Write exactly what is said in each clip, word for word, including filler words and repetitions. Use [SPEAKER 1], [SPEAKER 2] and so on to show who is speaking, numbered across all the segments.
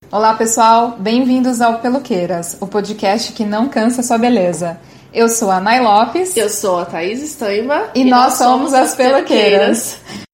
[SPEAKER 1] Olá pessoal, bem-vindos ao Peloqueiras, o podcast que não cansa sua beleza. Eu sou a Nay Lopes.
[SPEAKER 2] Eu sou a Thaís Estaima.
[SPEAKER 1] E, e nós, nós somos as Peloqueiras. Peloqueiras.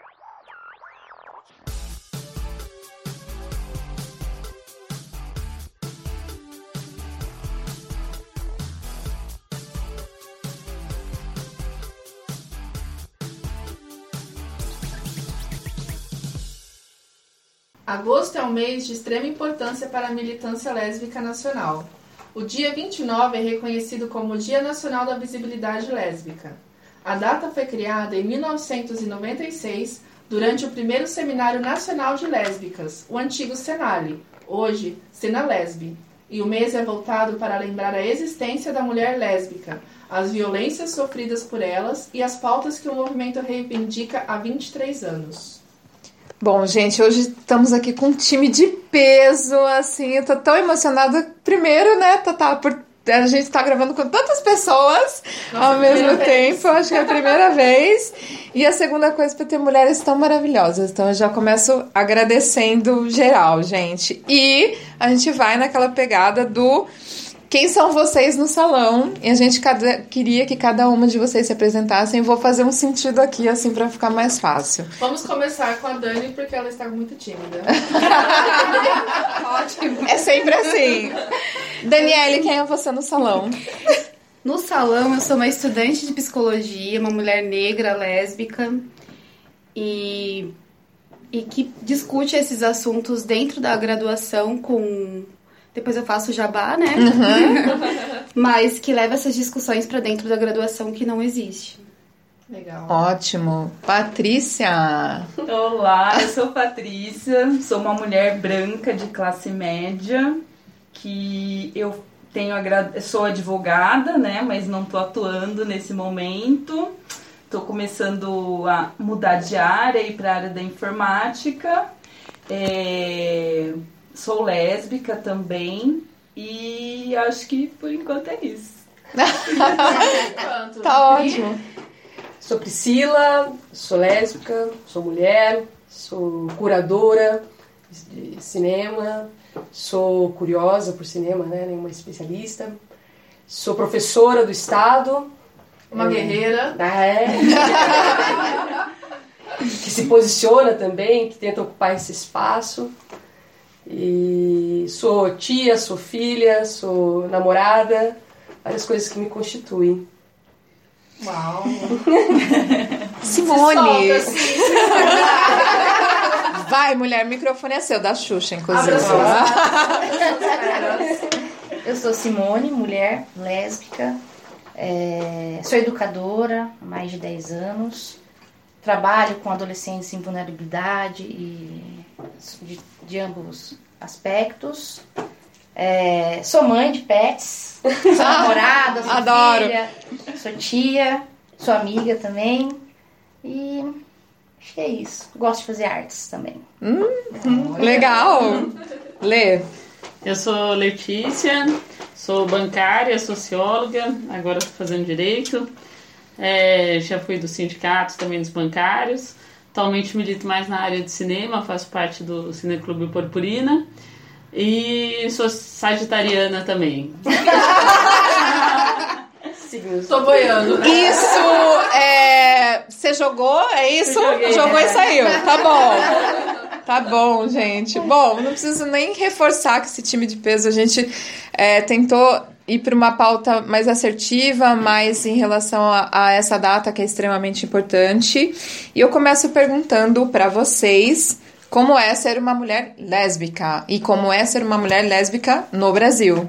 [SPEAKER 2] Agosto é um mês de extrema importância para a militância lésbica nacional. O dia vinte e nove é reconhecido como o Dia Nacional da Visibilidade Lésbica. A data foi criada em mil novecentos e noventa e seis, durante o primeiro Seminário Nacional de Lésbicas, o antigo Senale, hoje Senalesb. E o mês é voltado para lembrar a existência da mulher lésbica, as violências sofridas por elas e as pautas que o movimento reivindica há vinte e três anos.
[SPEAKER 1] Bom, gente, hoje estamos aqui com um time de peso, assim, eu tô tão emocionada. Primeiro, né, Tatá, por a gente tá gravando com tantas pessoas Nossa, ao mesmo tempo, acho que é a primeira vez. E a segunda coisa, para ter mulheres tão maravilhosas. Então eu já começo agradecendo geral, gente. E a gente vai naquela pegada do... Quem são vocês no salão? E a gente cada, queria que cada uma de vocês se apresentassem. Vou fazer um sentido aqui, assim, pra ficar mais fácil.
[SPEAKER 2] Vamos começar com a Dani, porque ela está muito tímida.
[SPEAKER 1] Ótimo. É sempre assim. Daniele, quem é você no salão?
[SPEAKER 3] No salão, eu sou uma estudante de psicologia, uma mulher negra, lésbica, e, e que discute esses assuntos dentro da graduação com... Depois eu faço jabá, né? Uhum. Mas que leva essas discussões para dentro da graduação que não existe.
[SPEAKER 2] Legal.
[SPEAKER 1] Ótimo. Patrícia.
[SPEAKER 4] Olá, eu sou Patrícia. Sou uma mulher branca de classe média. Que eu tenho a, sou advogada, né? Mas não tô atuando nesse momento. Tô começando a mudar de área e para a área da informática. É... Sou lésbica também e acho que por enquanto é isso.
[SPEAKER 1] Tá ótimo.
[SPEAKER 5] Sou Priscila, sou lésbica, sou mulher, sou curadora de cinema, sou curiosa por cinema, né? Nenhuma especialista. Sou professora do Estado.
[SPEAKER 2] Uma é, guerreira.
[SPEAKER 5] Ah, é. Que se posiciona também, que tenta ocupar esse espaço. E sou tia, sou filha, sou namorada, várias coisas que me constituem.
[SPEAKER 2] Uau!
[SPEAKER 1] Simone! Solta, assim. Vai, mulher, o microfone é seu, da Xuxa, inclusive.
[SPEAKER 6] Eu sou Simone, mulher lésbica, é, sou educadora há mais de dez anos, trabalho com adolescentes em vulnerabilidade e de, de ambos aspectos. É, sou mãe de pets, sou namorada, sou
[SPEAKER 1] Adoro.
[SPEAKER 6] filha, sou tia, sou amiga também. E acho que é isso. Gosto de fazer artes também.
[SPEAKER 1] Hum, hum, legal! Lê.
[SPEAKER 7] Eu sou Letícia, sou bancária, socióloga, agora estou fazendo direito. É, já fui dos sindicatos, também dos bancários. Atualmente milito mais na área de cinema, faço parte do Cineclube Purpurina. E sou sagitariana também.
[SPEAKER 2] Tô boiando, né?
[SPEAKER 1] Isso, é... Você jogou? É isso?
[SPEAKER 7] Joguei,
[SPEAKER 1] jogou
[SPEAKER 7] é.
[SPEAKER 1] E saiu. Tá bom. Tá bom, gente. Bom, não preciso nem reforçar que esse time de peso a gente é, tentou ir para uma pauta mais assertiva, mais em relação a, a essa data que é extremamente importante. E eu começo perguntando para vocês como é ser uma mulher lésbica e como é ser uma mulher lésbica no Brasil.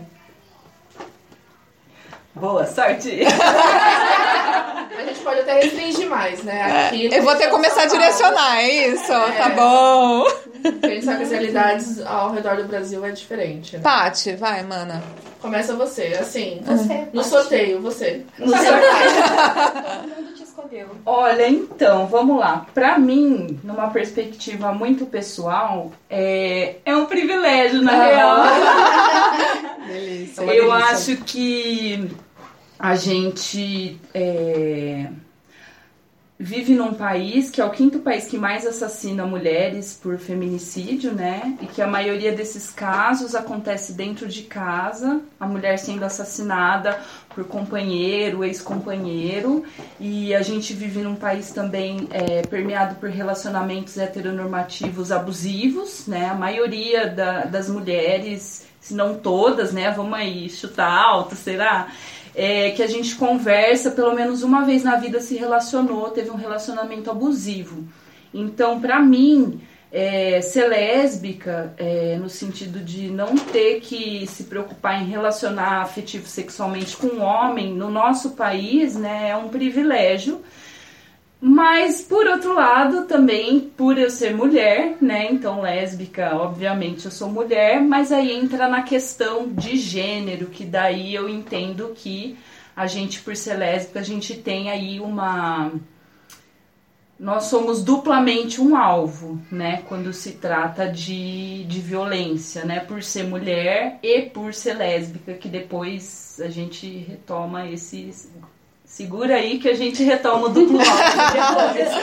[SPEAKER 4] Boa sorte!
[SPEAKER 2] A gente pode até restringir mais, né? Aqui,
[SPEAKER 1] eu vou ter que começar a direcionar, é isso? É. Tá bom.
[SPEAKER 2] Porque a gente sabe que as realidades ao redor do Brasil é diferente, né?
[SPEAKER 1] Paty, vai, mana.
[SPEAKER 2] Começa você, assim.
[SPEAKER 6] Você,
[SPEAKER 2] no sorteio, você.
[SPEAKER 6] No sorteio. O mundo te escolheu.
[SPEAKER 4] Olha, então, vamos lá. Pra mim, numa perspectiva muito pessoal, é, é um privilégio, na real.
[SPEAKER 1] Delícia.
[SPEAKER 4] Eu acho que a gente é, vive num país que é o quinto país que mais assassina mulheres por feminicídio, né? E que a maioria desses casos acontece dentro de casa, a mulher sendo assassinada por companheiro, ex-companheiro. E a gente vive num país também é, permeado por relacionamentos heteronormativos abusivos, né? A maioria da, das mulheres, se não todas, né? Vamos aí chutar alto, será? É, que a gente conversa, pelo menos uma vez na vida se relacionou, teve um relacionamento abusivo. Então, pra mim, é, ser lésbica, é, no sentido de não ter que se preocupar em relacionar afetivo sexualmente com um homem, no nosso país, né, é um privilégio. Mas, por outro lado, também, por eu ser mulher, né, então lésbica, obviamente eu sou mulher, mas aí entra na questão de gênero, que daí eu entendo que a gente, por ser lésbica, a gente tem aí uma... Nós somos duplamente um alvo, né, quando se trata de, de violência, né, por ser mulher e por ser lésbica, que depois a gente retoma esses... Segura aí que a gente retoma o duplo alvo depois.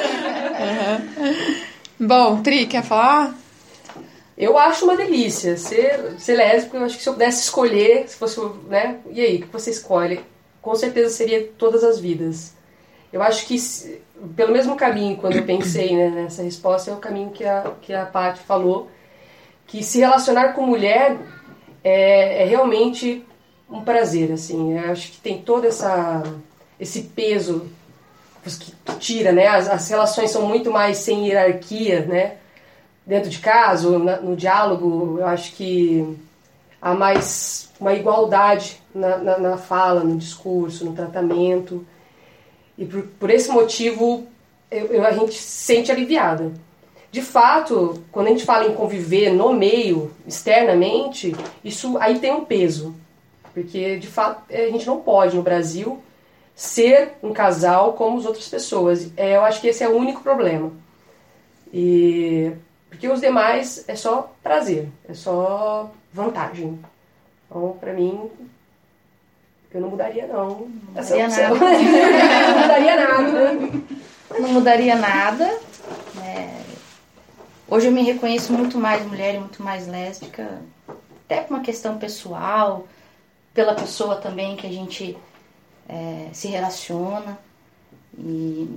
[SPEAKER 1] Uhum. Bom, Tri, quer falar?
[SPEAKER 5] Eu acho uma delícia ser, ser lésbica. Eu acho que se eu pudesse escolher, se fosse, né? E aí, o que você escolhe? Com certeza seria todas as vidas. Eu acho que, pelo mesmo caminho, quando eu pensei, né, nessa resposta, é o caminho que a, que a Paty falou, que se relacionar com mulher é, é realmente um prazer, assim. Eu acho que tem toda essa... esse peso que tira, né? As, as relações são muito mais sem hierarquia, né? Dentro de casa, na, no diálogo, eu acho que há mais uma igualdade na, na, na fala, no discurso, no tratamento. E por, por esse motivo, eu, eu, a gente se sente aliviada. De fato, quando a gente fala em conviver no meio, externamente, isso aí tem um peso. Porque, de fato, a gente não pode, no Brasil, ser um casal como as outras pessoas. É, eu acho que esse é o único problema. E, porque os demais é só prazer, é só vantagem. Então, pra mim, eu não mudaria, não.
[SPEAKER 6] Não mudaria nada.
[SPEAKER 5] Não mudaria nada.
[SPEAKER 6] Não mudaria nada. É... Hoje eu me reconheço muito mais mulher e muito mais lésbica, até por uma questão pessoal, pela pessoa também que a gente... É, se relaciona e...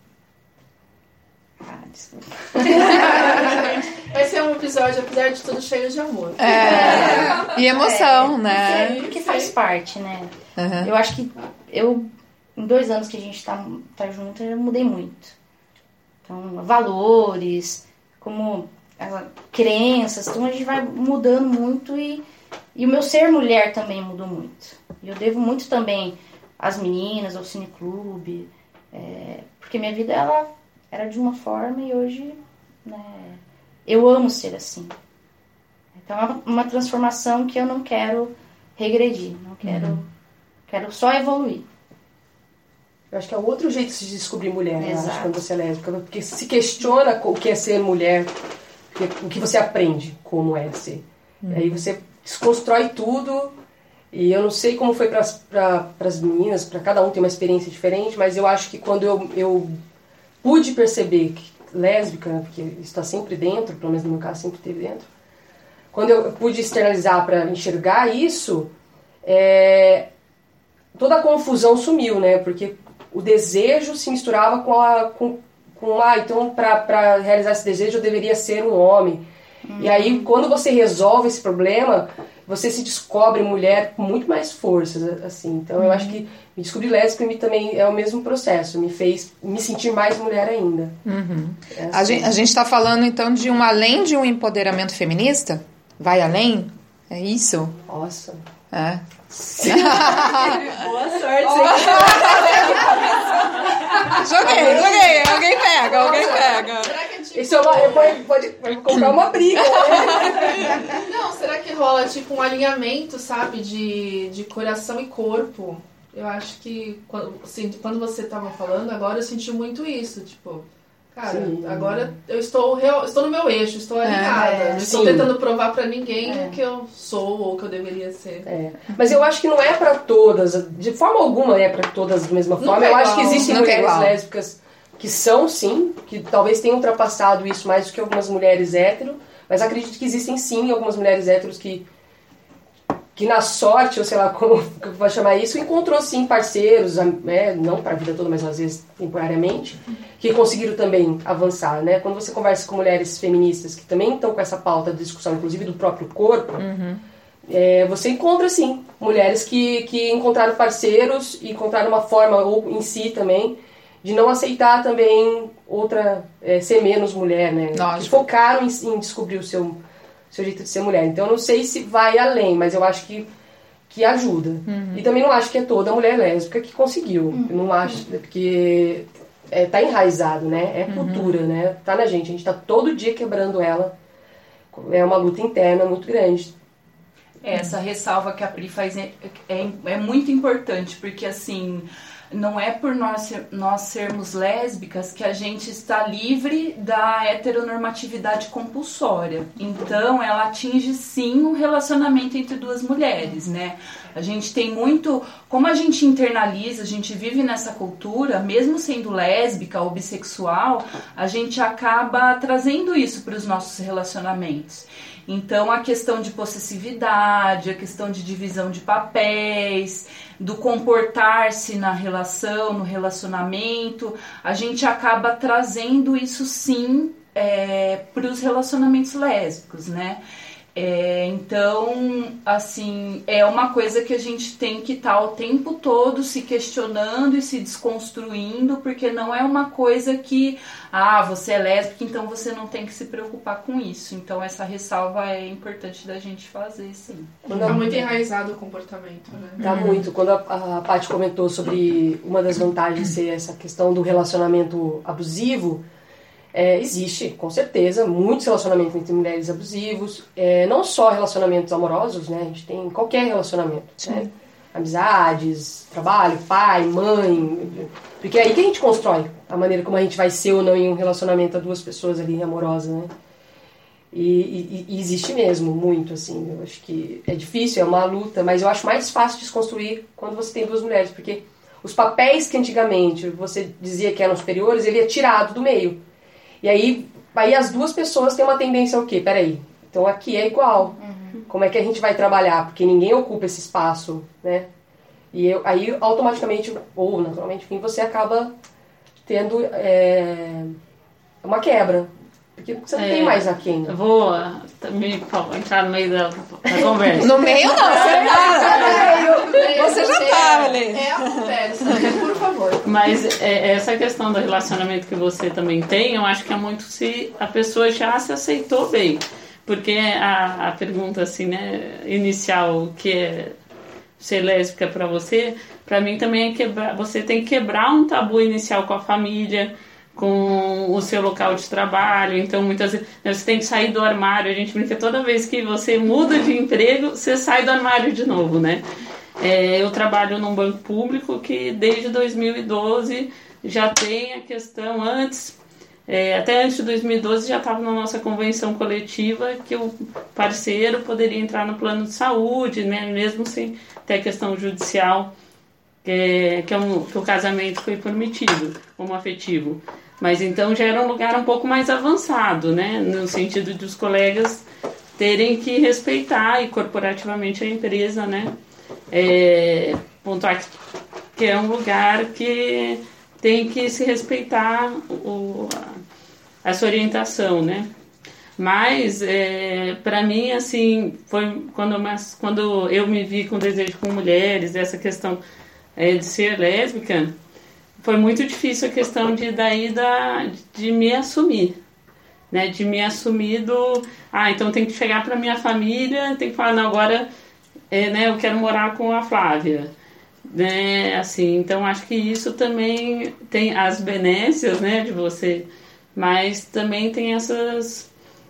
[SPEAKER 6] Ah, desculpa.
[SPEAKER 2] Vai ser um episódio, apesar de tudo, cheio de amor.
[SPEAKER 1] É, e emoção,
[SPEAKER 6] é,
[SPEAKER 1] né?
[SPEAKER 6] Porque, porque faz parte, né?
[SPEAKER 1] Uhum.
[SPEAKER 6] Eu acho que eu, em dois anos que a gente tá, tá junto, eu mudei muito. Então, valores, como uh, crenças, então a gente vai mudando muito e, e o meu ser mulher também mudou muito. E eu devo muito também as meninas, ao cineclube, é, porque minha vida ela era de uma forma e hoje, né, eu amo ser assim. Então é uma, uma transformação que eu não quero regredir, não quero, uhum. quero só evoluir.
[SPEAKER 5] Eu acho que é outro jeito de se descobrir mulher, eu
[SPEAKER 6] Exato.
[SPEAKER 5] acho, quando você é lésbica, porque se questiona o que é ser mulher, o que você aprende como é ser. Uhum. Aí você desconstrói tudo. E eu não sei como foi para as meninas, para cada um tem uma experiência diferente, mas eu acho que quando eu, eu pude perceber que lésbica, porque isso está sempre dentro, pelo menos no meu caso sempre esteve dentro, quando eu pude externalizar para enxergar isso, é, toda a confusão sumiu, né? Porque o desejo se misturava com a... Com, com, ah, então para realizar esse desejo eu deveria ser um homem. Uhum. E aí quando você resolve esse problema... você se descobre mulher com muito mais força, assim. Então, uhum. eu acho que me descobrir lésbica me, também é o mesmo processo. Me fez me sentir mais mulher ainda.
[SPEAKER 1] Uhum.
[SPEAKER 5] É assim.
[SPEAKER 1] A gente a gente está falando, então, de um além de um empoderamento feminista? Vai além? É isso?
[SPEAKER 5] Nossa.
[SPEAKER 1] É.
[SPEAKER 4] Boa sorte.
[SPEAKER 1] Joguei, joguei. Alguém pega, alguém pega.
[SPEAKER 2] Será que é tipo...
[SPEAKER 5] Isso é uma, pode, pode, pode comprar uma briga, né?
[SPEAKER 2] Não, será que rola tipo um alinhamento, sabe, de, de coração e corpo? Eu acho que quando, assim, quando você tava falando, agora eu senti muito isso, tipo... Cara, sim. Agora eu estou, real, estou no meu eixo, estou alinhada. É, não estou sim. tentando provar pra ninguém é. que eu sou ou que eu deveria ser.
[SPEAKER 5] É. Mas eu acho que não é pra todas, de forma alguma é pra todas da mesma forma. Eu acho que existem mulheres lésbicas que são, sim, que talvez tenham ultrapassado isso mais do que algumas mulheres hétero, mas acredito que existem, sim, algumas mulheres héteros que, que na sorte, ou sei lá como eu vou chamar isso, encontrou, sim, parceiros, né, não para a vida toda, mas às vezes temporariamente, que conseguiram também avançar, né? Quando você conversa com mulheres feministas que também estão com essa pauta de discussão, inclusive do próprio corpo, uhum. é, você encontra, sim, mulheres que, que encontraram parceiros e encontraram uma forma, ou em si também, de não aceitar também outra, é, ser menos mulher, né?
[SPEAKER 1] Lógico.
[SPEAKER 5] Que focaram em, em descobrir o seu, seu jeito de ser mulher. Então, eu não sei se vai além, mas eu acho que, que ajuda. Uhum. E também não acho que é toda mulher lésbica que conseguiu. Uhum. Eu não acho, porque é, tá enraizado, né? É cultura, uhum. né? Tá na gente. A gente tá todo dia quebrando ela. É uma luta interna muito grande.
[SPEAKER 4] Essa ressalva que a Pri faz é, é, é muito importante, porque assim... Não é por nós, nós sermos lésbicas que a gente está livre da heteronormatividade compulsória. Então, ela atinge, sim, o relacionamento entre duas mulheres, né? A gente tem muito... Como a gente internaliza, a gente vive nessa cultura, mesmo sendo lésbica ou bissexual, a gente acaba trazendo isso para os nossos relacionamentos. Então, a questão de possessividade, a questão de divisão de papéis, do comportar-se na relação, no relacionamento, a gente acaba trazendo isso, sim, é, para os relacionamentos lésbicos, né? É, então, assim, é uma coisa que a gente tem que estar o tempo todo se questionando e se desconstruindo, porque não é uma coisa que, ah, você é lésbica, então você não tem que se preocupar com isso. Então, essa ressalva é importante da gente fazer, sim.
[SPEAKER 2] Está muito enraizado o comportamento, né?
[SPEAKER 5] Tá muito. Quando a, a Paty comentou sobre uma das vantagens ser essa questão do relacionamento abusivo, É, existe, com certeza, muitos relacionamentos entre mulheres abusivos, é, não só relacionamentos amorosos, né? A gente tem qualquer relacionamento, né? Amizades, trabalho, pai, mãe, porque é aí que a gente constrói a maneira como a gente vai ser ou não em um relacionamento a duas pessoas ali amorosas, né? E, e, e existe mesmo muito, assim, eu acho que é difícil, é uma luta, mas eu acho mais fácil de desconstruir quando você tem duas mulheres, porque os papéis que antigamente você dizia que eram superiores, ele é tirado do meio. E aí, aí as duas pessoas têm uma tendência ao quê? Peraí, então aqui é igual. Uhum. Como é que a gente vai trabalhar? Porque ninguém ocupa esse espaço, né? E eu, aí, automaticamente, ou naturalmente, enfim, você acaba tendo é, uma quebra. Porque você não é, tem mais a quem.
[SPEAKER 7] Eu vou me, entrar no meio da, da conversa.
[SPEAKER 1] No meio não, você tá. Você já tá, ali.
[SPEAKER 2] É a conversa, por favor.
[SPEAKER 7] Mas é, essa questão do relacionamento que você também tem, eu acho que é muito se a pessoa já se aceitou bem. Porque a, a pergunta assim, né, inicial, que é ser lésbica pra você, pra mim também é quebrar. Você tem que quebrar um tabu inicial com a família, com o seu local de trabalho. Então muitas vezes você tem que sair do armário. A gente brinca, toda vez que você muda de emprego, você sai do armário de novo, né? É, eu trabalho num banco público que desde dois mil e doze já tem a questão antes, é, até antes de dois mil e doze já estava na nossa convenção coletiva que o parceiro poderia entrar no plano de saúde, né, mesmo sem ter a questão judicial, que, é, que, é um, que o casamento foi permitido, homoafetivo. Mas então já era um lugar um pouco mais avançado, né, no sentido de os colegas terem que respeitar e corporativamente a empresa, né, é, pontuar que é um lugar que tem que se respeitar o, a, essa orientação, né? Mas, é, para mim, assim, foi quando, mas, quando eu me vi com desejo com mulheres, essa questão é, de ser lésbica, foi muito difícil a questão de, daí, da, de me assumir, né? De me assumir do... Ah, então tem que chegar para minha família, tem que falar, não, agora... É, né, eu quero morar com a Flávia, né, assim, então acho que isso também tem as benécias, né, de você, mas também tem essas,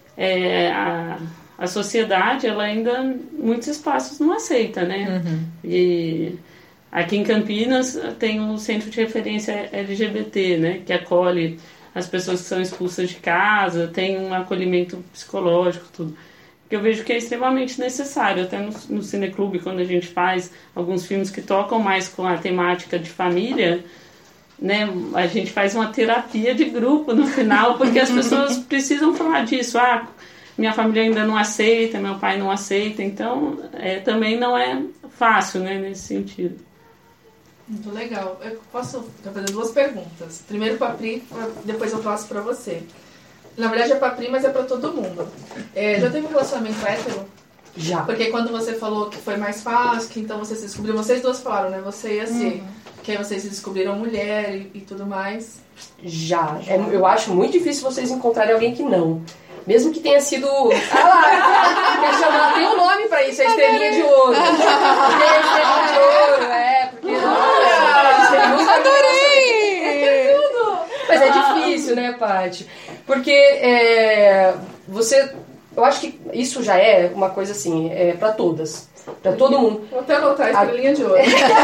[SPEAKER 7] é, a, a sociedade, ela ainda, muitos espaços não aceita, né, uhum. E aqui em Campinas tem o Centro de Referência L G B T, né, que acolhe as pessoas que são expulsas de casa, tem um acolhimento psicológico, tudo. Que eu vejo que é extremamente necessário, até no, no Cineclube, quando a gente faz alguns filmes que tocam mais com a temática de família, né, a gente faz uma terapia de grupo no final, porque as pessoas precisam falar disso. Ah, minha família ainda não aceita, meu pai não aceita, então é, também não é fácil, né, nesse sentido.
[SPEAKER 2] Muito legal. Eu posso fazer duas perguntas. Primeiro para a Pri, depois eu passo para você. Na verdade é para a Pri, mas é para todo mundo. É, já teve um relacionamento hétero?
[SPEAKER 5] Já.
[SPEAKER 2] Porque quando você falou que foi mais fácil, que então você se descobriu, vocês duas falaram, né? Você e a C. Uhum. Que aí vocês se descobriram mulher e, e tudo mais.
[SPEAKER 5] Já. É, eu acho muito difícil vocês encontrarem alguém que não. Mesmo que tenha sido... Ah lá, chamar, tem um nome pra isso, é estrelinha de ouro. Porque é estrelinha de ouro, é, porque... Nossa, adorei! É tudo! Mas é difícil, né, Paty? Porque é, você... Eu acho que isso já é uma coisa assim, é pra todas. Pra todo mundo.
[SPEAKER 2] Vou até anotar a estrelinha de ouro.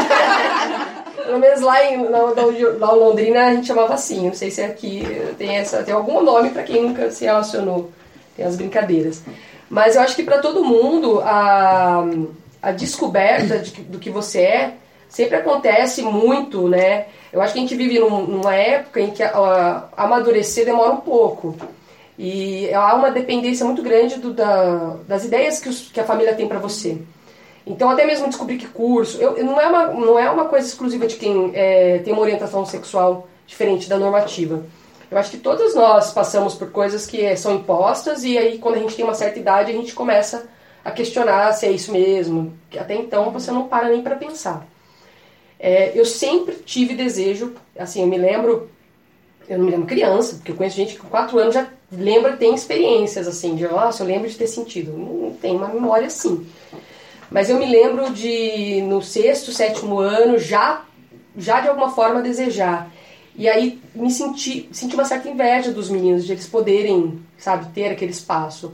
[SPEAKER 5] Pelo menos lá em, na, na, na Londrina a gente chamava assim. Não sei se aqui tem, essa, tem algum nome para quem nunca se relacionou. Tem as brincadeiras. Mas eu acho que para todo mundo a, a descoberta de, do que você é sempre acontece muito, né? Eu acho que a gente vive num, numa época em que a, a, amadurecer demora um pouco. E há uma dependência muito grande do, da, das ideias que, os, que a família tem para você. Então, até mesmo descobrir que curso... Eu, não, é uma, não é uma coisa exclusiva de quem é, tem uma orientação sexual diferente da normativa. Eu acho que todos nós passamos por coisas que é, são impostas e aí, quando a gente tem uma certa idade, a gente começa a questionar se é isso mesmo. Até então, você não para nem para pensar. É, eu sempre tive desejo... Assim, eu me lembro... Eu não me lembro criança, porque eu conheço gente que com quatro anos já lembra, tem experiências, assim, de... Nossa, eu lembro de ter sentido. Não tem uma memória assim. Mas eu me lembro de, no sexto, sétimo ano, já, já de alguma forma desejar. E aí me senti, senti uma certa inveja dos meninos, de eles poderem, sabe, ter aquele espaço.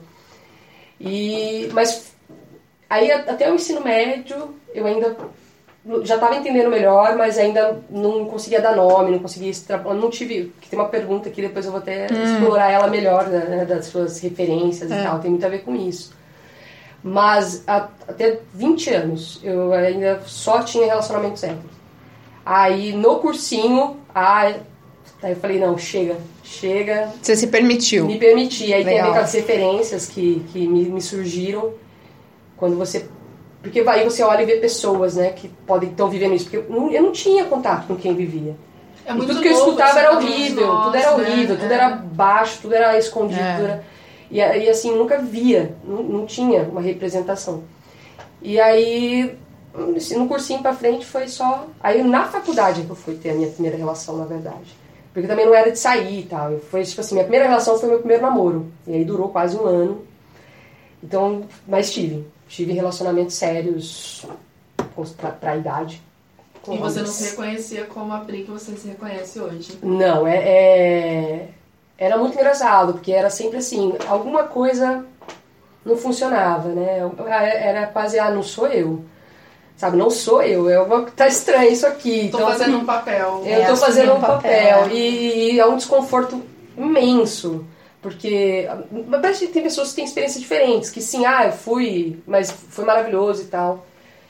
[SPEAKER 5] E, mas aí até o ensino médio, eu ainda já estava entendendo melhor, mas ainda não conseguia dar nome, não conseguia extrapolar, não tive... Tem uma pergunta que depois eu vou até hum. explorar ela melhor, né, das suas referências é. e tal, tem muito a ver com isso. Mas a, até vinte anos eu ainda só tinha relacionamentos héteros. Aí no cursinho, aí eu falei, não, chega, chega.
[SPEAKER 1] Você se permitiu?
[SPEAKER 5] Me permiti. Aí Legal. Tem a ver com as referências que, que me, me surgiram. Quando você... Porque aí você olha e vê pessoas, né, que podem estão vivendo isso. Porque eu não, eu não tinha contato com quem vivia. É muito tudo que eu escutava era horrível, nós, tudo era horrível, né? Tudo é. era baixo, tudo era escondido, é. tudo era... E, e assim, nunca via, não, não tinha uma representação. E aí, no cursinho pra frente foi só... Aí na faculdade que eu fui ter a minha primeira relação, na verdade. Porque também não era de sair e tal. Eu, foi tipo assim, minha primeira relação foi meu primeiro namoro. E aí durou quase um ano. Então, mas tive. Tive relacionamentos sérios pra, pra idade.
[SPEAKER 2] E você não se reconhecia como a Pri que você se reconhece hoje?
[SPEAKER 5] Não, é... é... Era muito engraçado, porque era sempre assim, alguma coisa não funcionava, né? Era quase, ah, não sou eu. Sabe, não sou eu, eu tá estranho isso aqui.
[SPEAKER 2] Tô
[SPEAKER 5] então,
[SPEAKER 2] fazendo um papel.
[SPEAKER 5] Eu é, tô fazendo um papel. papel. E, e é um desconforto imenso. Porque parece que tem pessoas que têm experiências diferentes, que sim, ah, eu fui, mas foi maravilhoso e tal.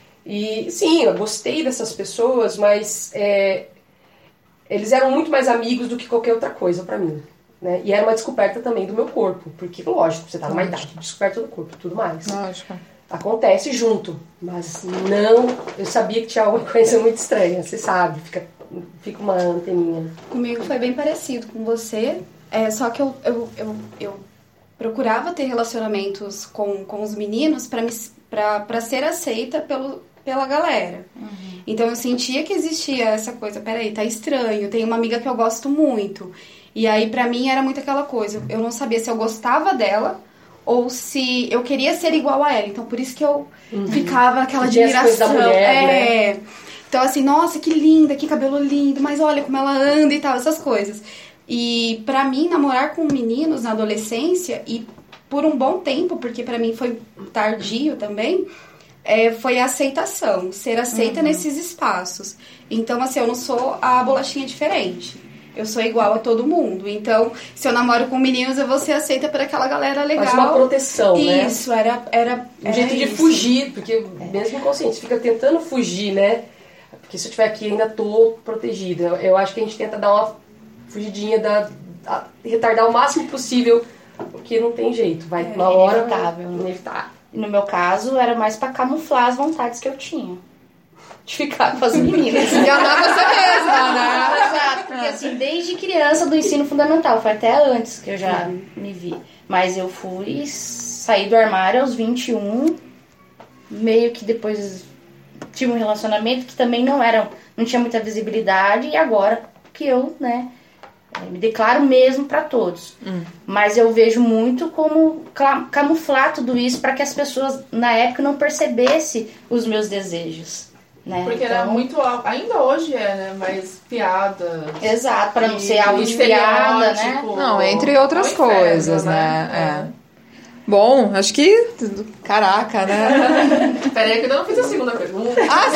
[SPEAKER 5] E sim, eu gostei dessas pessoas, mas é, eles eram muito mais amigos do que qualquer outra coisa pra mim. Né? E era uma descoberta também do meu corpo, porque, lógico, você tá numa idade de descoberta do corpo e tudo mais.
[SPEAKER 1] Lógico.
[SPEAKER 5] Acontece junto, mas não... Eu sabia que tinha alguma coisa muito estranha, você sabe, fica, fica uma anteninha.
[SPEAKER 3] Comigo foi bem parecido com você, é, só que eu, eu, eu, eu procurava ter relacionamentos com, com os meninos pra, me, pra, pra ser aceita pelo, pela galera. Uhum. Então eu sentia que existia essa coisa, peraí, tá estranho, tem uma amiga que eu gosto muito... E aí, pra mim, era muito aquela coisa. Eu não sabia se eu gostava dela ou se eu queria ser igual a ela. Então, por isso que eu uhum. ficava naquela admiração.
[SPEAKER 5] Da mulher,
[SPEAKER 3] é.
[SPEAKER 5] Né?
[SPEAKER 3] Então, assim, nossa, que linda, que cabelo lindo. Mas olha como ela anda e tal, essas coisas. E pra mim, namorar com meninos na adolescência, e por um bom tempo, porque pra mim foi tardio também, é, foi a aceitação. Ser aceita uhum. nesses espaços. Então, assim, eu não sou a bolachinha diferente. Eu sou igual a todo mundo. Então, se eu namoro com meninos, eu vou ser aceita por aquela galera legal.
[SPEAKER 5] Mas uma proteção, né?
[SPEAKER 3] Isso, era... era
[SPEAKER 5] um jeito de
[SPEAKER 3] isso.
[SPEAKER 5] fugir, porque é. mesmo inconsciente, você fica tentando fugir, né? Porque se eu estiver aqui, ainda tô protegida. Eu acho que a gente tenta dar uma fugidinha, da, a, retardar o máximo possível, porque não tem jeito. Vai
[SPEAKER 6] É
[SPEAKER 5] uma hora...
[SPEAKER 6] inevitável.
[SPEAKER 5] Inevitável.
[SPEAKER 6] E no meu caso, era mais pra camuflar as vontades que eu tinha. De ficar com as meninas.
[SPEAKER 1] Enganar você mesma, né?
[SPEAKER 6] Exato, porque assim, desde criança do ensino fundamental, foi até antes que eu já me vi. Mas eu fui sair do armário aos vinte e um, meio que depois tive um relacionamento que também não era, não tinha muita visibilidade, e agora que eu, né, me declaro mesmo pra todos. Hum. Mas eu vejo muito como camuflar tudo isso para que as pessoas na época não percebessem os meus desejos. Né?
[SPEAKER 2] Porque
[SPEAKER 6] então,
[SPEAKER 2] era muito... Ainda hoje é, né? Mais piada.
[SPEAKER 6] Exato, para não ser algo de piada, né?
[SPEAKER 1] Não, entre outras
[SPEAKER 2] inferno,
[SPEAKER 1] coisas, né?
[SPEAKER 2] né?
[SPEAKER 1] É. Bom, acho que... Caraca, né?
[SPEAKER 2] Peraí, que eu ainda não fiz a segunda pergunta.
[SPEAKER 1] Ah,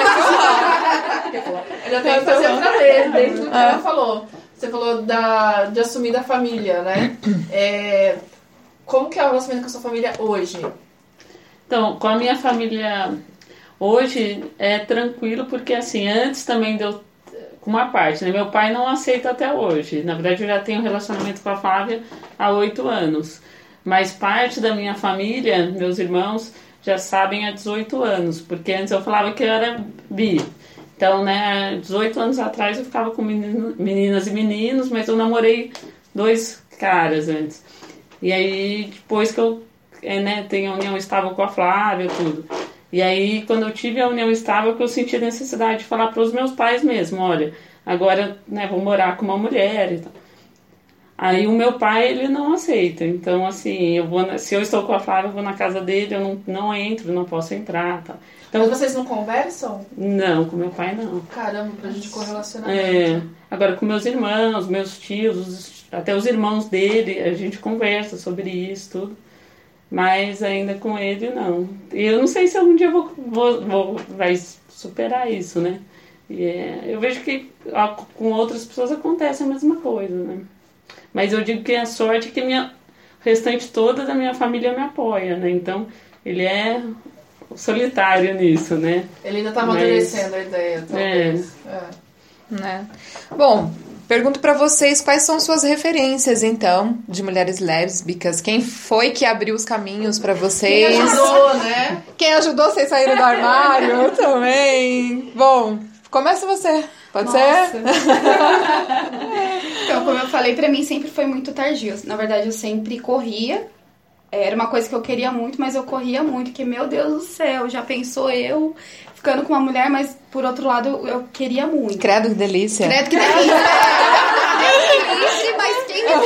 [SPEAKER 1] você vai
[SPEAKER 2] Eu já tenho que fazer outra vez, desde o que ela falou. Você falou da, de assumir da família, né? É, como que é o relacionamento com a sua família hoje?
[SPEAKER 7] Então, com a minha família... Hoje é tranquilo, porque assim, antes também deu com uma parte, né? Meu pai não aceita até hoje. Na verdade, eu já tenho um relacionamento com a Flávia há oito anos. Mas parte da minha família, meus irmãos, já sabem há dezoito anos. Porque antes eu falava que eu era bi. Então, né, dezoito anos atrás eu ficava com menino, meninas e meninos, mas eu namorei dois caras antes. E aí, depois que eu né, tenho a união estável com a Flávia, tudo... E aí, quando eu tive a união estável, que eu senti a necessidade de falar para os meus pais mesmo, olha, agora, né, vou morar com uma mulher e tal. Aí o meu pai, ele não aceita. Então, assim, eu vou, se eu estou com a Flávia, eu vou na casa dele, eu não, não entro, não posso entrar, tal. Então,
[SPEAKER 2] mas vocês não conversam?
[SPEAKER 7] Não, com meu pai não.
[SPEAKER 2] Caramba, pra gente correlacionamento.
[SPEAKER 7] É, agora com meus irmãos, meus tios, os, até os irmãos dele, a gente conversa sobre isso, tudo. Mas ainda com ele, não. E eu não sei se algum dia eu vou, vou, vou vai superar isso, né? E é, eu vejo que ó, com outras pessoas acontece a mesma coisa, né? Mas eu digo que a sorte é que minha, o restante toda da minha família me apoia, né? Então, ele é solitário nisso, né?
[SPEAKER 2] Ele ainda tá amadurecendo a ideia, talvez.
[SPEAKER 7] É.
[SPEAKER 2] É.
[SPEAKER 1] Né? Bom... Pergunto pra vocês quais são suas referências, então, de mulheres lésbicas. Quem foi que abriu os caminhos pra vocês?
[SPEAKER 2] Quem ajudou, né?
[SPEAKER 1] Quem ajudou vocês a saírem do armário também. Bom, começa você. Pode
[SPEAKER 3] Nossa.
[SPEAKER 1] ser?
[SPEAKER 3] Então, como eu falei, pra mim sempre foi muito tardio. Na verdade, eu sempre corria. Era uma coisa que eu queria muito, mas eu corria muito. Que, meu Deus do céu, já pensou eu ficando com uma mulher, mas por outro lado eu, eu queria muito.
[SPEAKER 1] Credo, que delícia.
[SPEAKER 3] Credo, que delícia. Deus me livre, mas quem me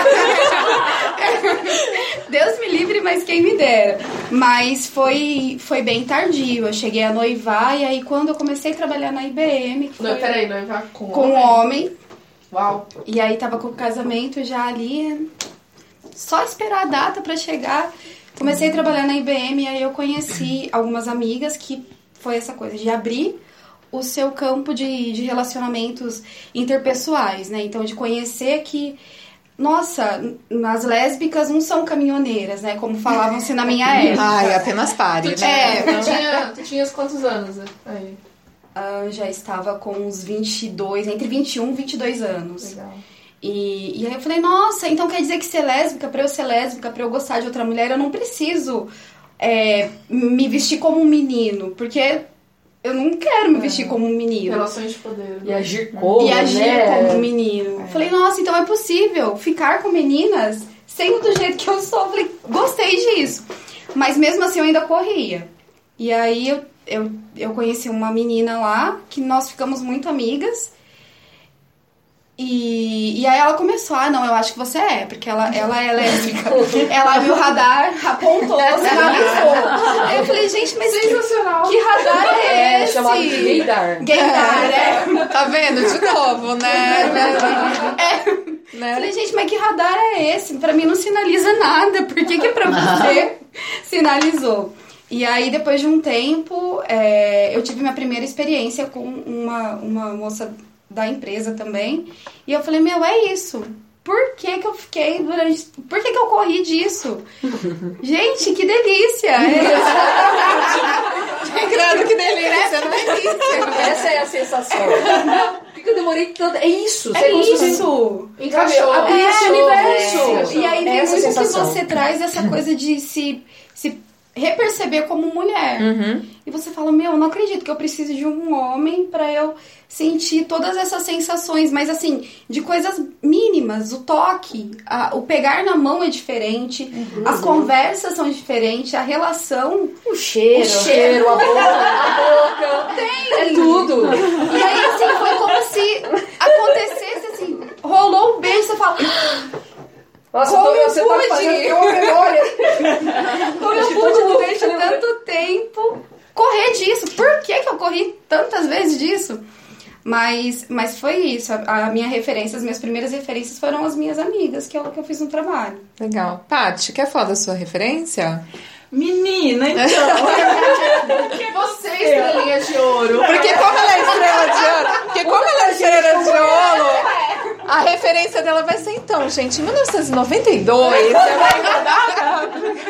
[SPEAKER 3] dera. Deus me livre, mas quem me dera. Mas foi, foi bem tardio. Eu cheguei a noivar e aí quando eu comecei a trabalhar na I B M... Foi
[SPEAKER 2] não, peraí, noivar com
[SPEAKER 3] com
[SPEAKER 2] homem?
[SPEAKER 3] homem.
[SPEAKER 2] Uau.
[SPEAKER 3] E aí tava com o casamento já ali... Só esperar a data pra chegar. Comecei a trabalhar na I B M e aí eu conheci algumas amigas que foi essa coisa de abrir o seu campo de, de relacionamentos interpessoais, né? Então, de conhecer que, nossa, as lésbicas não são caminhoneiras, né? Como falavam-se na minha época.
[SPEAKER 1] Ai, apenas pare,
[SPEAKER 2] Tu,
[SPEAKER 1] né?
[SPEAKER 2] tinha, tu, tinha, tu tinhas quantos anos aí?
[SPEAKER 3] Eu já estava com uns vinte e dois, entre vinte e um e vinte e dois anos.
[SPEAKER 2] Legal.
[SPEAKER 3] E, e aí eu falei, nossa, então quer dizer que ser lésbica, pra eu ser lésbica, pra eu gostar de outra mulher, eu não preciso é, me vestir como um menino, porque eu não quero me vestir é. como um menino.
[SPEAKER 2] Relações de poder.
[SPEAKER 5] E agir como,
[SPEAKER 3] E agir
[SPEAKER 5] né?
[SPEAKER 3] como um menino. É. Falei, nossa, então é possível ficar com meninas sendo do jeito que eu sou. Falei, gostei disso. Mas mesmo assim eu ainda corria. E aí eu, eu, eu conheci uma menina lá, que nós ficamos muito amigas. E, e aí ela começou, ah, não, eu acho que você é, porque ela, ela é lésbica. Ela viu o radar, apontou, sinalizou. Eu falei, gente, mas
[SPEAKER 2] sensacional.
[SPEAKER 3] Que radar é esse?
[SPEAKER 5] É chamado de gaydar.
[SPEAKER 3] Gaydar, é.
[SPEAKER 1] Tá vendo? De novo, né?
[SPEAKER 3] É. Né? Falei, gente, mas que radar é esse? Pra mim não sinaliza nada. Por que que pra você sinalizou? E aí, depois de um tempo, é, eu tive minha primeira experiência com uma, uma moça da empresa também. E eu falei, meu, é isso. Por que que eu fiquei durante... Por que que eu corri disso? Gente, que delícia! É.
[SPEAKER 1] Credo, que delícia, né?
[SPEAKER 5] Essa sensação. Por que eu demorei tanto? É isso.
[SPEAKER 3] É isso.
[SPEAKER 2] Encaixou.
[SPEAKER 5] Abre
[SPEAKER 3] É,
[SPEAKER 5] esse universo.
[SPEAKER 3] É. E aí vem
[SPEAKER 5] Essa
[SPEAKER 3] muito
[SPEAKER 5] sensação.
[SPEAKER 3] que você traz essa coisa de se, se reperceber como mulher.
[SPEAKER 1] Uhum.
[SPEAKER 3] E você fala, meu, eu não acredito que eu preciso de um homem pra eu sentir todas essas sensações, mas assim, de coisas mínimas, o toque, a, o pegar na mão é diferente,
[SPEAKER 5] Uhum.
[SPEAKER 3] as conversas são diferentes, a relação,
[SPEAKER 6] O cheiro.
[SPEAKER 5] O cheiro, a boca, a boca. Tem. É tudo.
[SPEAKER 3] e aí assim, foi como se acontecesse assim, rolou um beijo, você fala,
[SPEAKER 5] Nossa,
[SPEAKER 3] Como
[SPEAKER 5] então
[SPEAKER 3] eu
[SPEAKER 5] você
[SPEAKER 3] pude?
[SPEAKER 5] tá fazendo uma memória.
[SPEAKER 3] como eu pude depois de tanto tempo correr disso, por que que eu corri tantas vezes disso? Mas, mas foi isso, a, a minha referência, as minhas primeiras referências foram as minhas amigas, que eu, que eu fiz no trabalho.
[SPEAKER 1] Legal. Paty, quer falar da sua referência?
[SPEAKER 4] Menina, então.
[SPEAKER 2] Porque você, estrelinha de ouro.
[SPEAKER 1] Porque como ela é estrela de ouro, porque como ela é estrela de ouro, a referência dela vai ser então, gente, em mil novecentos e noventa e dois, você vai mudar?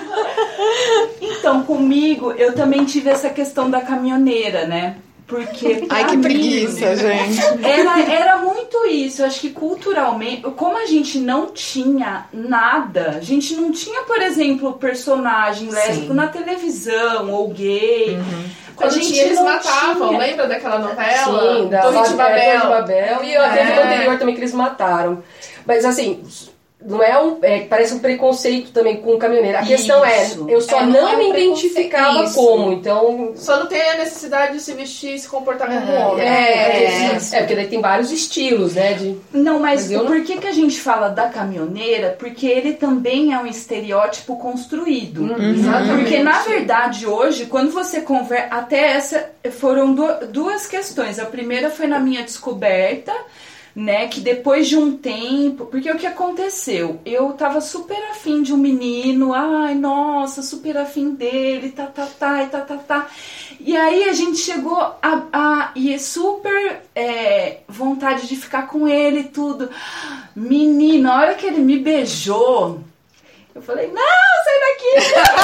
[SPEAKER 4] Então, comigo, eu também tive essa questão da caminhoneira, né? Porque.
[SPEAKER 1] Ai,
[SPEAKER 4] pra
[SPEAKER 1] que
[SPEAKER 4] mim,
[SPEAKER 1] preguiça, gente.
[SPEAKER 4] Era, era muito isso. Eu acho que culturalmente, como a gente não tinha nada, a gente não tinha, por exemplo, personagem lésbico na televisão ou gay.
[SPEAKER 1] Uhum.
[SPEAKER 2] Quando
[SPEAKER 4] a gente
[SPEAKER 2] tinha, eles
[SPEAKER 4] não
[SPEAKER 2] matavam.
[SPEAKER 4] tinha.
[SPEAKER 2] Lembra daquela novela?
[SPEAKER 5] Sim, da
[SPEAKER 2] Torre de
[SPEAKER 5] Babel.
[SPEAKER 2] Babel.
[SPEAKER 5] de Babel. E até
[SPEAKER 2] É.
[SPEAKER 5] no anterior também que eles mataram. Mas assim, não é um. É, parece um preconceito também com o caminhoneiro. A questão
[SPEAKER 4] Isso.
[SPEAKER 5] é, eu só
[SPEAKER 3] É, não
[SPEAKER 5] não,
[SPEAKER 3] é um
[SPEAKER 5] me
[SPEAKER 3] preconceito.
[SPEAKER 5] identificava
[SPEAKER 3] Isso.
[SPEAKER 5] como. Então.
[SPEAKER 2] Só não tem a necessidade de se vestir e se comportar como
[SPEAKER 6] Uhum.
[SPEAKER 2] homem.
[SPEAKER 5] É,
[SPEAKER 2] É.
[SPEAKER 5] é, porque daí tem vários estilos, né? De,
[SPEAKER 4] Não, mas,
[SPEAKER 5] Mas eu não-
[SPEAKER 4] por que, que a gente fala da caminhoneira? Porque ele também é um estereótipo construído.
[SPEAKER 2] Exatamente.
[SPEAKER 4] Porque, na verdade, hoje, quando você conversa... Até essa foram du- duas questões. A primeira foi na minha descoberta, né? Que depois de um tempo... Porque o que aconteceu? Eu tava super afim de um menino. Ai, nossa, super afim dele. Tá, tá, tá, e tá, tá, tá. E aí a gente chegou a... a e é super é, vontade de ficar com ele e tudo. Menino, na hora que ele me beijou... Eu falei, não, sai daqui!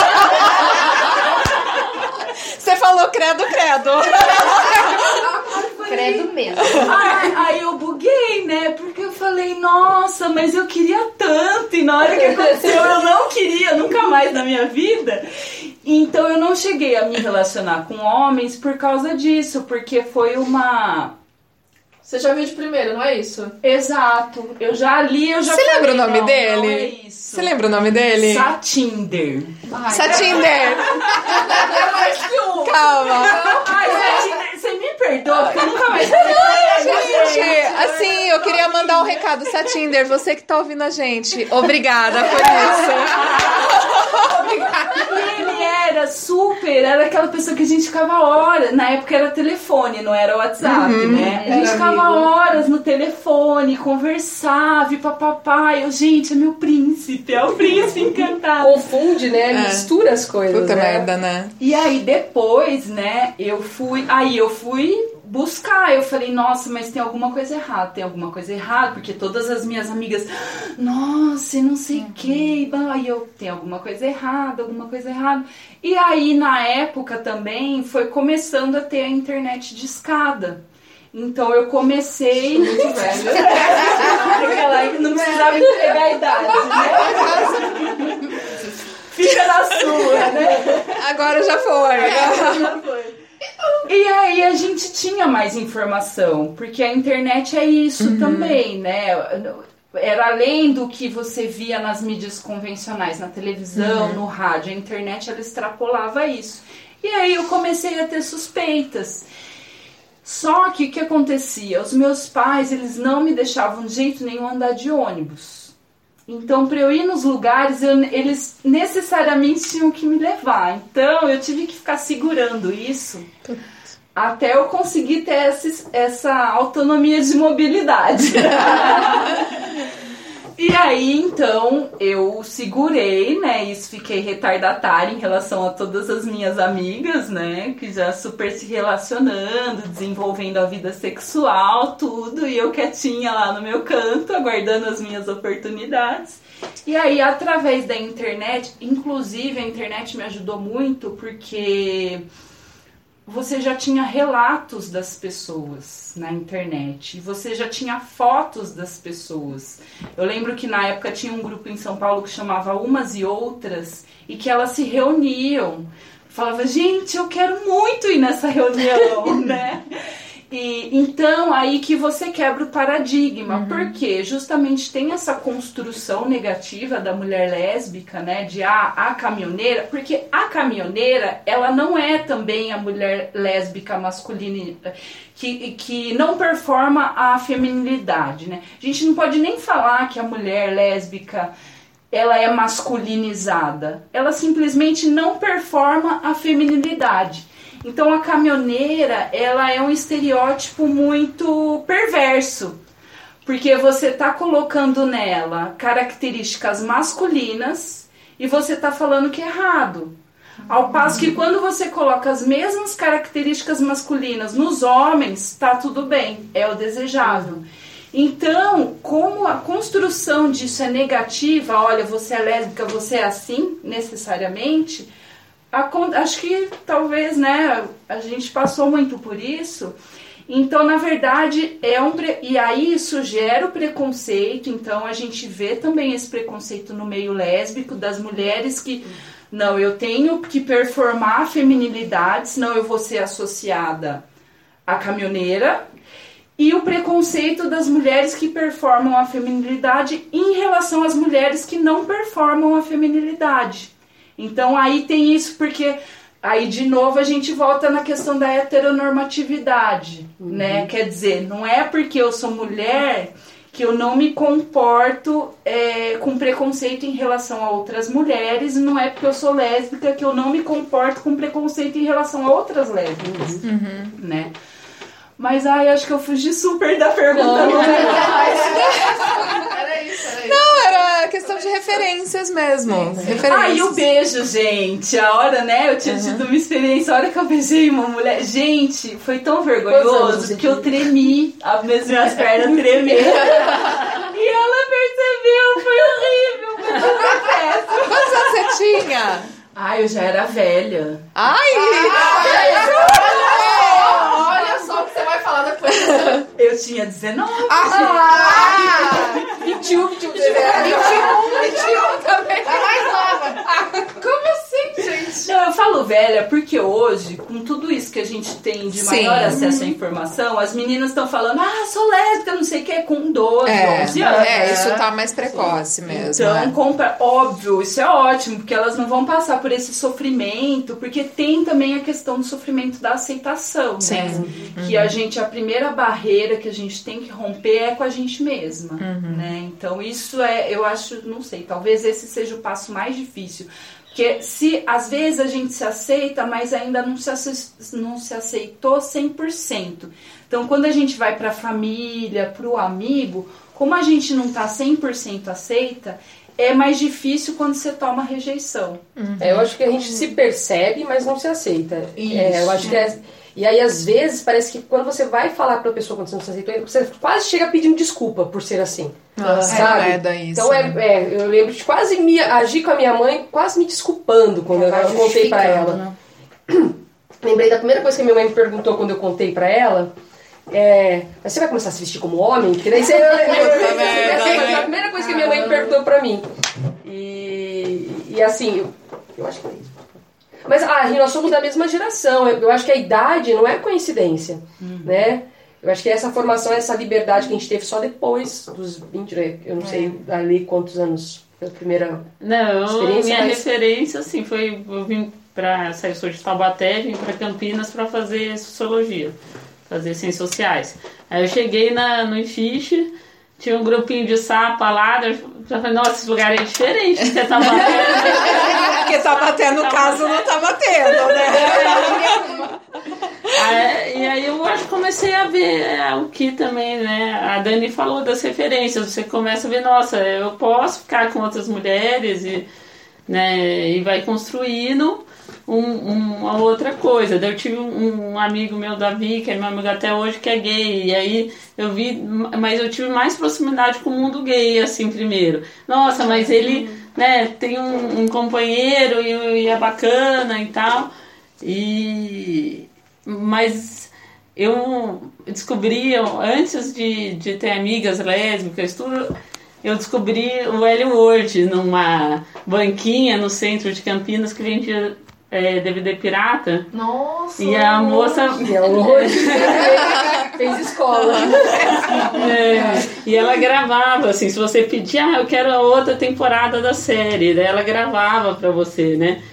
[SPEAKER 1] Você falou credo, credo.
[SPEAKER 6] Credo mesmo.
[SPEAKER 4] Aí, aí eu buguei, né? Porque eu falei, nossa, mas eu queria tanto. E na hora que aconteceu, eu não queria, nunca mais na minha vida. Então eu não cheguei a me relacionar com homens por causa disso. Porque foi uma...
[SPEAKER 2] Você já viu de primeiro, não é isso?
[SPEAKER 4] Exato. Eu já li, eu já
[SPEAKER 1] Você
[SPEAKER 4] falei,
[SPEAKER 1] lembra o nome
[SPEAKER 4] não,
[SPEAKER 1] dele?
[SPEAKER 4] Não é isso.
[SPEAKER 1] Você lembra o nome dele?
[SPEAKER 4] Satinder.
[SPEAKER 3] Ai,
[SPEAKER 1] Satinder.
[SPEAKER 2] É mais que um.
[SPEAKER 1] Calma.
[SPEAKER 4] Ai, Satinder, você me perdoa, porque eu nunca mais...
[SPEAKER 1] Gente, assim, eu queria mandar um recado. Satinder, você que tá ouvindo a gente, obrigada por isso.
[SPEAKER 4] E ele era super, era aquela pessoa que a gente ficava horas, na época era telefone, não era WhatsApp, né? A gente
[SPEAKER 2] Era
[SPEAKER 4] ficava
[SPEAKER 2] amigo.
[SPEAKER 4] horas no telefone, conversava e papapá, eu, gente, é meu príncipe, é o príncipe encantado.
[SPEAKER 5] confunde, né? Mistura as coisas.
[SPEAKER 1] Puta
[SPEAKER 5] né?
[SPEAKER 1] merda, né?
[SPEAKER 4] E aí depois, né, eu fui, aí eu fui buscar, eu falei, nossa, mas tem alguma coisa errada, tem alguma coisa errada, porque todas as minhas amigas, nossa, e não sei o que, aí eu, tem alguma coisa errada, alguma coisa errada. E aí, na época também, foi começando a ter a internet de escada. Então eu comecei...
[SPEAKER 2] Muito velho.
[SPEAKER 4] Aquela que não precisava entregar a idade, né? Fica na sua, né?
[SPEAKER 1] Agora já foi.
[SPEAKER 4] Já foi. E aí a gente tinha mais informação, porque a internet é isso também, né? Era além do que você via nas mídias convencionais, na televisão, no rádio, a internet ela extrapolava isso. E aí eu comecei a ter suspeitas. Só que o que acontecia? Os meus pais, eles não me deixavam de jeito nenhum andar de ônibus. Então, para eu ir nos lugares, eu, eles necessariamente tinham que me levar. Então, eu tive que ficar segurando isso até eu conseguir ter essa, essa autonomia de mobilidade. E aí, então, eu segurei, né, isso, fiquei retardatária em relação a todas as minhas amigas, né, que já super se relacionando, desenvolvendo a vida sexual, tudo, e eu quietinha lá no meu canto, aguardando as minhas oportunidades. E aí, através da internet, inclusive a internet me ajudou muito, porque você já tinha relatos das pessoas na internet, você já tinha fotos das pessoas. Eu lembro que na época tinha um grupo em São Paulo que chamava Umas e Outras, e que elas se reuniam. Falava, gente, eu quero muito ir nessa reunião, né? E, então, aí que você quebra o paradigma. Uhum. Porque justamente tem essa construção negativa da mulher lésbica, né? De ah, a caminhoneira. Porque a caminhoneira, ela não é também a mulher lésbica masculina que, que não performa a feminilidade, né? A gente não pode nem falar que a mulher lésbica ela é masculinizada. Ela simplesmente não performa a feminilidade. Então a caminhoneira, ela é um estereótipo muito perverso, porque você está colocando nela características masculinas e você está falando que é errado. Ao passo que quando você coloca as mesmas características masculinas nos homens, está tudo bem, é o desejável. Então, como a construção disso é negativa, olha, você é lésbica, você é assim, necessariamente... Acho que talvez, né, a gente passou muito por isso. Então, na verdade, é um pre... e aí isso gera o preconceito. Então, a gente vê também esse preconceito no meio lésbico das mulheres que, não, eu tenho que performar a feminilidade, senão eu vou ser associada à caminhoneira. E o preconceito das mulheres que performam a feminilidade em relação às mulheres que não performam a feminilidade. Então aí tem isso, porque aí de novo a gente volta na questão da heteronormatividade, uhum. né? Quer dizer, não é porque eu sou mulher que eu não me comporto é, com preconceito em relação a outras mulheres, e não é porque eu sou lésbica que eu não me comporto com preconceito em relação a outras lésbicas, uhum. né? Mas, ai, acho que eu fugi super da pergunta. Não, não
[SPEAKER 2] era isso, era isso.
[SPEAKER 1] Não, era questão de referências mesmo. Referências.
[SPEAKER 4] Ah, e o beijo, gente. A hora, né, eu tinha uhum. tido uma experiência, a hora que eu beijei uma mulher. Gente, foi tão vergonhoso que eu tremi, as minhas pernas tremeram. E ela percebeu, foi horrível, foi tudo péssimo.
[SPEAKER 1] Quantos anos você tinha?
[SPEAKER 4] Ai, eu já era velha.
[SPEAKER 1] Ai!
[SPEAKER 2] Olha só o que você vai falar depois.
[SPEAKER 4] Eu tinha dezenove.
[SPEAKER 1] Ah! vinte e um, vinte e um, vinte e um também.
[SPEAKER 2] Tá mais nova. Como assim, gente?
[SPEAKER 4] Não, eu falo velha porque hoje, com tudo isso que a gente tem de
[SPEAKER 1] Sim.
[SPEAKER 4] maior acesso à informação, as meninas estão falando, ah, sou lésbica, não sei o que, com doze,
[SPEAKER 1] é,
[SPEAKER 4] onze anos.
[SPEAKER 1] É, isso tá mais precoce mesmo.
[SPEAKER 4] Então,
[SPEAKER 1] é.
[SPEAKER 4] compra, óbvio, isso é ótimo, porque elas não vão passar por esse sofrimento, porque tem também a questão do sofrimento da aceitação,
[SPEAKER 1] Sim.
[SPEAKER 4] né?
[SPEAKER 1] Uhum.
[SPEAKER 4] Que a gente, a primeira barreira que a gente tem que romper é com a gente mesma, uhum. né? Então, isso é, eu acho, não sei, talvez esse seja o passo mais difícil. Porque se às vezes a gente se aceita, mas ainda não se, ace- não se aceitou cem por cento. Então, quando a gente vai para a família, para o amigo, como a gente não está cem por cento aceita, é mais difícil quando você toma rejeição.
[SPEAKER 5] Uhum. É, eu acho que a gente se percebe, mas não se aceita. Isso. É, eu acho que é, e aí, às vezes, parece que quando você vai falar pra pessoa quando você não se aceitou, você quase chega pedindo desculpa por ser assim.
[SPEAKER 1] Nossa,
[SPEAKER 5] sabe?
[SPEAKER 1] É, é isso.
[SPEAKER 5] Então, é, é, eu lembro de quase me agir com a minha mãe, quase me desculpando quando eu, eu contei pra ela. Né? Lembrei da primeira coisa que minha mãe me perguntou quando eu contei pra ela. É, mas você vai começar a se vestir como homem? Porque daí você, eu, eu, eu, eu, eu, foi a primeira coisa que minha mãe perguntou pra mim. E, e assim, eu, eu acho que é isso. Mas ah, nós somos da mesma geração. Eu, eu acho que a idade não é coincidência, uhum. né? Eu acho que essa formação, essa liberdade que a gente teve só depois dos vinte, eu não sei é. ali quantos anos foi a primeira
[SPEAKER 7] não,
[SPEAKER 5] experiência.
[SPEAKER 7] Minha
[SPEAKER 5] mas...
[SPEAKER 7] referência, assim, foi, eu vim pra, saí, sou de Taubaté, vim pra Campinas pra fazer sociologia, fazer ciências sociais. Aí eu cheguei na, no Ifiche, tinha um grupinho de sapa lá, eu já falei, nossa, esse lugar é diferente, porque tá batendo.
[SPEAKER 1] Porque tá batendo, no caso, não tá batendo, né?
[SPEAKER 7] É, e aí eu acho que comecei a ver é, o que também, né? A Dani falou das referências, você começa a ver, nossa, eu posso ficar com outras mulheres e, né, e vai construindo um, um, uma outra coisa. Eu tive um, um amigo meu, Davi, que é meu amigo até hoje, que é gay, e aí eu vi, mas eu tive mais proximidade com o mundo gay, assim, primeiro. Nossa, mas ele, né, tem um, um companheiro e, e é bacana e tal. E, mas eu descobri, eu, antes de, de ter amigas lésbicas, tudo, eu descobri o L-Word numa banquinha no centro de Campinas que vendia é, D V D pirata.
[SPEAKER 2] Nossa!
[SPEAKER 7] E a moça...
[SPEAKER 5] Fez escola.
[SPEAKER 7] É, e ela gravava, assim, se você pedir, ah, eu quero a outra temporada da série, daí ela gravava pra você, né?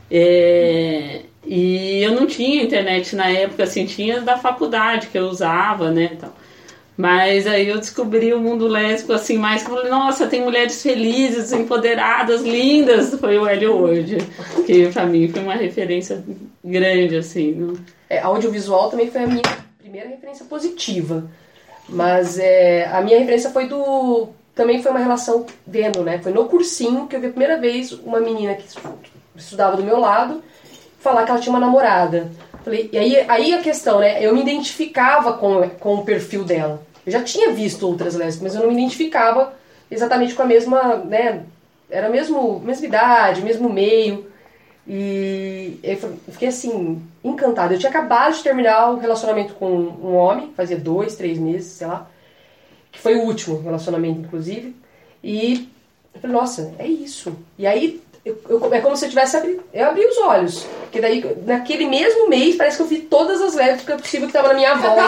[SPEAKER 7] É, e eu não tinha internet na época, assim, tinha da faculdade que eu usava, né, então. Mas aí eu descobri o mundo lésbico, assim, mais que eu falei, nossa, tem mulheres felizes, empoderadas, lindas. Foi o L-Word, que pra mim foi uma referência grande, assim. Não?
[SPEAKER 5] É, audiovisual também foi a minha primeira referência positiva. Mas é, a minha referência foi do... Também foi uma relação vendo, né? Foi no cursinho que eu vi a primeira vez uma menina que estudava do meu lado falar que ela tinha uma namorada. Falei, e aí, aí a questão, né? Eu me identificava com, com o perfil dela. Eu já tinha visto outras lésbicas, mas eu não me identificava exatamente com a mesma, né? Era a mesmo, mesma idade, mesmo meio. E eu fiquei assim, encantada. Eu tinha acabado de terminar o relacionamento com um homem, fazia dois, três meses, sei lá. Que foi o último relacionamento, inclusive. E eu falei, nossa, é isso. E aí... Eu, eu, é como se eu tivesse abri, eu abri os olhos. Porque daí, naquele mesmo mês, parece que eu vi todas as lésbicas possíveis que estavam na minha volta.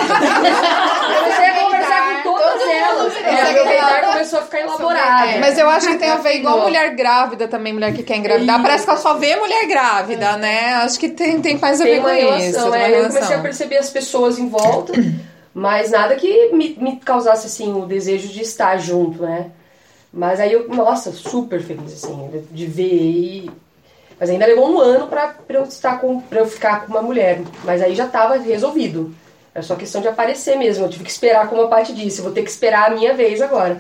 [SPEAKER 5] Eu comecei a conversar com todas elas. E a meu beijar começou a ficar elaborada.
[SPEAKER 1] É, mas eu acho que tem a ver igual mulher grávida também, mulher que quer engravidar. Isso. Parece que ela só vê mulher grávida, é. né? Acho que tem, tem mais a ver com
[SPEAKER 5] relação,
[SPEAKER 1] isso.
[SPEAKER 5] É, eu comecei a perceber as pessoas em volta, mas nada que me, me causasse assim, o desejo de estar junto, né? Mas aí eu, nossa, super feliz, assim, de ver e... Mas ainda levou um ano pra, pra, eu estar com, pra eu ficar com uma mulher. Mas aí já tava resolvido. Era só questão de aparecer mesmo. Eu tive que esperar, como a Paty disse. Eu vou ter que esperar a minha vez agora.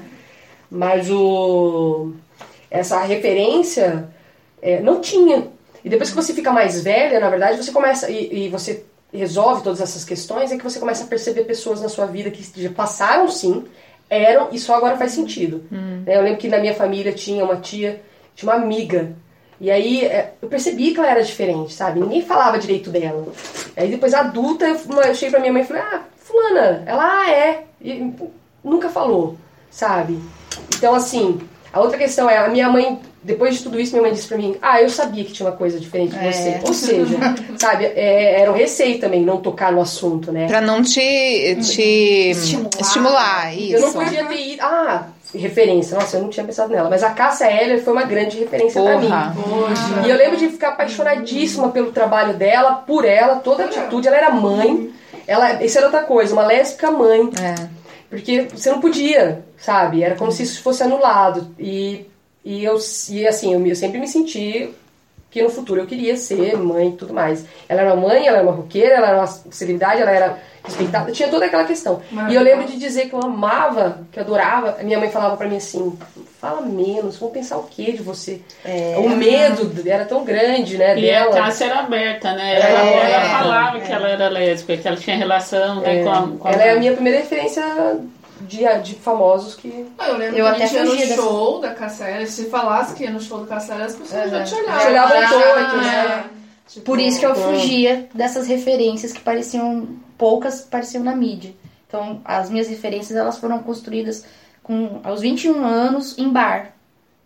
[SPEAKER 5] Mas o... Essa referência é, não tinha. E depois que você fica mais velha, na verdade, você começa... E, e você resolve todas essas questões, é que você começa a perceber pessoas na sua vida que já passaram, sim... eram e só agora faz sentido. Hum. Eu lembro que na minha família tinha uma tia, tinha uma amiga, e aí eu percebi que ela era diferente, sabe? Ninguém falava direito dela. Aí depois adulta, eu cheguei pra minha mãe e falei, ah, fulana, ela ah, é, e nunca falou, sabe? Então assim, a outra questão é, a minha mãe, depois de tudo isso, minha mãe disse pra mim, ah, eu sabia que tinha uma coisa diferente de você. É. Ou seja, sabe, é, era um receio também não tocar no assunto, né?
[SPEAKER 1] Pra não te, te estimular. estimular, isso.
[SPEAKER 5] Eu não podia ter ido... Ah, referência. Nossa, eu não tinha pensado nela. Mas a Cássia Eller foi uma grande referência Porra. pra mim. Poxa. E eu lembro de ficar apaixonadíssima pelo trabalho dela, por ela, toda a atitude. Ela era mãe. Ela, isso era outra coisa, uma lésbica mãe. É. Porque você não podia, sabe? Era como se isso fosse anulado. E... E, eu, e assim, eu, eu sempre me senti que no futuro eu queria ser mãe e tudo mais. Ela era mãe, ela era uma roqueira, ela era uma celebridade, ela era respeitada, tinha toda aquela questão. Maravilha. E eu lembro de dizer que eu amava, que eu adorava. A minha mãe falava pra mim assim, fala menos, vão pensar o que de você? É, o medo era tão grande, né,
[SPEAKER 7] e
[SPEAKER 5] dela.
[SPEAKER 7] E a Cássia era aberta, né? Ela, é, ela falava é, que é. ela era lésbica, que ela tinha relação né,
[SPEAKER 5] é.
[SPEAKER 7] com a... Com a
[SPEAKER 5] ela é a minha primeira referência... De, de famosos que...
[SPEAKER 2] Ah, eu lembro eu que até a gente ia no show da Cássia. Se falasse que ia no show da Cássia, as pessoas é. já te olhavam.
[SPEAKER 5] Te olhavam torto, né?
[SPEAKER 6] Tipo, por isso que eu fugia dessas referências que pareciam... Poucas pareciam na mídia. Então, as minhas referências, elas foram construídas com, aos vinte e um anos em bar.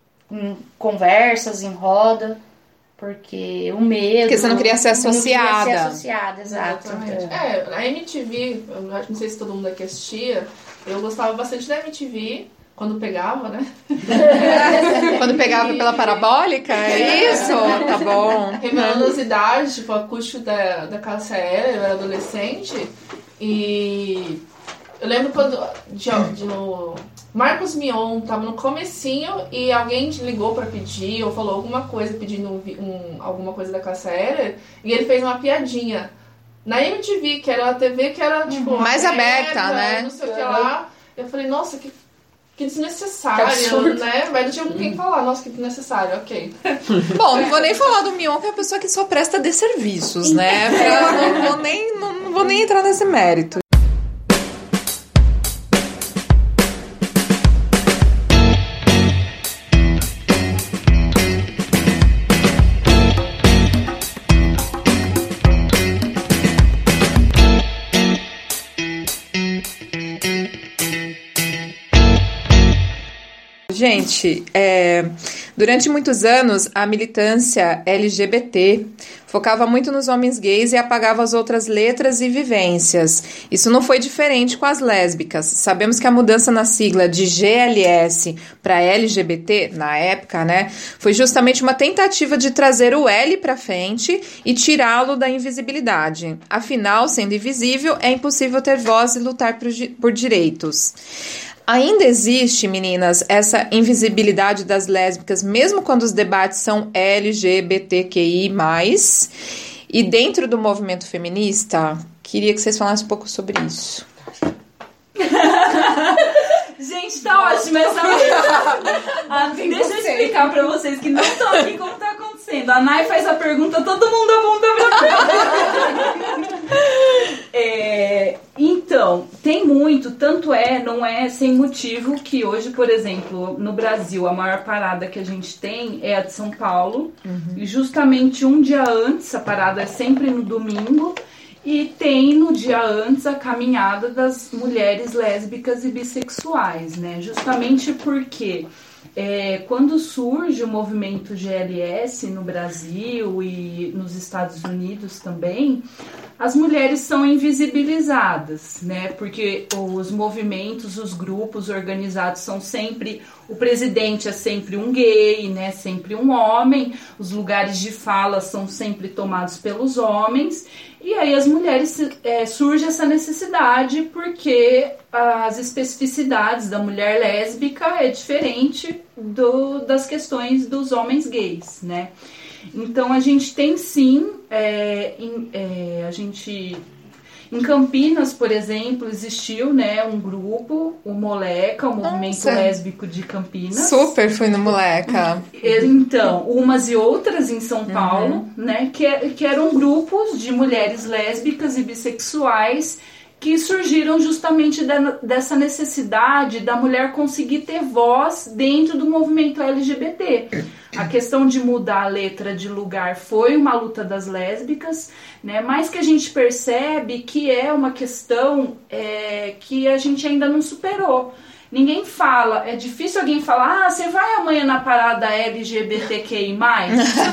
[SPEAKER 6] Em conversas, em roda... Porque o medo...
[SPEAKER 1] Porque você não queria ser associada.
[SPEAKER 6] Não queria ser associada, exato.
[SPEAKER 2] Exatamente. É, a M T V, eu não sei se todo mundo aqui assistia, eu gostava bastante da M T V, quando pegava, né?
[SPEAKER 1] Quando pegava pela parabólica, é isso? Tá bom.
[SPEAKER 2] Revelando as idades, tipo, a acústico da, da Cássia Eller, eu era adolescente, e eu lembro quando... De, de, no, Marcos Mion tava no comecinho e alguém ligou pra pedir ou falou alguma coisa pedindo um, um, alguma coisa da Cássia Eller e ele fez uma piadinha na M T V, que era a T V que era tipo
[SPEAKER 1] uhum. mais aberta, né?
[SPEAKER 2] Não sei o que lá. Eu falei, nossa, que, que desnecessário, que né? Mas não tinha com quem falar, nossa, que desnecessário, ok.
[SPEAKER 1] Bom, não vou nem falar do Mion, que é uma pessoa que só presta de serviços, né? Eu não vou nem, não, não vou nem entrar nesse mérito. gente, é, durante muitos anos a militância L G B T focava muito nos homens gays e apagava as outras letras e vivências. Isso não foi diferente com as lésbicas. Sabemos que a mudança na sigla de G L S para L G B T, na época, né, foi justamente uma tentativa de trazer o L para frente e tirá-lo da invisibilidade. Afinal, sendo invisível, é impossível ter voz e lutar por, por direitos. Ainda existe, meninas, essa invisibilidade das lésbicas, mesmo quando os debates são L G B T Q I mais, e dentro do movimento feminista, queria que vocês falassem um pouco sobre isso.
[SPEAKER 4] Gente, tá ótima essa mesa. Ah, deixa eu explicar pra vocês que não estão aqui como tá acontecendo. A Nai faz a pergunta, todo mundo aponta pra pergunta. É, então, tem muito, tanto é, não é sem motivo que hoje, por exemplo, no Brasil, a maior parada que a gente tem é a de São Paulo. Uhum. E justamente um dia antes, a parada é sempre no domingo. E tem no dia antes a caminhada das mulheres lésbicas e bissexuais, né? Justamente porque é, quando surge o movimento G L S no Brasil e nos Estados Unidos também, as mulheres são invisibilizadas, né? Porque os movimentos, os grupos organizados são sempre... O presidente é sempre um gay, né? Sempre um homem. Os lugares de fala são sempre tomados pelos homens. E aí as mulheres, é, surge essa necessidade porque as especificidades da mulher lésbica é diferente do, das questões dos homens gays, né? Então a gente tem sim, é, em, é, a gente... Em Campinas, por exemplo, existiu, né, um grupo, o Moleca, o Movimento Nossa. Lésbico de Campinas.
[SPEAKER 1] Super fui no Moleca.
[SPEAKER 4] Então, umas e outras em São Paulo, uhum. né, que, que eram grupos de mulheres lésbicas e bissexuais que surgiram justamente de, dessa necessidade da mulher conseguir ter voz dentro do movimento L G B T. A questão de mudar a letra de lugar foi uma luta das lésbicas, né? Mas que a gente percebe que é uma questão é, que a gente ainda não superou. Ninguém fala, é difícil alguém falar, ah, você vai amanhã na parada L G B T Q I mais?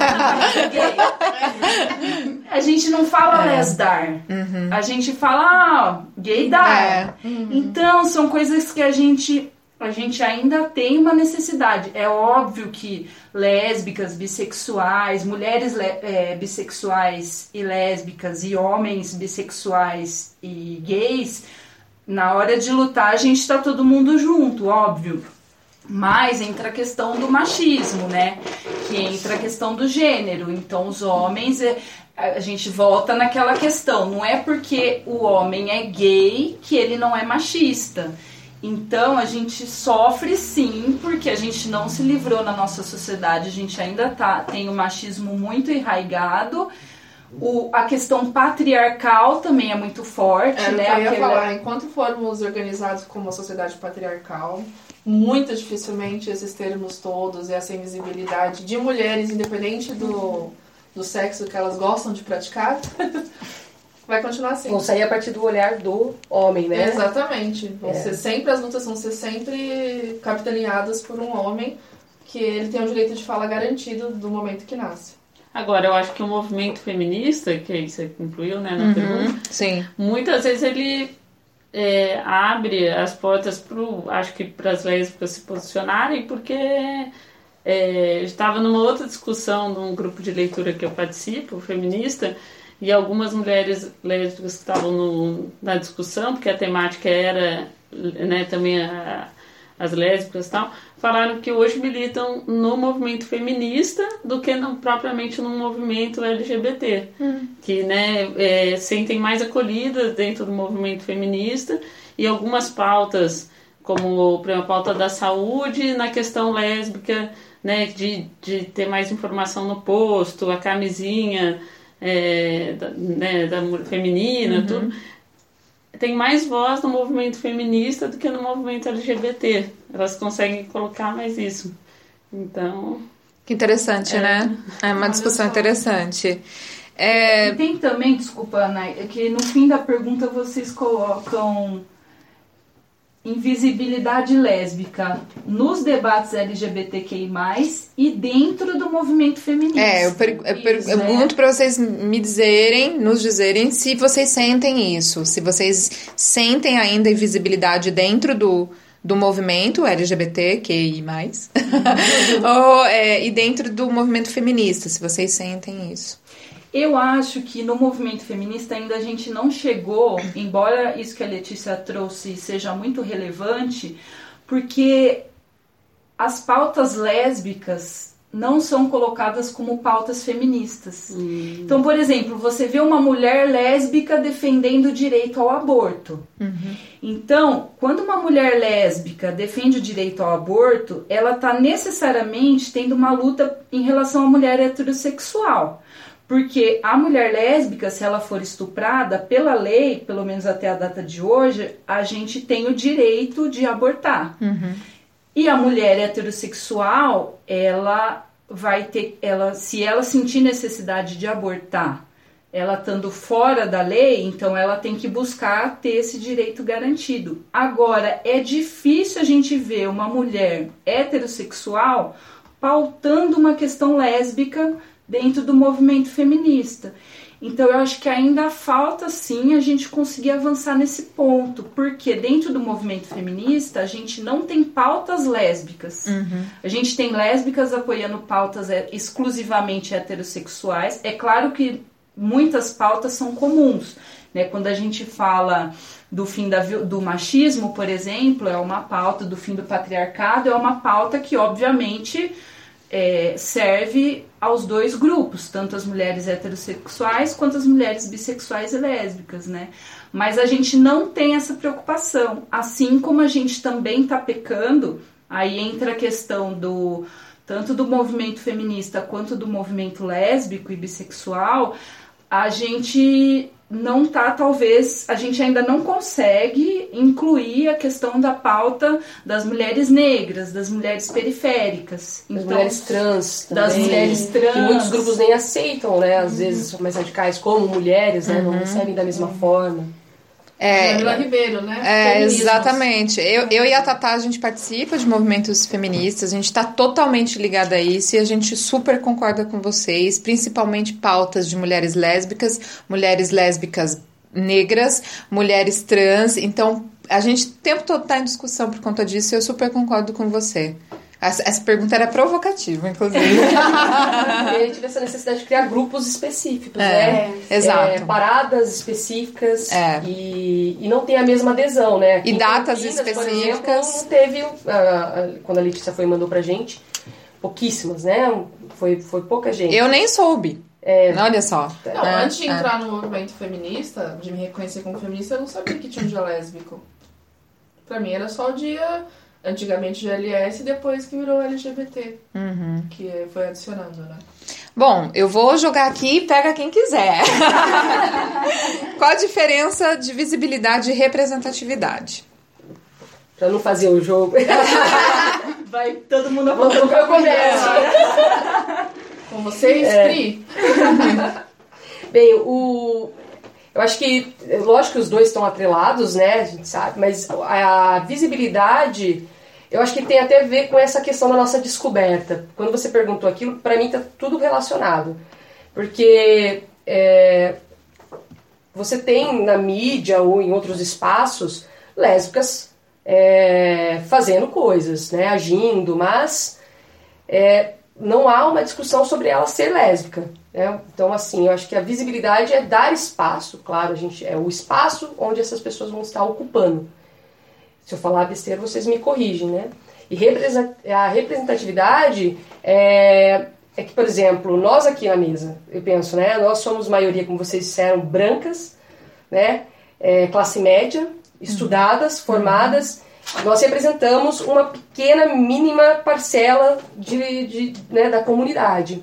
[SPEAKER 4] A gente não fala é. lesdar, uhum. a gente fala ah, gaydar. É. Uhum. Então, são coisas que a gente, a gente ainda tem uma necessidade. É óbvio que lésbicas, bissexuais, mulheres é, bissexuais e lésbicas e homens bissexuais e gays... Na hora de lutar, a gente tá todo mundo junto, óbvio. Mas entra a questão do machismo, né? Que entra a questão do gênero. Então, os homens... A gente volta naquela questão. Não é porque o homem é gay que ele não é machista. Então, a gente sofre sim, porque a gente não se livrou na nossa sociedade. A gente ainda tá, tem o machismo muito enraigado. O, a questão patriarcal também é muito forte,
[SPEAKER 2] é,
[SPEAKER 4] né?
[SPEAKER 2] Eu ia
[SPEAKER 4] Aquela...
[SPEAKER 2] falar, enquanto formos organizados como uma sociedade patriarcal, muito dificilmente esses termos todos e essa invisibilidade de mulheres, independente do, do sexo que elas gostam de praticar, vai continuar assim.
[SPEAKER 5] Vão sair a partir do olhar do homem, né?
[SPEAKER 2] Exatamente. Vão
[SPEAKER 5] é.
[SPEAKER 2] ser sempre, as lutas vão ser sempre capitaneadas por um homem que ele tem o direito de fala garantido do momento que nasce.
[SPEAKER 7] Agora, eu acho que o movimento feminista, que aí você concluiu, né, na
[SPEAKER 1] uhum,
[SPEAKER 7] pergunta,
[SPEAKER 1] sim.
[SPEAKER 7] muitas vezes ele é, abre as portas pro, acho que para as lésbicas se posicionarem, porque é, estava numa outra discussão de um grupo de leitura que eu participo, feminista, e algumas mulheres lésbicas que estavam no, na discussão, porque a temática era, né, também a, as lésbicas e tal, falaram que hoje militam no movimento feminista do que no, propriamente no movimento L G B T. Hum. Que, né, é, sentem mais acolhidas dentro do movimento feminista e algumas pautas, como a pauta da saúde, na questão lésbica, né, de, de ter mais informação no posto, a camisinha é, da, né, da feminina, uhum. tudo. Tem mais voz no movimento feminista do que no movimento L G B T. Elas conseguem colocar mais isso. Então...
[SPEAKER 1] Que interessante, é, né? É uma discussão interessante. É...
[SPEAKER 4] E tem também, desculpa, Ana, é que no fim da pergunta vocês colocam invisibilidade lésbica nos debates L G B T Q I mais, e dentro do movimento feminista.
[SPEAKER 1] É, eu, per, eu, per, eu pergunto para vocês me dizerem, nos dizerem se vocês sentem isso, se vocês sentem ainda invisibilidade dentro do, do movimento L G B T Q I mais, ou, é, e dentro do movimento feminista, se vocês sentem isso.
[SPEAKER 4] Eu acho que no movimento feminista ainda a gente não chegou, embora isso que a Letícia trouxe seja muito relevante, porque as pautas lésbicas não são colocadas como pautas feministas. Hum. Então, por exemplo, você vê uma mulher lésbica defendendo o direito ao aborto. Uhum. Então, quando uma mulher lésbica defende o direito ao aborto, ela está necessariamente tendo uma luta em relação à mulher heterossexual. Porque a mulher lésbica, se ela for estuprada, pela lei, pelo menos até a data de hoje, a gente tem o direito de abortar. Uhum. E a mulher heterossexual, ela vai ter, ela, se ela sentir necessidade de abortar, ela estando fora da lei, então ela tem que buscar ter esse direito garantido. Agora, é difícil a gente ver uma mulher heterossexual pautando uma questão lésbica dentro do movimento feminista. Então eu acho que ainda falta sim a gente conseguir avançar nesse ponto, porque dentro do movimento feminista a gente não tem pautas lésbicas. Uhum. A gente tem lésbicas apoiando pautas exclusivamente heterossexuais. É claro que muitas pautas são comuns, né? Quando a gente fala do fim da, do machismo, por exemplo, é uma pauta, do fim do patriarcado, é uma pauta que obviamente É, serve aos dois grupos, tanto as mulheres heterossexuais quanto as mulheres bissexuais e lésbicas, né? Mas a gente não tem essa preocupação, assim como a gente também está pecando, aí entra a questão do tanto do movimento feminista quanto do movimento lésbico e bissexual, a gente não tá, talvez, a gente ainda não consegue incluir a questão da pauta das mulheres negras, das mulheres periféricas.
[SPEAKER 5] Das
[SPEAKER 4] então,
[SPEAKER 5] mulheres trans também.
[SPEAKER 4] Das mulheres trans.
[SPEAKER 5] Que muitos grupos nem aceitam, né? Às uhum. vezes são mais radicais, como mulheres, né? Uhum. Não recebem da mesma uhum. forma.
[SPEAKER 2] É, Jamila Ribeiro, né?
[SPEAKER 1] É, Feminismos. Exatamente. Eu, eu e a Tatá, a gente participa de movimentos feministas, a gente está totalmente ligada a isso e a gente super concorda com vocês, principalmente pautas de mulheres lésbicas, mulheres lésbicas negras, mulheres trans. Então, a gente o tempo todo está em discussão por conta disso e eu super concordo com você. Essa pergunta era provocativa, inclusive.
[SPEAKER 5] E a gente vê essa necessidade de criar grupos específicos,
[SPEAKER 1] é,
[SPEAKER 5] né?
[SPEAKER 1] Exato.
[SPEAKER 5] É, paradas específicas
[SPEAKER 1] é.
[SPEAKER 5] e, e não tem a mesma adesão, né? Aqui
[SPEAKER 1] e datas
[SPEAKER 5] Campinas,
[SPEAKER 1] específicas.
[SPEAKER 5] Por exemplo, não teve, uh, uh, quando a Letícia foi e mandou pra gente, pouquíssimas, né? Foi, foi pouca gente.
[SPEAKER 1] Eu nem soube.
[SPEAKER 5] É,
[SPEAKER 1] Olha só.
[SPEAKER 2] Não,
[SPEAKER 1] é,
[SPEAKER 2] antes de
[SPEAKER 1] é.
[SPEAKER 2] entrar no movimento feminista, de me reconhecer como feminista, eu não sabia que tinha um dia lésbico. Pra mim era só o dia... Antigamente G L S e depois que virou L G B T, uhum. que foi adicionando, né?
[SPEAKER 1] Bom, eu vou jogar aqui e pega quem quiser. Qual a diferença de visibilidade e representatividade?
[SPEAKER 5] Pra não fazer o jogo.
[SPEAKER 4] Vai todo mundo
[SPEAKER 5] apontando pra começo.
[SPEAKER 2] Com vocês,
[SPEAKER 5] é.
[SPEAKER 2] Pri?
[SPEAKER 5] Bem, o... Eu acho que, lógico que os dois estão atrelados, né, a gente sabe, mas a visibilidade, eu acho que tem até a ver com essa questão da nossa descoberta. Quando você perguntou aquilo, para mim tá tudo relacionado. Porque é, você tem na mídia ou em outros espaços lésbicas é, fazendo coisas, né, agindo, mas é, não há uma discussão sobre ela ser lésbica. É, então, assim, eu acho que a visibilidade é dar espaço, claro, a gente, é o espaço onde essas pessoas vão estar ocupando. Se eu falar besteira, vocês me corrigem, né? E a representatividade é, é que, por exemplo, nós aqui na mesa, eu penso, né? Nós somos maioria, como vocês disseram, brancas, né? É, classe média, estudadas, uhum. formadas. Nós representamos uma pequena, mínima parcela de, de, né, da comunidade.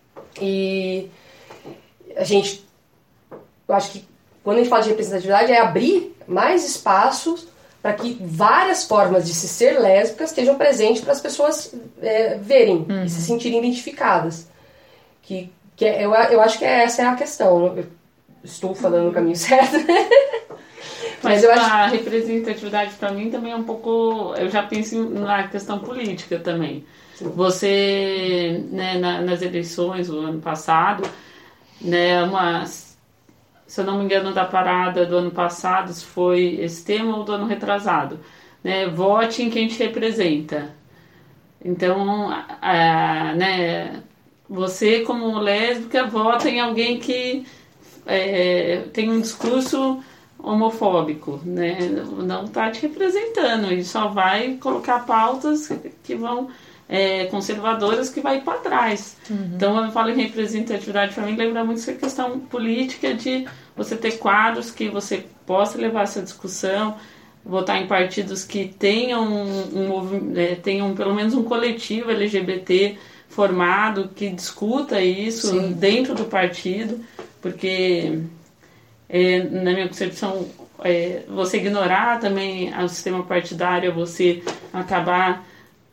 [SPEAKER 5] E a gente, eu acho que quando a gente fala de representatividade é abrir mais espaços para que várias formas de se ser lésbicas estejam presentes para as pessoas é, verem uhum. e se sentirem identificadas. Que, que é, eu, eu acho que essa é a questão. Eu estou falando uhum. no caminho certo.
[SPEAKER 7] Mas,
[SPEAKER 5] Mas eu acho
[SPEAKER 7] a representatividade para mim também é um pouco... Eu já penso na questão política também. Sim. Você, né, na, nas eleições do ano passado, né, uma, se eu não me engano, da parada do ano passado, se foi esse tema ou do ano retrasado, né, vote em quem te representa. Então, a, a, né, você como lésbica vota em alguém que é, tem um discurso homofóbico, né? Não está te representando e só vai colocar pautas que vão é, conservadoras que vai para trás. Uhum. Então, quando eu falo em representatividade, para mim lembra muito essa questão política de você ter quadros que você possa levar essa discussão, votar em partidos que tenham, um, um, é, tenham pelo menos um coletivo L G B T formado, que discuta isso Sim. dentro do partido, porque... É, na minha concepção, é, você ignorar também o sistema partidário, você acabar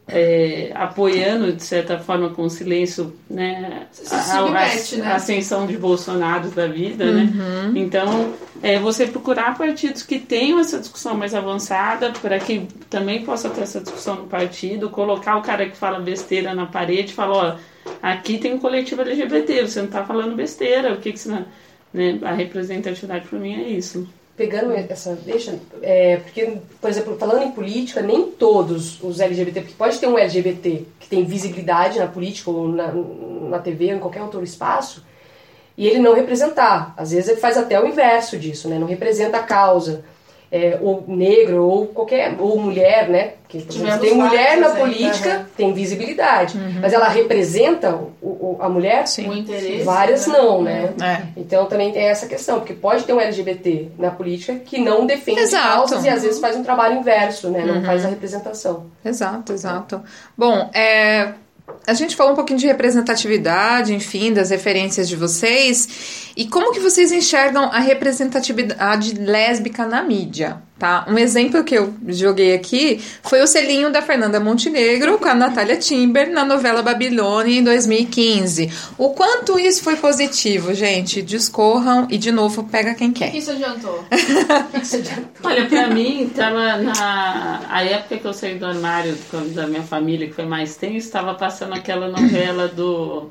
[SPEAKER 7] é, apoiando, de certa forma, com silêncio, né, a, submete, a, né? a ascensão de Bolsonaro da vida, uhum. né? Então, é, você procurar partidos que tenham essa discussão mais avançada, para que também possa ter essa discussão no partido, colocar o cara que fala besteira na parede e falar, ó, aqui tem um coletivo L G B T, você não está falando besteira, o que que você não... Né? A representatividade para mim é isso.
[SPEAKER 5] Pegando essa deixa, é, porque, por exemplo, falando em política, nem todos os L G B T, porque pode ter um L G B T que tem visibilidade na política ou na, na T V ou em qualquer outro espaço, e ele não representar. Às vezes ele faz até o inverso disso, né? Não representa a causa. É, ou negro, ou qualquer, ou mulher, né? Porque, tem mulher na política, aí, né? Tem visibilidade. Uhum. Mas ela representa o, o, a mulher?
[SPEAKER 2] Sim. O interesse.
[SPEAKER 5] Várias
[SPEAKER 2] né?
[SPEAKER 5] não, né?
[SPEAKER 1] É.
[SPEAKER 5] Então também tem essa questão, porque pode ter um L G B T na política que não defende
[SPEAKER 1] exato.
[SPEAKER 5] causas e às vezes faz um trabalho inverso, né? Não
[SPEAKER 1] uhum.
[SPEAKER 5] faz a representação.
[SPEAKER 1] Exato, exato. Bom, é... a gente falou um pouquinho de representatividade, enfim, das referências de vocês. E como que vocês enxergam a representatividade lésbica na mídia, tá? Um exemplo que eu joguei aqui foi o selinho da Fernanda Montenegro com a Natália Timber na novela Babilônia em dois mil e quinze. O quanto isso foi positivo, gente? Discorram e, de novo, pega quem quer.
[SPEAKER 2] O que isso adiantou?
[SPEAKER 5] O que isso adiantou?
[SPEAKER 7] Olha, pra mim, tava na a época que eu saí do armário da minha família, que foi mais tenso, estava passando aquela novela do...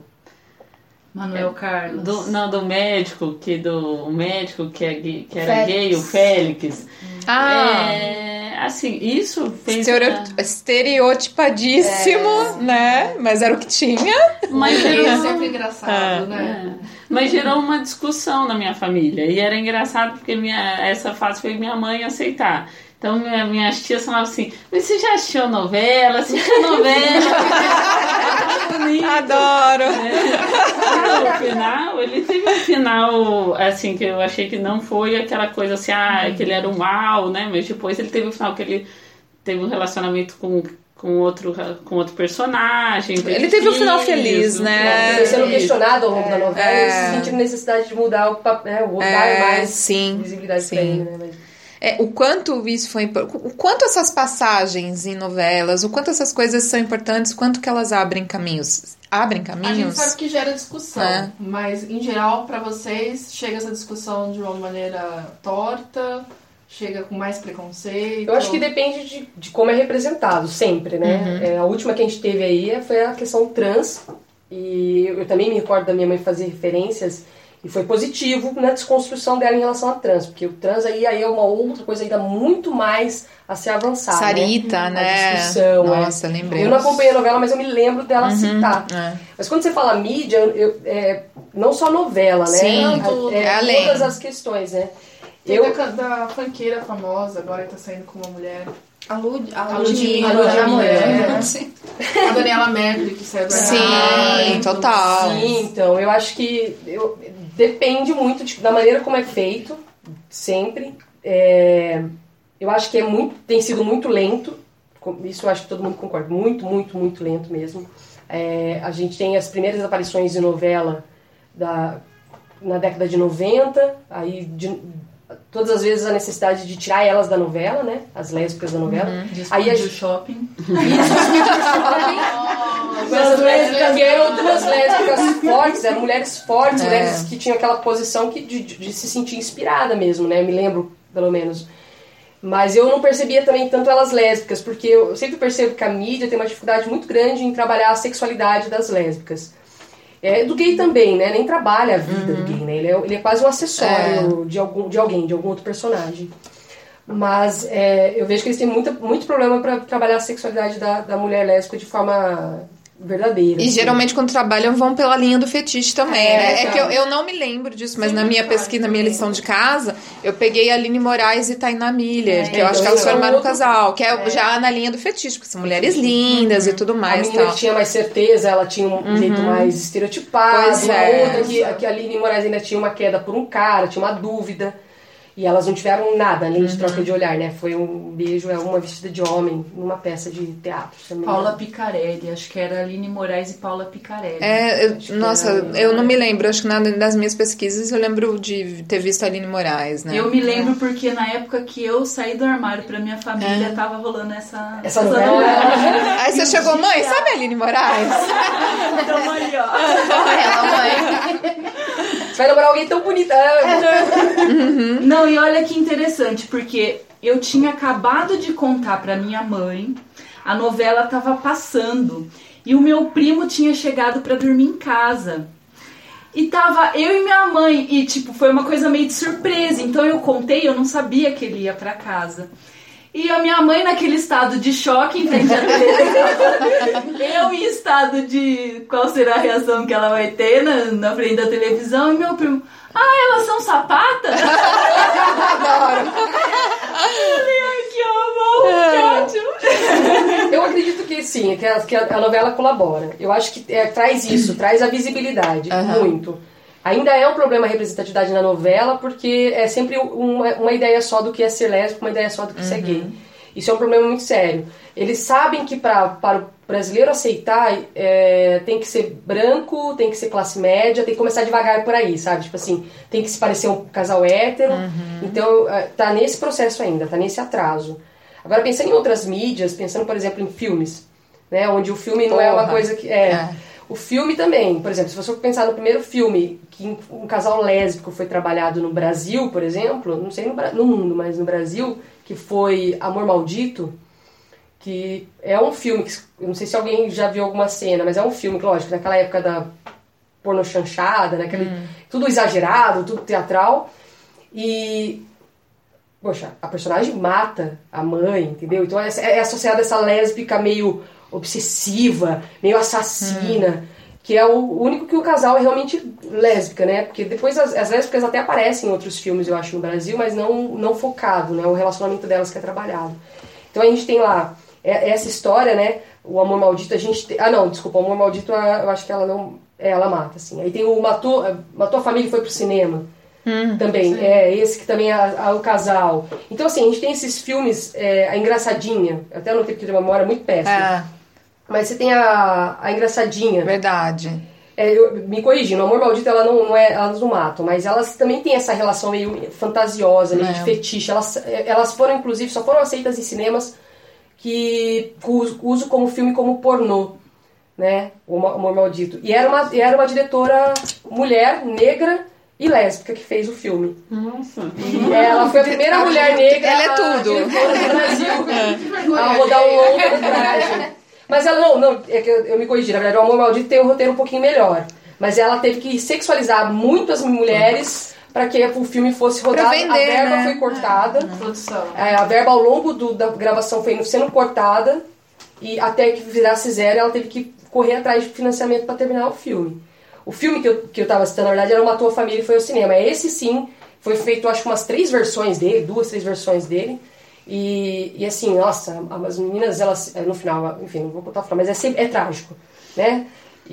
[SPEAKER 4] Manuel é, Carlos.
[SPEAKER 7] Do, não, do médico, que, do médico que, é gay, que era Félix. gay, o Félix.
[SPEAKER 1] Ah.
[SPEAKER 7] É, assim, isso fez...
[SPEAKER 1] Estereot...
[SPEAKER 7] A...
[SPEAKER 1] Estereotipadíssimo, é. né? Mas era o que tinha.
[SPEAKER 2] Mas gerou sempre engraçado, ah. né?
[SPEAKER 7] É. Mas gerou uma discussão na minha família. E era engraçado porque minha, essa fase foi minha mãe aceitar. Então, minha, minhas tias falavam assim, mas você já assistiu novela? Assistiu novela?
[SPEAKER 1] Adoro!
[SPEAKER 7] É. No final, ele teve um final, assim, que eu achei que não foi aquela coisa assim, ah, que ele era um mal, né? Mas depois ele teve um final que ele teve um relacionamento com... Com outro, com outro personagem.
[SPEAKER 1] Ele teve um final feliz, né?
[SPEAKER 5] Foi sendo questionado ao longo é, da novela é. e se sentindo necessidade de mudar o papel, ou
[SPEAKER 1] é,
[SPEAKER 5] dar mais
[SPEAKER 1] sim,
[SPEAKER 5] visibilidade
[SPEAKER 1] sim.
[SPEAKER 5] pra ele, né? Mas...
[SPEAKER 1] É, o quanto isso foi o quanto essas passagens em novelas, o quanto essas coisas são importantes, quanto que elas abrem caminhos. Abrem caminhos?
[SPEAKER 2] A gente sabe que gera discussão, é. mas em geral, para vocês, chega essa discussão de uma maneira torta, chega com mais preconceito?
[SPEAKER 5] Eu acho que depende de, de como é representado, sempre, né? Uhum. É, a última que a gente teve aí foi a questão trans, e eu, eu também me recordo da minha mãe fazer referências, e foi positivo na desconstrução dela em relação a trans, porque o trans aí, aí é uma outra coisa ainda muito mais a ser avançada.
[SPEAKER 1] Sarita, né?
[SPEAKER 5] né? A discussão,
[SPEAKER 1] Nossa,
[SPEAKER 5] é.
[SPEAKER 1] lembrei.
[SPEAKER 5] Eu não acompanhei a novela, mas eu me lembro dela
[SPEAKER 1] uhum,
[SPEAKER 5] citar.
[SPEAKER 1] É.
[SPEAKER 5] Mas quando você fala mídia, eu, é, não só novela, né?
[SPEAKER 1] Sim,
[SPEAKER 5] a, é,
[SPEAKER 1] além.
[SPEAKER 5] Todas as questões, né?
[SPEAKER 2] Tem
[SPEAKER 5] Eu...
[SPEAKER 2] da, da funkeira famosa, agora que tá saindo com uma mulher.
[SPEAKER 3] A Lud...
[SPEAKER 2] A Ludmilla. A
[SPEAKER 5] Ludmilla.
[SPEAKER 2] É. A Daniela Mercury, que saiu do
[SPEAKER 1] Sim,
[SPEAKER 2] armário.
[SPEAKER 1] total.
[SPEAKER 5] Sim, então, eu acho que eu, depende muito de, da maneira como é feito, sempre. É, eu acho que é muito, tem sido muito lento, isso eu acho que todo mundo concorda, muito, muito, muito lento mesmo. É, a gente tem as primeiras aparições de novela da, na década de noventa, aí de, todas as vezes a necessidade de tirar elas da novela, né? As lésbicas da novela.
[SPEAKER 4] Uhum.
[SPEAKER 5] Aí a
[SPEAKER 4] gente... shopping.
[SPEAKER 5] Isso, shopping. Mas lésbicas eram outras lésbicas fortes, eram mulheres fortes, é. mulheres que tinham aquela posição que, de, de se sentir inspirada mesmo, né? Me lembro, pelo menos. Mas eu não percebia também tanto elas lésbicas, porque eu sempre percebo que a mídia tem uma dificuldade muito grande em trabalhar a sexualidade das lésbicas. É, do gay também, né? Nem trabalha a vida uhum. do gay, né? Ele é, ele é quase um acessório é. de, algum, de alguém, de algum outro personagem. Mas é, eu vejo que eles têm muita, muito problema para trabalhar a sexualidade da, da mulher lésbica de forma verdadeira.
[SPEAKER 1] E assim. Geralmente quando trabalham vão pela linha do fetiche também, é, né? É que eu, eu não me lembro disso, mas Sim, na minha pesquisa, na minha lição de casa, eu peguei a Aline Moraes e Tainá Miller, é, que eu acho que elas formaram um casal, que é, é já na linha do fetiche, porque são mulheres lindas uhum. e tudo mais.
[SPEAKER 5] A menina
[SPEAKER 1] tal.
[SPEAKER 5] que tinha mais certeza, ela tinha um uhum. jeito mais estereotipado.
[SPEAKER 1] Pois
[SPEAKER 5] a
[SPEAKER 1] é.
[SPEAKER 5] outra que, que a Aline Moraes ainda tinha uma queda por um cara, tinha uma dúvida. E elas não tiveram nada, além de uhum. troca de olhar, né? Foi um beijo, uma vestida de homem, numa peça de teatro também.
[SPEAKER 4] Paula Picarelli, acho que era Aline Moraes e Paula Picarelli.
[SPEAKER 1] É, eu, nossa, era, eu não me lembro, acho que na, nas minhas pesquisas eu lembro de ter visto a Aline Moraes, né?
[SPEAKER 4] Eu me lembro porque na época que eu saí do armário pra minha família, é. tava rolando essa,
[SPEAKER 5] essa, essa novela. novela.
[SPEAKER 1] Aí você chegou, mãe, sabe a Aline Moraes?
[SPEAKER 4] Então, mãe, ó.
[SPEAKER 6] Ela, mãe.
[SPEAKER 5] Você vai namorar alguém tão bonita.
[SPEAKER 4] Uhum. Não, e olha que interessante, porque eu tinha acabado de contar pra minha mãe, a novela tava passando, e o meu primo tinha chegado pra dormir em casa. E tava eu e minha mãe, e tipo, foi uma coisa meio de surpresa, então eu contei, eu não sabia que ele ia pra casa. E a minha mãe naquele estado de choque em frente à televisão. Eu em estado de qual será a reação que ela vai ter na, na frente da televisão. E meu primo, ah, elas são sapatas?
[SPEAKER 1] Adoro.
[SPEAKER 4] Ai, que amor, que ótimo.
[SPEAKER 5] Eu acredito que sim, que a, que a novela colabora. Eu acho que é, traz isso, traz a visibilidade, uhum. muito. Ainda é um problema a representatividade na novela, porque é sempre uma, uma ideia só do que é ser lésbico, uma ideia só do que é ser gay. Isso é um problema muito sério. Eles sabem que pra, para o brasileiro aceitar, é, tem que ser branco, tem que ser classe média, tem que começar devagar por aí, sabe? Tipo assim, tem que se parecer um casal hétero. Uhum. Então, tá nesse processo ainda, tá nesse atraso. Agora, pensando em outras mídias, pensando, por exemplo, em filmes, né? Onde o filme não Porra. é uma coisa que... É, é. O filme também, por exemplo, se você for pensar no primeiro filme que um casal lésbico foi trabalhado no Brasil, por exemplo, não sei no, no mundo, mas no Brasil, que foi Amor Maldito, que é um filme, que eu não sei se alguém já viu alguma cena, mas é um filme, lógico, naquela época da porno chanchada, naquele, hum. tudo exagerado, tudo teatral, e, poxa, a personagem mata a mãe, entendeu? Então é, é associada a essa lésbica meio... obsessiva, meio assassina, hum. que é o único que o casal é realmente lésbica, né? Porque depois as, as lésbicas até aparecem em outros filmes, eu acho, no Brasil, mas não, não focado, né? O relacionamento delas que é trabalhado. Então a gente tem lá essa história, né? O Amor Maldito, a gente tem... Ah, não, desculpa, o Amor Maldito, eu acho que ela não... Ela mata, assim. Aí tem o Matou, Matou a Família e Foi pro Cinema. Hum, também, sim. é esse que também é a, a, o casal. Então, assim, a gente tem esses filmes, é, a Engraçadinha, até anotei porque de memória muito péssima. Ah. Mas você tem a, a Engraçadinha.
[SPEAKER 1] Verdade.
[SPEAKER 5] É, eu, me corrigindo, o Amor Maldito, ela não, não é, elas não matam, mas elas também têm essa relação meio fantasiosa, meio é. de fetiche. Elas, elas foram, inclusive, só foram aceitas em cinemas que usam como filme como pornô, né? O Amor Maldito. E era uma, era uma diretora mulher, negra e lésbica que fez o filme.
[SPEAKER 7] Nossa.
[SPEAKER 5] E ela foi a primeira mulher negra.
[SPEAKER 1] Ela é tudo.
[SPEAKER 5] Do Brasil é. a rodar um longa-metragem. Mas ela não, não, é que eu, eu me corrigi, na verdade o Amor Maldito tem um roteiro um pouquinho melhor. Mas ela teve que sexualizar muito as mulheres para que o filme fosse rodado. Vender, a verba né? foi cortada. É. A verba ao longo do, da gravação foi sendo cortada. E até que virasse zero, ela teve que correr atrás de financiamento para terminar o filme. O filme que eu, que eu tava citando, na verdade, era o Matou a Família e Foi ao Cinema. Esse sim, foi feito acho que umas três versões dele, duas, três versões dele. E, e assim, nossa, as meninas, elas, no final, enfim, não vou botar a falar, mas é, sempre, é trágico, né?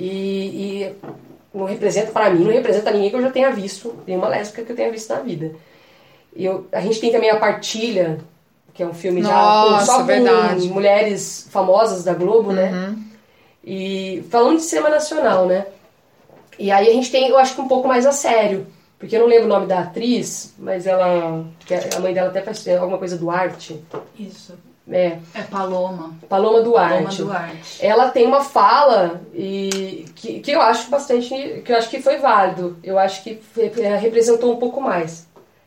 [SPEAKER 5] E, e não representa, para mim, não representa ninguém que eu já tenha visto, nenhuma lésbica que eu tenha visto na vida. E eu, a gente tem também a Partilha, que é um filme
[SPEAKER 1] nossa,
[SPEAKER 5] já com, só
[SPEAKER 1] verdade.
[SPEAKER 5] com mulheres famosas da Globo, uhum. né? E falando de cinema nacional, né? E aí a gente tem, eu acho que um pouco mais a sério. Porque eu não lembro o nome da atriz, mas ela... Que a mãe dela até faz alguma coisa Duarte.
[SPEAKER 4] Isso.
[SPEAKER 5] É.
[SPEAKER 4] É Paloma.
[SPEAKER 5] Paloma Duarte.
[SPEAKER 4] Paloma Duarte.
[SPEAKER 5] Ela tem uma fala e, que, que eu acho bastante... Que eu acho que foi válido. Eu acho que representou um pouco mais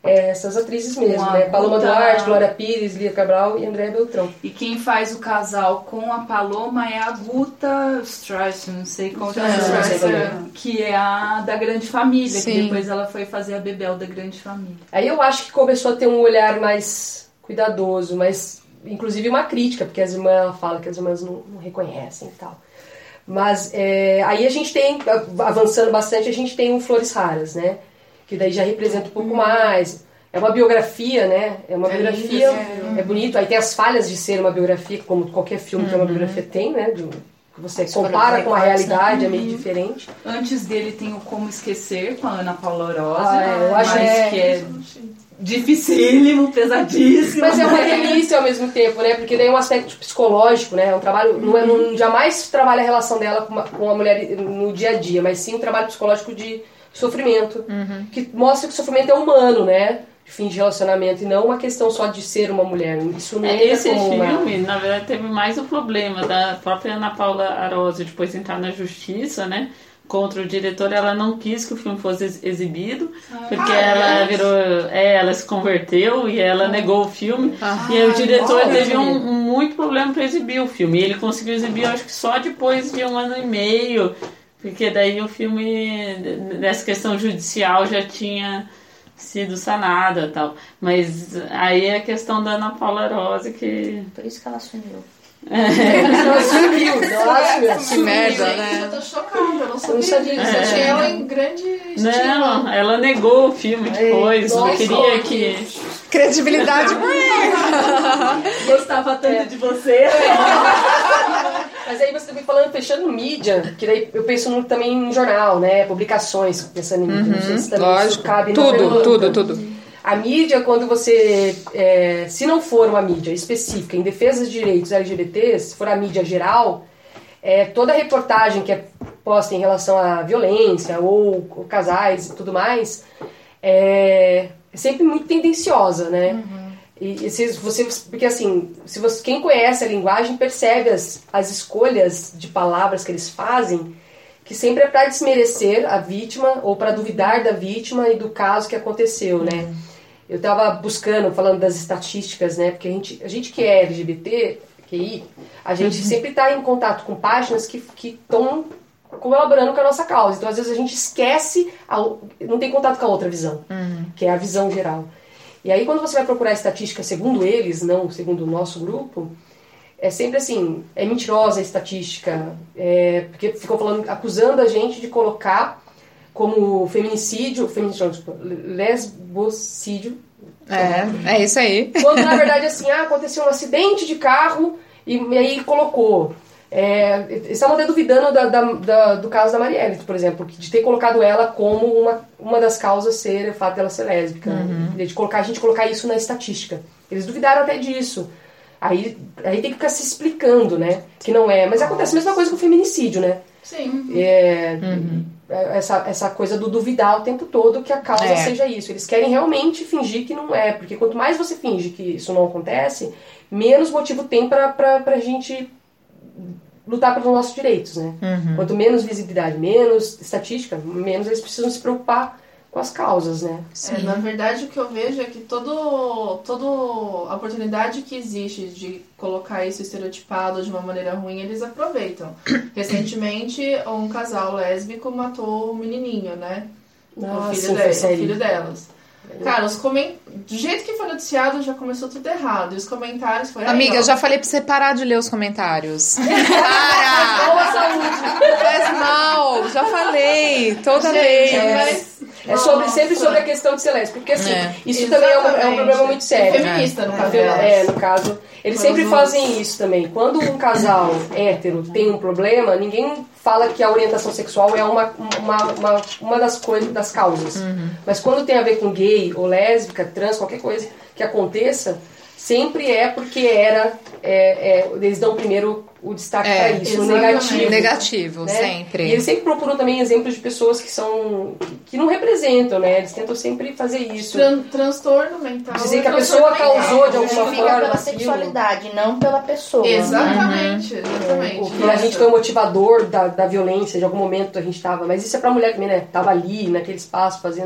[SPEAKER 5] é essas atrizes mesmo,
[SPEAKER 4] Com
[SPEAKER 5] né?
[SPEAKER 4] a
[SPEAKER 5] Paloma
[SPEAKER 4] Guta-
[SPEAKER 5] Duarte, Glória Pires, Lia Cabral e Andréa Beltrão.
[SPEAKER 4] E quem faz o casal com a Paloma é a Guta Streisand, não sei qual que é o nome, que é a da Grande Família,
[SPEAKER 1] Sim.
[SPEAKER 4] que depois ela foi fazer a Bebel da Grande Família.
[SPEAKER 5] Aí eu acho que começou a ter um olhar mais cuidadoso, mas inclusive uma crítica, porque as irmãs, ela fala que as irmãs não, não reconhecem e tal. Mas é, aí a gente tem, avançando bastante, a gente tem o Flores Raras, né? Que daí já representa um pouco mais. É uma biografia, né? É uma
[SPEAKER 2] É
[SPEAKER 5] biografia,
[SPEAKER 2] lindo,
[SPEAKER 5] é bonito. Aí tem as falhas de ser uma biografia, como qualquer filme que é uma biografia tem, né? De, que você compara com a realidade, é meio diferente.
[SPEAKER 4] Antes dele tem o Como Esquecer, com a Ana Paula Orosi,
[SPEAKER 5] Ah, é, eu acho
[SPEAKER 4] mas
[SPEAKER 5] é-
[SPEAKER 4] que é dificílimo, pesadíssimo.
[SPEAKER 5] Mas é uma delícia ao mesmo tempo, né? Porque daí é um aspecto psicológico, né? É um trabalho, não é, não, jamais trabalha a relação dela com, uma, com a mulher no dia a dia, mas sim um trabalho psicológico de sofrimento, que mostra que o sofrimento é humano, né? De fim de relacionamento, e não uma questão só de ser uma mulher. Isso não
[SPEAKER 7] É,
[SPEAKER 5] é
[SPEAKER 7] esse
[SPEAKER 5] como uma...
[SPEAKER 7] filme, na verdade, teve mais o problema da própria Ana Paula Arósio depois entrar na justiça, né? Contra o diretor, ela não quis que o filme fosse ex- exibido, porque
[SPEAKER 2] Ah,
[SPEAKER 7] ela
[SPEAKER 2] é?
[SPEAKER 7] virou, é, ela se converteu e ela negou o filme.
[SPEAKER 1] Ah,
[SPEAKER 7] e aí o diretor
[SPEAKER 5] olha,
[SPEAKER 7] teve um,
[SPEAKER 5] querido.
[SPEAKER 7] um muito problema para exibir o filme. E ele conseguiu exibir, eu acho que só depois de um ano e meio, porque daí o filme, nessa questão judicial, já tinha sido sanada e tal. Mas aí é a questão da Ana Paula Arósio que...
[SPEAKER 6] Por isso que ela sumiu.
[SPEAKER 5] Ela sumiu, nossa,
[SPEAKER 1] Que merda,
[SPEAKER 2] Gente,
[SPEAKER 1] né?
[SPEAKER 2] eu tô chocada, eu não sabia
[SPEAKER 5] não sabia
[SPEAKER 2] disso.
[SPEAKER 5] disso.
[SPEAKER 2] Eu achei ela em grande
[SPEAKER 7] Não,
[SPEAKER 2] estima.
[SPEAKER 7] ela negou o filme depois, não
[SPEAKER 5] nossa,
[SPEAKER 7] queria que...
[SPEAKER 1] Credibilidade.
[SPEAKER 4] Gostava tanto de você.
[SPEAKER 5] Mas aí você também falando, fechando mídia, que daí eu penso no, também em jornal, né? Publicações, pensando em mídia. Não sei se também isso
[SPEAKER 1] Lógico.
[SPEAKER 5] cabe na
[SPEAKER 1] Tudo,
[SPEAKER 5] pergunta.
[SPEAKER 1] tudo, tudo.
[SPEAKER 5] A mídia, quando você, é, se não for uma mídia específica em defesa dos direitos L G B T, se for a mídia geral, é, toda reportagem que é posta em relação à violência ou, ou casais e tudo mais, é, é sempre muito tendenciosa, né? E, e se você, porque assim, se você, quem conhece a linguagem percebe as, as escolhas de palavras que eles fazem, que sempre é para desmerecer a vítima ou para duvidar da vítima e do caso que aconteceu, né? Eu estava buscando, falando das estatísticas, né? Porque a gente, a gente que é L G B T, Q I, a gente sempre está em contato com páginas que estão colaborando com a nossa causa. Então, às vezes, a gente esquece, a, não tem contato com a outra visão, que é a visão geral. E aí, quando você vai procurar estatística segundo eles, não segundo o nosso grupo, é sempre assim, é mentirosa a estatística, é, porque ficam falando, acusando a gente de colocar como feminicídio, feminicídio, desculpa, lesbocídio.
[SPEAKER 1] É, é isso aí.
[SPEAKER 5] Quando, na verdade, assim, ah, aconteceu um acidente de carro e, e aí colocou. É, eles estavam até duvidando da, da, da, do caso da Marielle, por exemplo, de ter colocado ela como uma, uma das causas ser o fato dela ser lésbica. Né? De colocar, a gente colocar isso na estatística. Eles duvidaram até disso. Aí, aí tem que ficar se explicando, né? Que não é. Mas acontece a mesma coisa com o feminicídio, né?
[SPEAKER 2] Sim.
[SPEAKER 5] É, essa, essa coisa do duvidar o tempo todo que a causa
[SPEAKER 1] É.
[SPEAKER 5] seja isso. Eles querem realmente fingir que não é. Porque quanto mais você finge que isso não acontece, menos motivo tem pra, pra, pra gente lutar pelos nossos direitos, né? Quanto menos visibilidade, menos estatística, menos eles precisam se preocupar com as causas, né?
[SPEAKER 2] É, na verdade, o que eu vejo é que todo, toda a oportunidade que existe de colocar isso estereotipado de uma maneira ruim, eles aproveitam. Recentemente, um casal lésbico matou o menininho, né?
[SPEAKER 5] Nossa,
[SPEAKER 2] o, filho
[SPEAKER 5] sim,
[SPEAKER 2] de-
[SPEAKER 5] foi
[SPEAKER 2] o
[SPEAKER 5] sério.
[SPEAKER 2] filho delas. Cara, os comen... do jeito que foi noticiado, já começou tudo errado. E os comentários foi...
[SPEAKER 1] Amiga,
[SPEAKER 2] aí,
[SPEAKER 1] eu
[SPEAKER 2] ó,
[SPEAKER 1] já falei pra você parar de ler os comentários. Para!
[SPEAKER 5] Boa saúde!
[SPEAKER 1] Faz mal, já falei, toda
[SPEAKER 2] Gente,
[SPEAKER 1] vez.
[SPEAKER 2] mas-
[SPEAKER 5] É sobre,
[SPEAKER 2] Nossa.
[SPEAKER 5] sempre sobre a questão de ser lésbica, porque assim,
[SPEAKER 1] É.
[SPEAKER 5] isso também é um, é um
[SPEAKER 2] Exatamente.
[SPEAKER 5] problema muito sério.
[SPEAKER 2] E feminista, no caso
[SPEAKER 5] É,
[SPEAKER 2] delas.
[SPEAKER 5] é, no caso. Eles
[SPEAKER 2] Foram
[SPEAKER 5] sempre
[SPEAKER 2] os
[SPEAKER 5] fazem isso também. Quando um casal hétero tem um problema, ninguém fala que a orientação sexual é uma, uma, uma, uma das coisas, das causas. Mas quando tem a ver com gay ou lésbica, trans, qualquer coisa que aconteça, sempre é porque era. É, é, eles dão primeiro o destaque
[SPEAKER 1] É,
[SPEAKER 5] para isso, o
[SPEAKER 2] exatamente.
[SPEAKER 5] negativo.
[SPEAKER 1] Negativo,
[SPEAKER 5] né?
[SPEAKER 1] sempre.
[SPEAKER 5] E eles sempre procuram também exemplos de pessoas que são que, que não representam, né? Eles tentam sempre fazer isso.
[SPEAKER 2] Tran- transtorno mental.
[SPEAKER 5] Dizer que a
[SPEAKER 2] transtorno
[SPEAKER 5] pessoa
[SPEAKER 2] mental.
[SPEAKER 5] causou de alguma
[SPEAKER 6] Justifica
[SPEAKER 5] forma
[SPEAKER 6] pela
[SPEAKER 5] aquilo.
[SPEAKER 6] sexualidade, não pela pessoa.
[SPEAKER 2] Exatamente, exatamente.
[SPEAKER 5] O que a gente foi o motivador da, da violência, de algum momento a gente tava. Mas isso é pra mulher também, né? Tava ali, naquele espaço, fazendo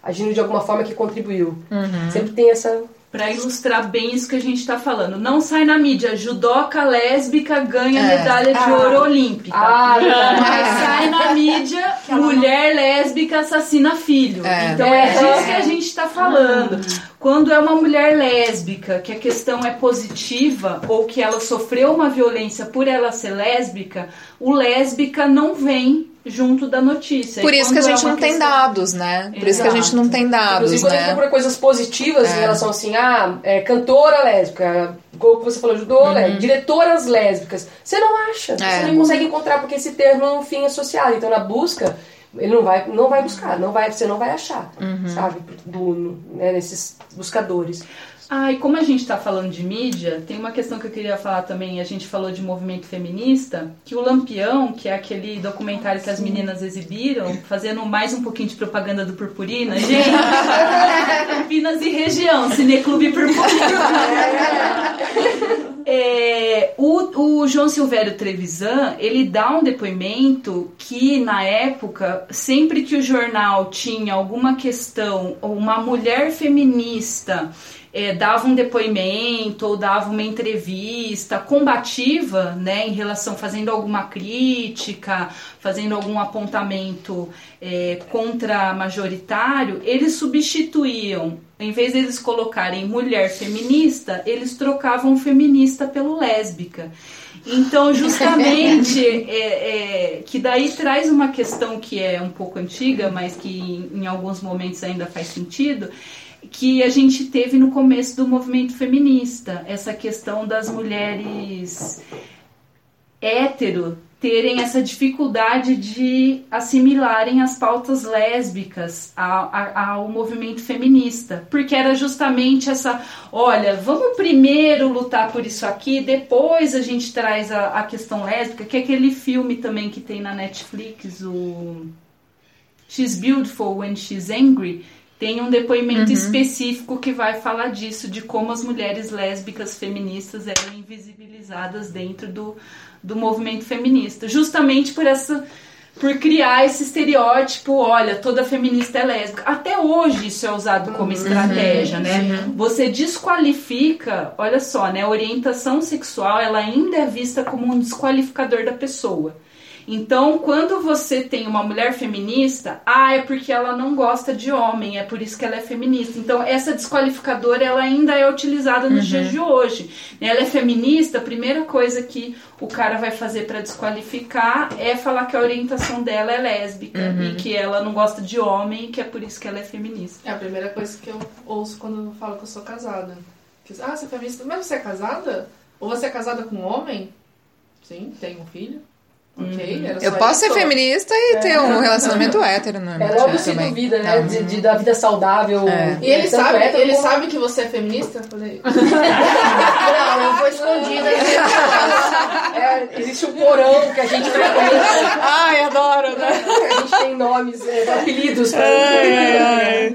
[SPEAKER 5] agindo de alguma forma que contribuiu. Uhum. Sempre tem essa...
[SPEAKER 4] Pra ilustrar bem isso que a gente tá falando. Não sai na mídia, judoca lésbica ganha é. medalha de ah. ouro olímpica. Ah, mas sai na mídia, mulher não... lésbica assassina filho. É. Então é disso que a gente tá falando. Quando é uma mulher lésbica, que a questão é positiva, ou que ela sofreu uma violência por ela ser lésbica, o lésbica não vem junto da notícia.
[SPEAKER 1] Por isso que a gente é não questão... tem dados, né? Por Exato. isso que a gente não tem dados,
[SPEAKER 5] Inclusive,
[SPEAKER 1] né?
[SPEAKER 5] quando a gente procura coisas positivas é. em relação assim, ah, é, cantora lésbica, igual que você falou, judô uhum. lésbica, diretoras lésbicas, você não acha, é. você não consegue encontrar, porque esse termo é um fim associado. Então, na busca, ele não vai, não vai buscar, não vai, você não vai achar, uhum. sabe? Do, né, nesses buscadores.
[SPEAKER 4] Ah, e como a gente está falando de mídia, tem uma questão que eu queria falar também, a gente falou de movimento feminista, que o Lampião, que é aquele documentário que as meninas exibiram, fazendo mais um pouquinho de propaganda do Purpurina, gente, Campinas e região, Cineclube Purpurina. É, o, o João Silvério Trevisan, ele dá um depoimento que, na época, sempre que o jornal tinha alguma questão, ou uma mulher feminista É, dava um depoimento ou dava uma entrevista combativa, né, em relação, fazendo alguma crítica, fazendo algum apontamento é, contra majoritário, eles substituíam, em vez de eles colocarem mulher feminista, eles trocavam feminista pelo lésbica. Então, justamente, é, é, que daí traz uma questão que é um pouco antiga, mas que em, em alguns momentos ainda faz sentido, que a gente teve no começo do movimento feminista, essa questão das mulheres hétero terem essa dificuldade de assimilarem as pautas lésbicas ao, ao movimento feminista, porque era justamente essa, olha, vamos primeiro lutar por isso aqui, depois a gente traz a, a questão lésbica, que é aquele filme também que tem na Netflix, o She's Beautiful When She's Angry. Tem um depoimento uhum. específico que vai falar disso, de como as mulheres lésbicas feministas eram invisibilizadas dentro do, do movimento feminista. Justamente por essa, por criar esse estereótipo, olha, toda feminista é lésbica. Até hoje isso é usado como uhum. estratégia, né? Uhum. Você desqualifica, olha só, né? A orientação sexual, ela ainda é vista como um desqualificador da pessoa. Então, quando você tem uma mulher feminista, ah, é porque ela não gosta de homem, é por isso que ela é feminista. Então, essa desqualificadora, ela ainda é utilizada nos uhum. dias de hoje. Ela é feminista, a primeira coisa que o cara vai fazer para desqualificar é falar que a orientação dela é lésbica uhum. e que ela não gosta de homem e que é por isso que ela é feminista.
[SPEAKER 2] É a primeira coisa que eu ouço quando eu falo que eu sou casada. Ah, você é feminista? Mas você é casada? Ou você é casada com um homem? Sim, tenho um filho. Okay, era só
[SPEAKER 1] eu posso ser feminista e é. ter um relacionamento hétero, não
[SPEAKER 5] é? Logo se duvida, né?
[SPEAKER 1] Então,
[SPEAKER 5] de, de, da vida saudável.
[SPEAKER 2] É. E ele sabe, hétero, ele como... sabe que você é feminista? Eu falei.
[SPEAKER 6] Não, eu vou escondida.
[SPEAKER 5] É, existe um porão que a gente frequenta.
[SPEAKER 1] Ai, adoro, né?
[SPEAKER 5] A gente tem nomes, é, apelidos pra
[SPEAKER 1] ai, ai, ai.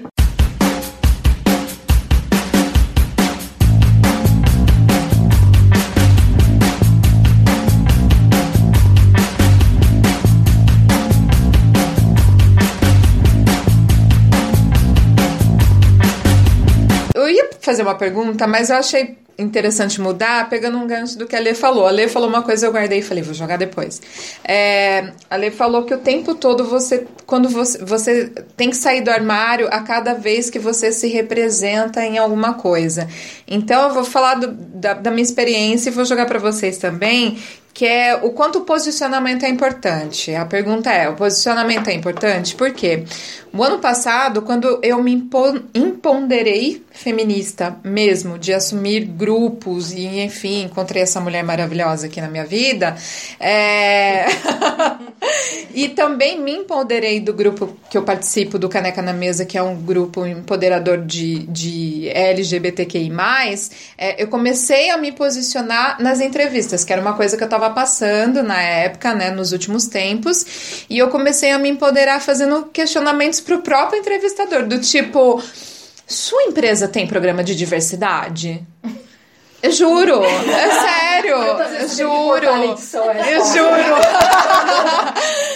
[SPEAKER 1] Fazer uma pergunta, mas eu achei interessante mudar, pegando um gancho do que a Lê falou. A Lê falou uma coisa, eu guardei e falei, vou jogar depois. É, a Lê falou que o tempo todo você, quando você, você tem que sair do armário a cada vez que você se representa em alguma coisa. Então eu vou falar do, da, da minha experiência e vou jogar para vocês também, que é o quanto o posicionamento é importante. A pergunta é, o posicionamento é importante? Por quê? O ano passado, quando eu me empoderei feminista mesmo, de assumir grupos e, enfim, encontrei essa mulher maravilhosa aqui na minha vida, é... e também me empoderei do grupo que eu participo, do Caneca na Mesa, que é um grupo empoderador de, de L G B T Q I mais, é, eu comecei a me posicionar nas entrevistas, que era uma coisa que eu estava passando na época, né, nos últimos tempos, e eu comecei a me empoderar fazendo questionamentos pro próprio entrevistador, do tipo, sua empresa tem programa de diversidade? Eu juro, é sério, eu juro, eu juro. É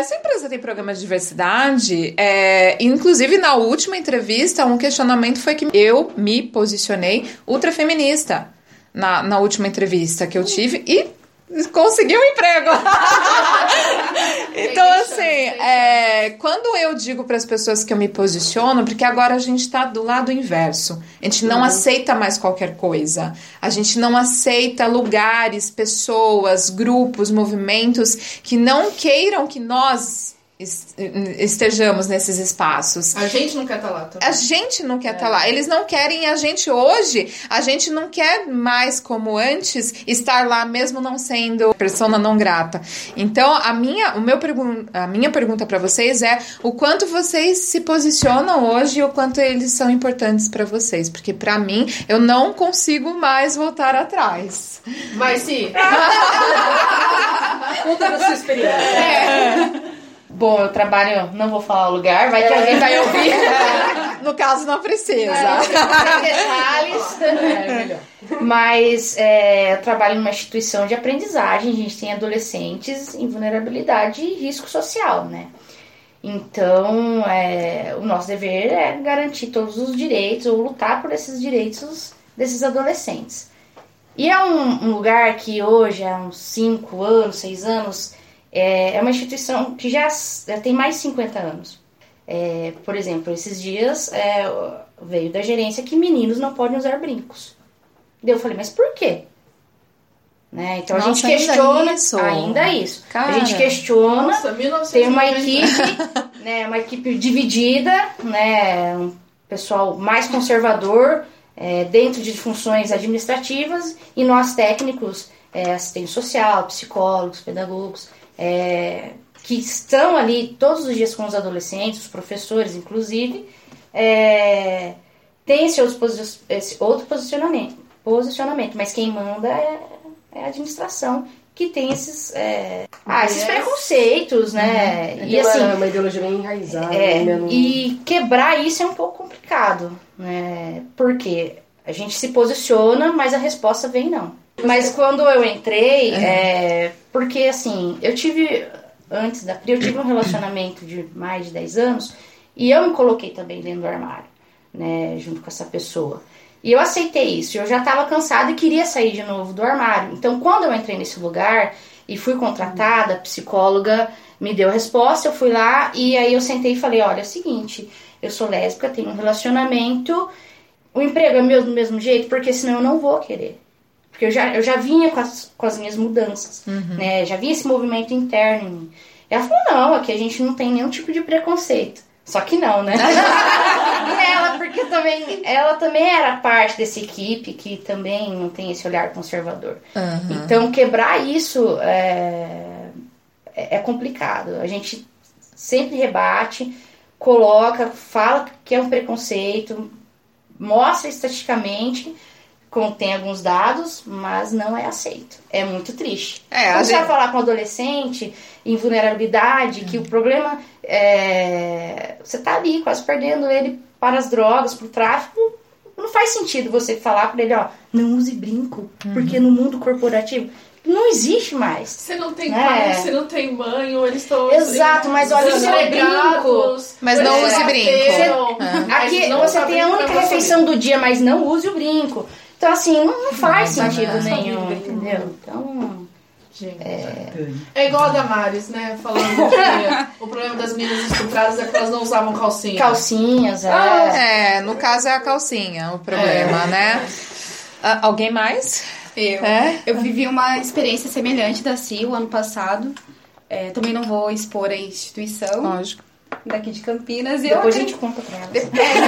[SPEAKER 1] É, sua empresa tem programa de diversidade, é, inclusive na última entrevista, um questionamento foi que eu me posicionei ultrafeminista na, na última entrevista que eu tive e consegui um emprego. Então, assim, é, quando eu digo para as pessoas que eu me posiciono, porque agora a gente está do lado inverso. A gente não uhum. aceita mais qualquer coisa. A gente não aceita lugares, pessoas, grupos, movimentos que não queiram que nós estejamos nesses espaços.
[SPEAKER 2] A gente não quer estar lá também.
[SPEAKER 1] A gente não quer estar é. lá. Eles não querem a gente hoje. A gente não quer mais, como antes, estar lá mesmo não sendo persona não grata. Então, a minha, o meu pergun- a minha pergunta para vocês é o quanto vocês se posicionam hoje e o quanto eles são importantes para vocês. Porque, para mim, eu não consigo mais voltar atrás.
[SPEAKER 2] Mas sim.
[SPEAKER 5] Conta da sua experiência.
[SPEAKER 6] É. Bom, eu trabalho, não vou falar o lugar, vai que alguém vai ouvir.
[SPEAKER 1] No caso, não precisa.
[SPEAKER 6] Não, tem detalhes.
[SPEAKER 5] É melhor.
[SPEAKER 6] Mas é, eu trabalho numa instituição de aprendizagem, a gente tem adolescentes em vulnerabilidade e risco social, né? Então, é, o nosso dever é garantir todos os direitos, ou lutar por esses direitos desses adolescentes. E é um, um lugar que hoje, há uns cinco anos, seis anos... É uma instituição que já, já tem mais de cinquenta anos. É, por exemplo, esses dias é, veio da gerência que meninos não podem usar brincos. Daí eu falei, mas por quê? Né? Então Nossa, a gente questiona... Ainda isso? Ainda isso. Cara. A gente questiona, Nossa, tem uma equipe, né, uma equipe dividida, né, um pessoal mais conservador, é, dentro de funções administrativas, e nós técnicos, é, assistente social, psicólogos, pedagogos, É, que estão ali todos os dias com os adolescentes, os professores, inclusive, é, tem esse outro, posi- esse outro posicionamento, posicionamento, mas quem manda é, é a administração, que tem esses, é, ah, esses preconceitos, né?
[SPEAKER 5] Uhum.
[SPEAKER 6] E, assim,
[SPEAKER 5] uma, uma ideologia bem enraizada.
[SPEAKER 6] É,
[SPEAKER 5] né?
[SPEAKER 6] E quebrar isso é um pouco complicado, né? Porque a gente se posiciona, mas a resposta vem não. Mas quando eu entrei, é, porque assim, eu tive, antes da Pri, eu tive um relacionamento de mais de dez anos, e eu me coloquei também dentro do armário, né, junto com essa pessoa. E eu aceitei isso, eu já estava cansada e queria sair de novo do armário. Então, quando eu entrei nesse lugar e fui contratada, a psicóloga me deu a resposta, eu fui lá e aí eu sentei e falei, olha, é o seguinte, eu sou lésbica, tenho um relacionamento, o emprego é meu do mesmo jeito, porque senão eu não vou querer. Porque eu já, eu já vinha com as, com as minhas mudanças, uhum. né? Já vinha esse movimento interno em mim. E ela falou, não, aqui a gente não tem nenhum tipo de preconceito. Só que não, né? E ela, porque também, ela também era parte dessa equipe que também não tem esse olhar conservador. Uhum. Então, quebrar isso é, é complicado. A gente sempre rebate, coloca, fala que é um preconceito, mostra estatisticamente... contém alguns dados, mas não é aceito. É muito triste. É, Quando você gente... vai falar com um adolescente em vulnerabilidade, que o problema é... você tá ali quase perdendo ele para as drogas, para o tráfico, não faz sentido você falar para ele, ó, não use brinco, uhum. porque no mundo corporativo não existe mais.
[SPEAKER 2] Você não tem
[SPEAKER 6] né?
[SPEAKER 2] pai, você não tem mãe, ou eles estão...
[SPEAKER 6] Exato, mas olha, isso é brinco.
[SPEAKER 1] Mas não
[SPEAKER 2] é,
[SPEAKER 1] use brinco.
[SPEAKER 6] Você... Aqui não você tem a única refeição do dia, mas não use o brinco. Então, assim, não, não faz não, sentido não, nenhum, não, entendeu? Então,
[SPEAKER 2] gente, é... é igual a Damares, né? Falando que o problema das meninas estupradas é que elas não usavam calcinha.
[SPEAKER 6] Calcinhas, é.
[SPEAKER 1] Ah, é, no caso é a calcinha o problema, é. né? Ah, alguém mais?
[SPEAKER 3] Eu.
[SPEAKER 1] É?
[SPEAKER 3] Eu vivi uma experiência semelhante da C I O ano passado. É, também não vou expor a instituição.
[SPEAKER 1] Lógico.
[SPEAKER 3] Daqui de Campinas.
[SPEAKER 6] Depois
[SPEAKER 3] eu...
[SPEAKER 6] a gente conta pra ela.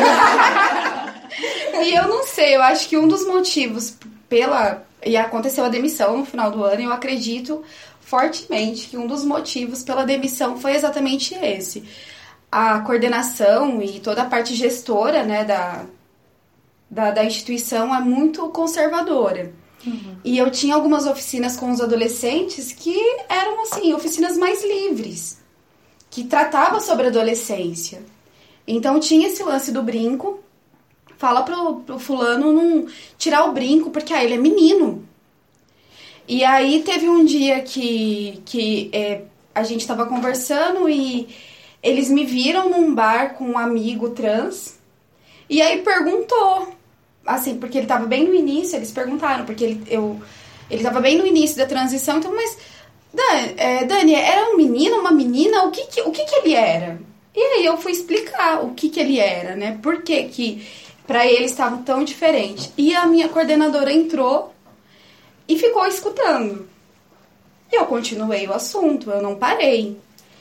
[SPEAKER 3] E eu não sei, eu acho que um dos motivos pela... E aconteceu a demissão no final do ano, e eu acredito fortemente que um dos motivos pela demissão foi exatamente esse. A coordenação e toda a parte gestora, né, da, da, da instituição é muito conservadora. Uhum. E eu tinha algumas oficinas com os adolescentes que eram, assim, oficinas mais livres, que tratavam sobre adolescência. Então tinha esse lance do brinco. Fala pro, pro fulano não tirar o brinco, porque ah, ele é menino. E aí teve um dia que, que é, a gente tava conversando e eles me viram num bar com um amigo trans. E aí perguntou, assim, porque ele tava bem no início, eles perguntaram, porque ele, eu, ele tava bem no início da transição, então, mas, Dani, é, Dani era um menino, uma menina, o que que, o que que ele era? E aí eu fui explicar o que que ele era, né, por que que pra eles estavam tão diferentes. E a minha coordenadora entrou e ficou escutando. E eu continuei o assunto, eu não parei.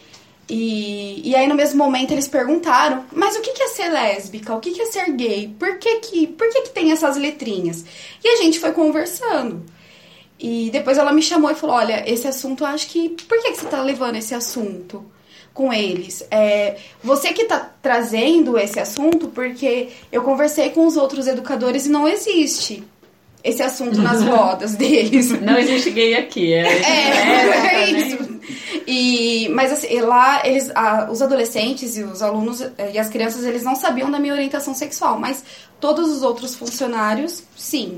[SPEAKER 3] E, e aí, no mesmo momento, eles perguntaram, mas o que que é ser lésbica? O que que é ser gay? Por que que, por que que tem essas letrinhas? E a gente foi conversando. E depois ela me chamou e falou, olha, esse assunto, eu acho que... Por que que você tá levando esse assunto com eles? É, você que tá trazendo esse assunto, porque eu conversei com os outros educadores e não existe esse assunto nas rodas deles.
[SPEAKER 7] Não existe gay aqui. É,
[SPEAKER 3] é, é isso. E, mas assim, lá eles, a, os adolescentes e os alunos e as crianças, eles não sabiam da minha orientação sexual, mas todos os outros funcionários, sim.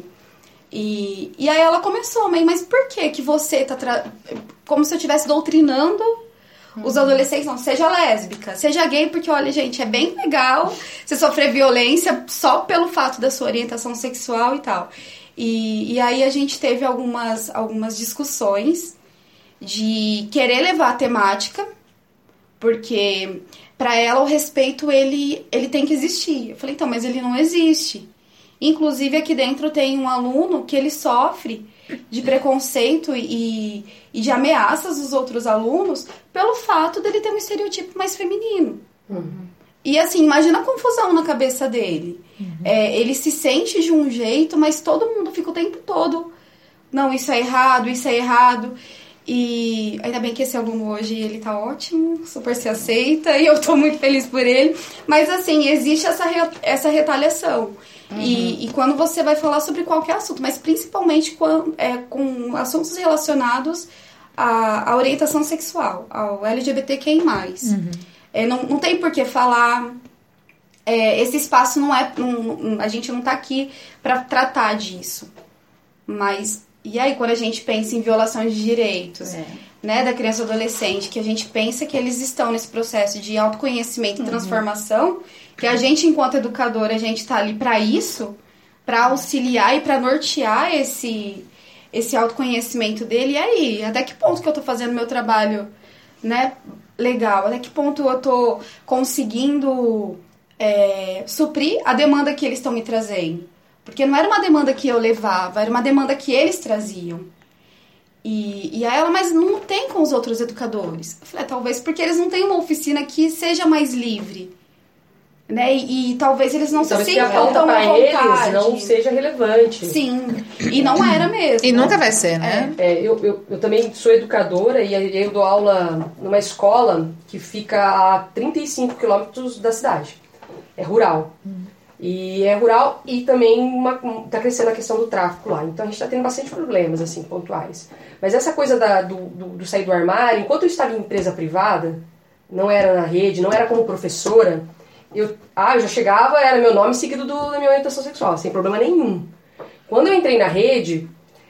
[SPEAKER 3] E, e aí ela começou, mãe, mas por que que você tá... Tra... Como se eu estivesse doutrinando os adolescentes, não, seja lésbica, seja gay, porque, olha, gente, é bem legal você sofrer violência só pelo fato da sua orientação sexual e tal. E, e aí a gente teve algumas, algumas discussões de querer levar a temática, porque para ela o respeito, ele, ele tem que existir. Eu falei, então, mas ele não existe. Inclusive, aqui dentro tem um aluno que ele sofre de preconceito e, e de ameaças dos outros alunos pelo fato dele ter um estereotipo mais feminino. Uhum. E assim, imagina a confusão na cabeça dele. Uhum. É, ele se sente de um jeito, mas todo mundo fica o tempo todo, não, isso é errado, isso é errado. E ainda bem que esse aluno hoje, ele tá ótimo, super se aceita, e eu tô muito feliz por ele. Mas assim, existe essa, re, essa retaliação. Uhum. E, e quando você vai falar sobre qualquer assunto, mas principalmente com, é, com assuntos relacionados à, à orientação sexual, ao L G B T Q I mais. Uhum. É, não, não tem por que falar, é, esse espaço não é, não, a gente não tá aqui para tratar disso. Mas, e aí quando a gente pensa em violações de direitos, é. né, da criança e adolescente, que a gente pensa que eles estão nesse processo de autoconhecimento e transformação, uhum. que a gente, enquanto educadora, a gente tá ali para isso, para auxiliar e para nortear esse, esse autoconhecimento dele. E aí, até que ponto que eu tô fazendo meu trabalho, né, legal, até que ponto eu tô conseguindo é, suprir a demanda que eles estão me trazendo. Porque não era uma demanda que eu levava, era uma demanda que eles traziam. E, e aí ela, mas não tem com os outros educadores. Eu falei, é, talvez porque eles não têm uma oficina que seja mais livre. Né? E, e talvez eles não e se sintam tão à vontade.
[SPEAKER 5] Eles não seja relevante.
[SPEAKER 3] Sim, e não era mesmo.
[SPEAKER 1] E nunca vai ser, né?
[SPEAKER 5] É, é, eu, eu, eu também sou educadora e eu dou aula numa escola que fica a trinta e cinco quilômetros da cidade. É rural. Hum. E é rural e também está crescendo a questão do tráfico lá. Então a gente está tendo bastante problemas assim, pontuais. Mas essa coisa da, do, do, do sair do armário, enquanto eu estava em empresa privada, não era na rede, não era como professora... Eu, ah, eu já chegava, era meu nome seguido do, da minha orientação sexual, sem problema nenhum. Quando eu entrei na rede,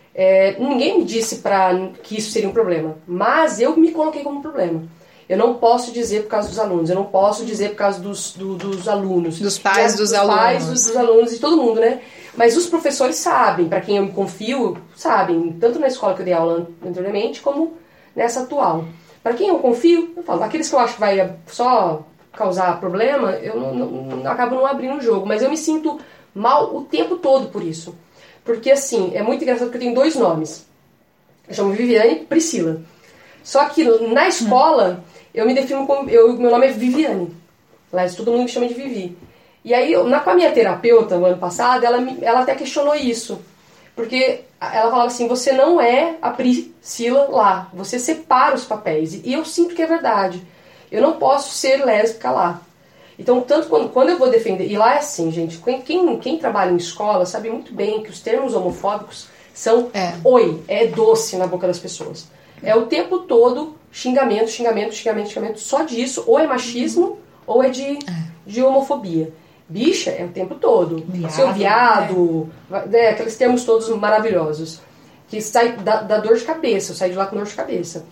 [SPEAKER 5] é, ninguém me disse pra, que isso seria um problema, mas eu me coloquei como um problema. Eu não posso dizer por causa dos alunos, eu não posso dizer por causa dos, do, dos alunos.
[SPEAKER 1] Dos pais dos,
[SPEAKER 5] dos
[SPEAKER 1] alunos.
[SPEAKER 5] pais, dos, dos alunos e todo mundo, né? Mas os professores sabem, para quem eu me confio, sabem, tanto na escola que eu dei aula anteriormente, como nessa atual. Para quem eu confio, eu falo, aqueles que eu acho que vai só... causar problema, eu não, não, não, acabo não abrindo o jogo, mas eu me sinto mal o tempo todo por isso. Porque, assim, é muito engraçado porque eu tenho dois nomes. Eu chamo Viviane e Priscila. Só que na escola, eu me defino como... Eu, meu nome é Viviane. Lá todo mundo me chama de Vivi. E aí, eu, na, com a minha terapeuta, no ano passado, ela, me, ela até questionou isso. Porque ela falava assim, você não é a Priscila lá. Você separa os papéis. E eu sinto que é verdade. Eu não posso ser lésbica lá. Então, tanto quando, quando eu vou defender... E lá é assim, gente. Quem, quem trabalha em escola sabe muito bem que os termos homofóbicos são... É. Oi, é doce na boca das pessoas. É o tempo todo xingamento, xingamento, xingamento, xingamento. Só disso. Ou é machismo, ou é de, de homofobia. Bicha é o tempo todo. Viado, seu viado. É. Né, aqueles termos todos maravilhosos. Que sai da, da dor de cabeça. Eu saio de lá com dor de cabeça.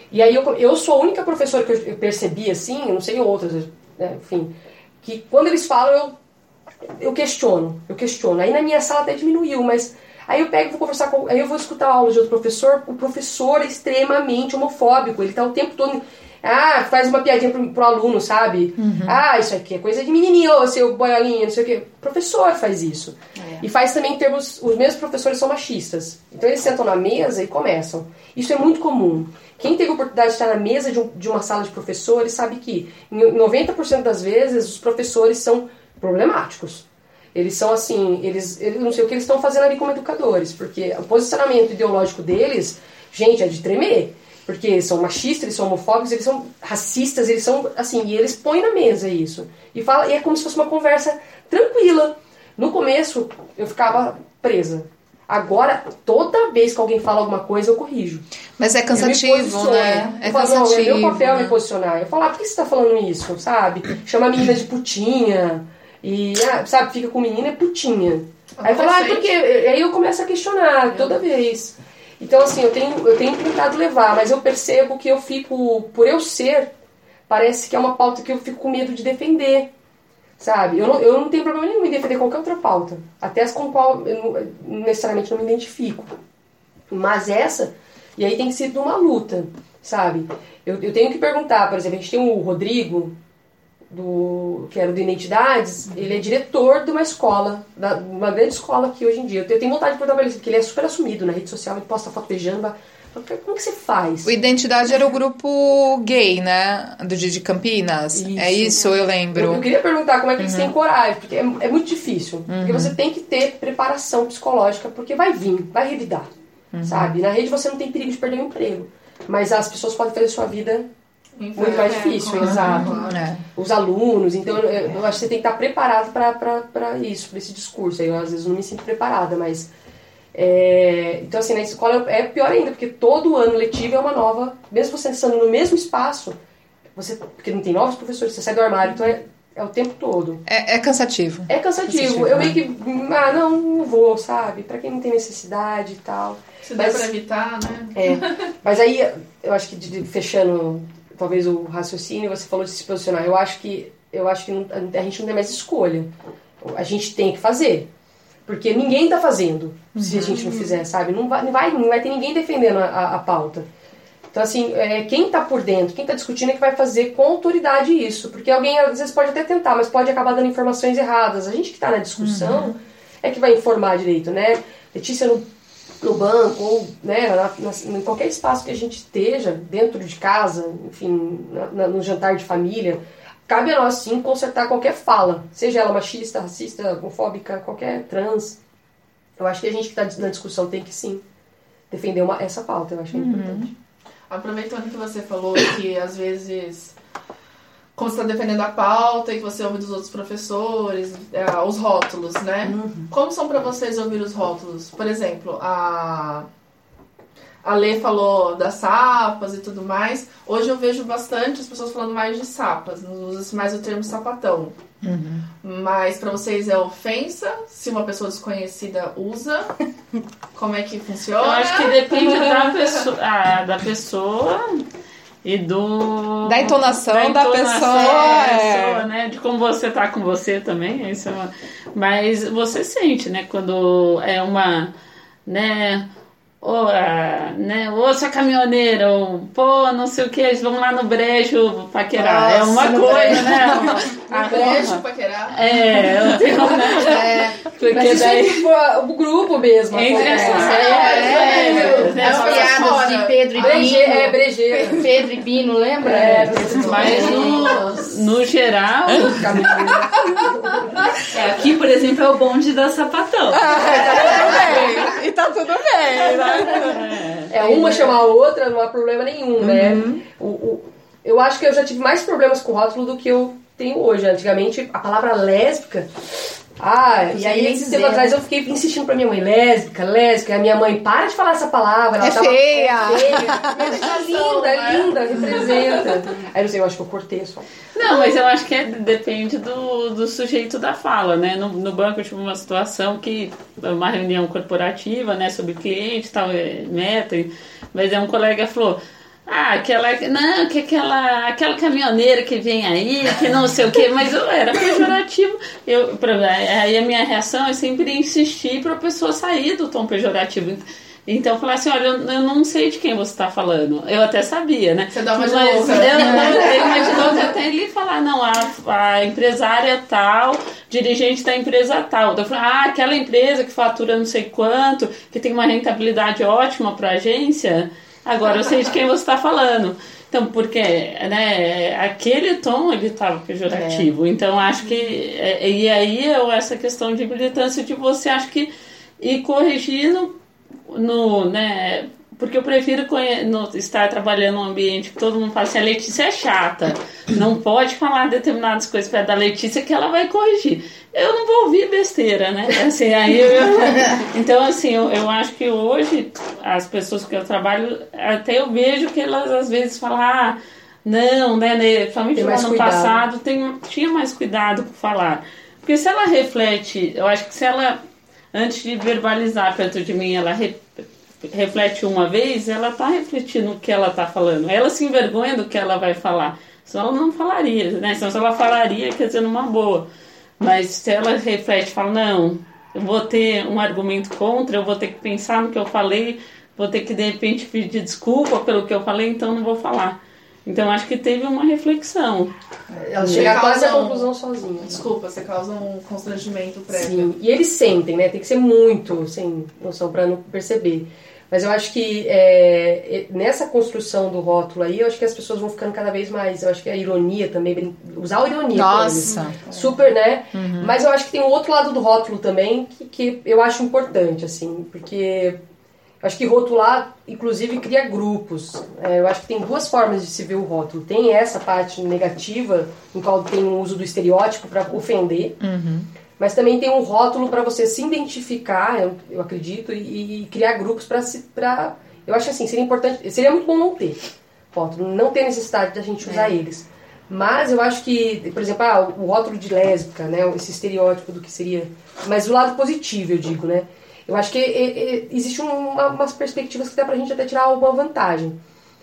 [SPEAKER 5] E aí eu, eu sou a única professora que eu percebi assim, eu não sei outras, né, enfim, que quando eles falam eu, eu questiono, eu questiono. Aí na minha sala até diminuiu, mas aí eu pego e vou conversar com, aí eu vou escutar a aula de outro professor, o professor é extremamente homofóbico, ele tá o tempo todo, ah, faz uma piadinha pro, pro aluno, sabe? Uhum. Ah, isso aqui é coisa de menininho, ô, seu boiolinha, não sei o quê. O professor faz isso. É. E faz também termos, os mesmos professores são machistas. Então eles sentam na mesa e começam. Isso é muito comum. Quem teve a oportunidade de estar na mesa de, um, de uma sala de professores sabe que em noventa por cento das vezes os professores são problemáticos. Eles são assim, eles, eles não sei o que eles estão fazendo ali como educadores, porque o posicionamento ideológico deles, gente, é de tremer. Porque eles são machistas, eles são homofóbicos, eles são racistas, eles são assim, e eles põem na mesa isso. E, fala, e é como se fosse uma conversa tranquila. No começo, eu ficava presa. Agora, toda vez que alguém fala alguma coisa, eu corrijo.
[SPEAKER 1] Mas é cansativo, né? É
[SPEAKER 5] eu falo,
[SPEAKER 1] cansativo.
[SPEAKER 5] Não, é meu papel
[SPEAKER 1] né?
[SPEAKER 5] me posicionar. Eu falo, ah, por que você tá falando isso, sabe? Chama a menina de putinha. E, ah, sabe, fica com menina é putinha. Aí eu falo, ah, por quê? Aí eu começo a questionar toda vez. Então, assim, eu tenho, eu tenho tentado levar, mas eu percebo que eu fico, por eu ser, parece que é uma pauta que eu fico com medo de defender, sabe? Eu não, eu não tenho problema nenhum em defender qualquer outra pauta, até as com qual eu não, necessariamente não me identifico. Mas essa, e aí tem sido uma luta, sabe? Eu, eu tenho que perguntar, por exemplo, a gente tem o Rodrigo, do, que era do Identidades, ele é diretor de uma escola, da, uma grande escola aqui hoje em dia. Eu tenho vontade de perguntar pra ele, porque ele é super assumido na rede social, ele posta foto beijando. Como que você faz?
[SPEAKER 1] O Identidade era o grupo gay, né? Do dia de Campinas. Isso. É isso, eu lembro.
[SPEAKER 5] Eu, eu queria perguntar como é que eles uhum. têm coragem, porque é, é muito difícil. Uhum. Porque você tem que ter preparação psicológica, porque vai vir, vai revidar, uhum. sabe? Na rede você não tem perigo de perder o emprego, mas as pessoas podem fazer sua vida muito mais difícil, é, exato. É. Os alunos, então eu, eu acho que você tem que estar preparado para isso, para esse discurso. Eu às vezes não me sinto preparada, mas é, então assim, na escola é pior ainda, porque todo ano letivo é uma nova, mesmo você estando no mesmo espaço, você, porque não tem novos professores, você sai do armário, então é, é o tempo todo.
[SPEAKER 1] É, é cansativo.
[SPEAKER 5] É cansativo. cansativo eu né? meio que, ah, não, não vou, sabe? Para quem não tem necessidade e tal.
[SPEAKER 2] Se dá para evitar, né?
[SPEAKER 5] É, mas aí, eu acho que de, de, fechando talvez o raciocínio, você falou de se posicionar. Eu acho que, eu acho que não, a gente não tem mais escolha. A gente tem que fazer. Porque ninguém está fazendo se a gente não fizer, sabe? Não vai, não vai, não vai ter ninguém defendendo a, a, a pauta. Então, assim, é, quem está por dentro, quem está discutindo é que vai fazer com autoridade isso. Porque alguém, às vezes, pode até tentar, mas pode acabar dando informações erradas. A gente que está na discussão uhum. é que vai informar direito, né? Letícia, no, no banco, ou né, na, na, em qualquer espaço que a gente esteja, dentro de casa, enfim, na, na, no jantar de família, cabe a nós, sim, consertar qualquer fala. Seja ela machista, racista, homofóbica, qualquer trans. Eu acho que a gente que está na discussão tem que, sim, defender uma, essa pauta. Eu acho que é uhum. importante.
[SPEAKER 2] Aproveitando que você falou que, às vezes, quando você está defendendo a pauta e que você ouve dos outros professores, é, os rótulos, né? Uhum. Como são para vocês ouvir os rótulos? Por exemplo, a, a Lê falou das sapas e tudo mais. Hoje eu vejo bastante as pessoas falando mais de sapas, não usa mais o termo sapatão. Uhum. Mas para vocês é ofensa se uma pessoa desconhecida usa? Como é que funciona?
[SPEAKER 7] Eu acho que depende da pessoa, ah, da pessoa e do
[SPEAKER 1] da entonação da, entonação, da pessoa,
[SPEAKER 7] da pessoa é. né? De como você tá com você também. Isso é uma... Mas você sente, né? Quando é uma, né? Ou, ah, né, ou essa caminhoneira, ou pô, não sei o que, eles vão lá no brejo paquerar. É uma coisa, brejo. né?
[SPEAKER 2] Uma, no brejo paquerar.
[SPEAKER 7] É, eu tenho uma. É,
[SPEAKER 5] porque mas daí... isso é o grupo mesmo.
[SPEAKER 7] Entre
[SPEAKER 5] é,
[SPEAKER 7] essas
[SPEAKER 5] é, é,
[SPEAKER 6] é, as piadas de Pedro e Bino.
[SPEAKER 5] É, brejeira.
[SPEAKER 6] Pedro e Bino, lembra?
[SPEAKER 5] É,
[SPEAKER 7] mas no, no geral.
[SPEAKER 4] É, aqui, por exemplo, é o bonde da sapatão.
[SPEAKER 1] Ah, tá tudo bem. E tá tudo bem, né?
[SPEAKER 5] É, uma chamar a outra, não há problema nenhum, né? Uhum. O, o, eu acho que eu já tive mais problemas com rótulo do que eu tenho hoje. Antigamente, a palavra lésbica... Ah, e aí, esse tempo atrás, eu fiquei insistindo pra minha mãe, lésbica, lésbica. A minha mãe, para de falar essa palavra. Ela
[SPEAKER 1] é,
[SPEAKER 5] tava,
[SPEAKER 1] feia.
[SPEAKER 5] é feia. Tá linda, é linda, representa. Aí, não sei, eu acho que eu cortei só.
[SPEAKER 7] Não, mas eu acho que é, depende do, do sujeito da fala, né? No, no banco eu tive uma situação que, uma reunião corporativa, né, sobre cliente, tal, meta, mas aí um colega falou... Ah, aquela, não, que aquela, aquela caminhoneira que vem aí, que não sei o que, mas eu era pejorativo. Eu, pra, aí a minha reação é sempre insistir para a pessoa sair do tom pejorativo. Então eu falei assim, olha, eu, eu não sei de quem você está falando. Eu até sabia, né?
[SPEAKER 2] Você dá uma de
[SPEAKER 7] mas
[SPEAKER 2] louca.
[SPEAKER 7] eu, eu imaginou até ele falar, não, a, a empresária tal, dirigente da empresa tal. Eu falei, ah, aquela empresa que fatura não sei quanto, que tem uma rentabilidade ótima para a agência... Agora eu sei de quem você está falando. Então, porque né, aquele tom ele estava pejorativo. É. Então, acho que... E aí, eu, essa questão de militância de você, acho que ir corrigindo no... Né, porque eu prefiro no, estar trabalhando num ambiente que todo mundo fala assim, a Letícia é chata, não pode falar determinadas coisas perto da Letícia que ela vai corrigir. Eu não vou ouvir besteira, né? Assim, aí eu, então, assim, eu, eu acho que hoje as pessoas que eu trabalho, até eu vejo que elas às vezes falam, ah, não, né, principalmente no ano cuidado. passado, tem, tinha mais cuidado por falar. Porque se ela reflete, eu acho que se ela, antes de verbalizar perto de mim, ela re, reflete uma vez, ela está refletindo o que ela está falando. Ela se envergonha do que ela vai falar. Senão ela não falaria, né? Senão ela falaria, quer dizer, numa boa. Mas se ela reflete e fala, não, eu vou ter um argumento contra, eu vou ter que pensar no que eu falei, vou ter que, de repente, pedir desculpa pelo que eu falei, então não vou falar. Então, acho que teve uma reflexão.
[SPEAKER 5] Ela chega quase à conclusão sozinha.
[SPEAKER 2] Desculpa, você causa um constrangimento prévio.
[SPEAKER 5] Sim, e eles sentem, né? Tem que ser muito sem noção para não perceber. Mas eu acho que é, nessa construção do rótulo aí, eu acho que as pessoas vão ficando cada vez mais... Eu acho que a ironia também... Usar a ironia.
[SPEAKER 1] Nossa!
[SPEAKER 5] Eles, super, né? Uhum. Mas eu acho que tem um outro lado do rótulo também que, que eu acho importante, assim. Porque eu acho que rotular, inclusive, cria grupos. É, eu acho que tem duas formas de se ver o rótulo. Tem essa parte negativa, em qual tem o uso do estereótipo para ofender. Uhum. Mas também tem um rótulo para você se identificar, eu, eu acredito, e, e criar grupos para se... Pra, eu acho assim, seria importante... Seria muito bom não ter rótulo, não ter necessidade de a gente usar é. eles. Mas eu acho que, por exemplo, ah, o rótulo de lésbica, né, esse estereótipo do que seria... Mas o lado positivo, eu digo, né? Eu acho que é, é, existe uma, umas perspectivas que dá pra gente até tirar alguma vantagem.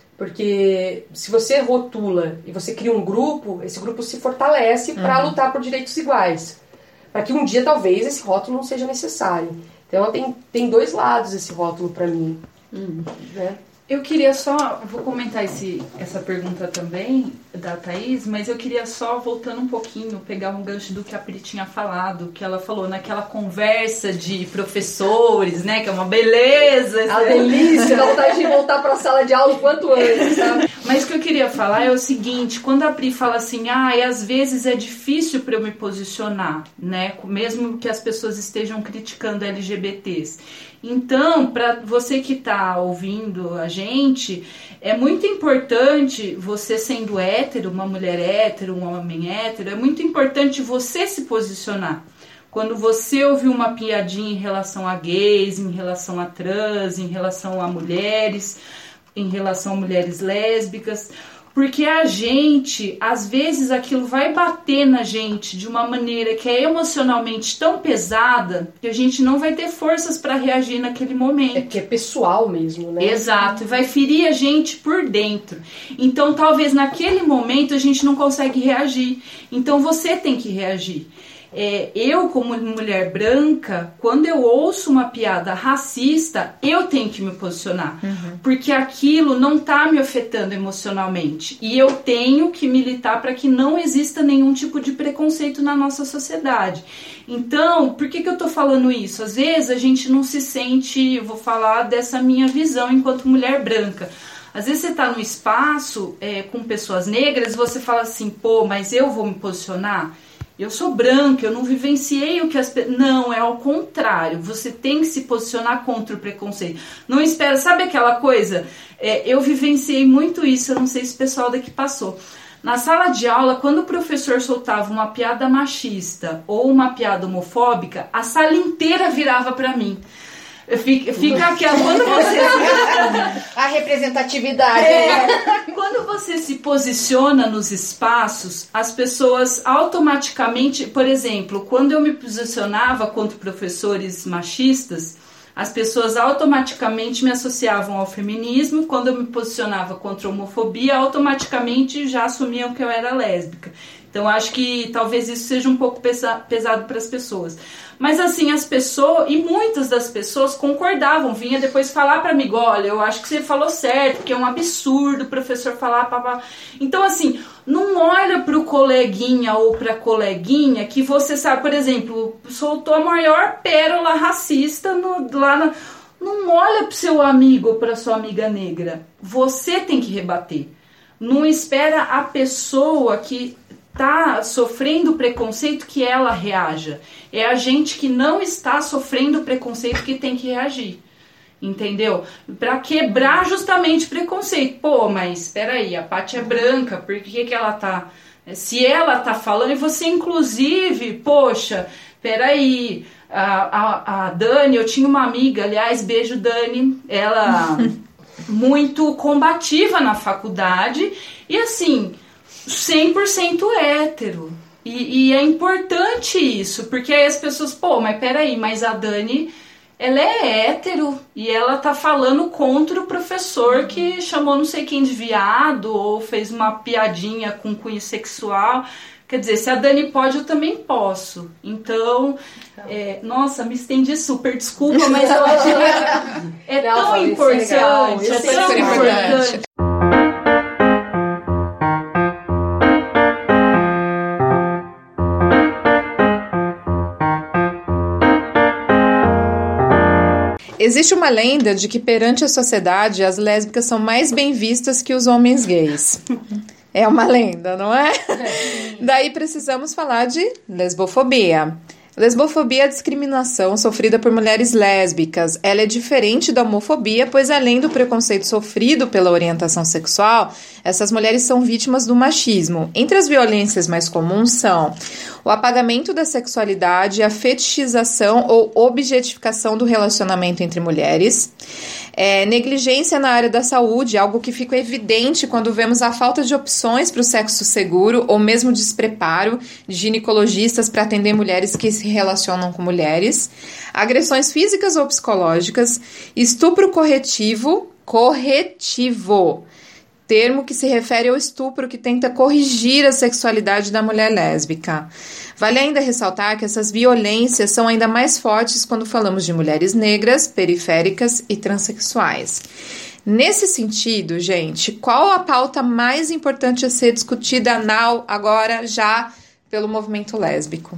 [SPEAKER 5] Porque se você rotula e você cria um grupo, esse grupo se fortalece uhum. para lutar por direitos iguais. Para que um dia, talvez, esse rótulo não seja necessário. Então, tem, tem dois lados esse rótulo para mim. Hum. Né?
[SPEAKER 4] Eu queria só... Vou comentar esse, essa pergunta também, da Thaís, mas eu queria só, voltando um pouquinho, pegar um gancho do que a Pri tinha falado, que ela falou naquela conversa de professores, né? Que é uma beleza.
[SPEAKER 5] A delícia, dá vontade de voltar para a sala de aula o quanto antes, sabe?
[SPEAKER 4] Mas o que eu queria falar é o seguinte, quando a Pri fala assim, ah, e às vezes é difícil para eu me posicionar, né? Mesmo que as pessoas estejam criticando L G B Ts. Então, para você que está ouvindo a gente, é muito importante, você sendo hétero, uma mulher hétero, um homem hétero, é muito importante você se posicionar. Quando você ouvir uma piadinha em relação a gays, em relação a trans, em relação a mulheres, em relação a mulheres lésbicas... Porque a gente, às vezes, aquilo vai bater na gente de uma maneira que é emocionalmente tão pesada que a gente não vai ter forças para reagir naquele momento.
[SPEAKER 5] É que é pessoal mesmo, né?
[SPEAKER 4] Exato, vai ferir a gente por dentro. Então, talvez naquele momento a gente não consegue reagir. Então, você tem que reagir. É, eu, como mulher branca, quando eu ouço uma piada racista, eu tenho que me posicionar. Uhum. Porque aquilo não está me afetando emocionalmente. E eu tenho que militar para que não exista nenhum tipo de preconceito na nossa sociedade. Então, por que, que eu estou falando isso? Às vezes a gente não se sente, eu vou falar dessa minha visão enquanto mulher branca. Às vezes você está num espaço é, com pessoas negras e você fala assim, pô, mas eu vou me posicionar? Eu sou branca, eu não vivenciei o que as pessoas... Não, é ao contrário. Você tem que se posicionar contra o preconceito. Não espera... Sabe aquela coisa? É, eu vivenciei muito isso, eu não sei se o pessoal daqui passou. Na sala de aula, quando o professor soltava uma piada machista ou uma piada homofóbica, a sala inteira virava para mim. Fica, fica aquela... Quando você...
[SPEAKER 6] A representatividade.
[SPEAKER 4] É, quando você se posiciona nos espaços, as pessoas automaticamente... Por exemplo, quando eu me posicionava contra professores machistas, as pessoas automaticamente me associavam ao feminismo. Quando eu me posicionava contra a homofobia, automaticamente já assumiam que eu era lésbica. Então, acho que talvez isso seja um pouco pesa- pesado para as pessoas. Mas, assim, as pessoas, e muitas das pessoas concordavam, vinha depois falar para mim, olha, eu acho que você falou certo, porque é um absurdo o professor falar, papá. Então, assim, não olha para o coleguinha ou para a coleguinha que você sabe, por exemplo, soltou a maior pérola racista no, lá na... Não olha para o seu amigo ou para sua amiga negra. Você tem que rebater. Não espera a pessoa que está sofrendo preconceito que ela reaja. É a gente que não está sofrendo preconceito que tem que reagir. Entendeu? Para quebrar justamente preconceito. Pô, mas espera aí, a Paty é branca, por que que ela tá... Se ela tá falando, e você inclusive, poxa, peraí, a, a, a Dani, eu tinha uma amiga, aliás, beijo Dani, ela muito combativa na faculdade, e assim, cem por cento hétero. E, e é importante isso, porque aí as pessoas, pô, mas peraí, mas a Dani, ela é hétero e ela tá falando contra o professor que chamou não sei quem de viado ou fez uma piadinha com cunho sexual. Quer dizer, se a Dani pode, eu também posso. Então, é, nossa, me estendi super, desculpa, mas eu acho que é, é
[SPEAKER 5] Não,
[SPEAKER 4] tão importante, é, legal,
[SPEAKER 5] é
[SPEAKER 4] tão importante.
[SPEAKER 1] Existe uma lenda de que perante a sociedade as lésbicas são mais bem vistas que os homens gays. É uma lenda, não é? É. Daí precisamos falar de lesbofobia. Lesbofobia é a discriminação sofrida por mulheres lésbicas. Ela é diferente da homofobia, pois além do preconceito sofrido pela orientação sexual, essas mulheres são vítimas do machismo. Entre as violências mais comuns são o apagamento da sexualidade, a fetichização ou objetificação do relacionamento entre mulheres, é, negligência na área da saúde, algo que fica evidente quando vemos a falta de opções para o sexo seguro ou mesmo despreparo de ginecologistas para atender mulheres que se relacionam com mulheres, agressões físicas ou psicológicas, estupro corretivo, corretivo, termo que se refere ao estupro que tenta corrigir a sexualidade da mulher lésbica. Vale ainda ressaltar que essas violências são ainda mais fortes quando falamos de mulheres negras, periféricas e transexuais. Nesse sentido, gente, qual a pauta mais importante a ser discutida now, agora, já, pelo movimento lésbico?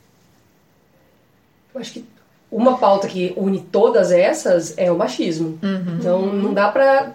[SPEAKER 5] Eu acho que uma pauta que une todas essas é o machismo. Uhum. Então, não dá para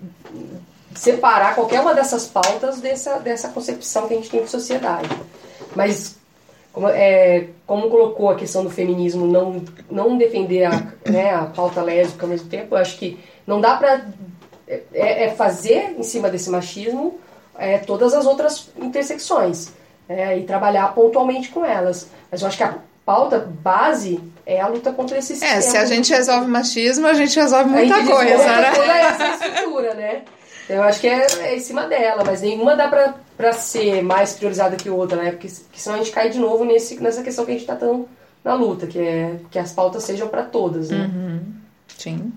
[SPEAKER 5] separar qualquer uma dessas pautas dessa, dessa concepção que a gente tem de sociedade. Mas, como, é, como colocou a questão do feminismo, não, não defender a, né, a pauta lésbica ao mesmo tempo, eu acho que não dá para é, é fazer, em cima desse machismo, é, todas as outras intersecções, é, e trabalhar pontualmente com elas. Mas eu acho que a pauta base é a luta contra esse sistema.
[SPEAKER 1] É, se a gente resolve o machismo, a gente resolve muita a gente coisa, né?
[SPEAKER 5] Toda essa estrutura, né? Eu acho que é, é em cima dela, mas nenhuma dá pra, pra ser mais priorizada que outra, né? Porque que senão a gente cai de novo nesse, nessa questão que a gente tá tão na luta, que é que as pautas sejam pra todas, né?
[SPEAKER 1] Uhum. Sim.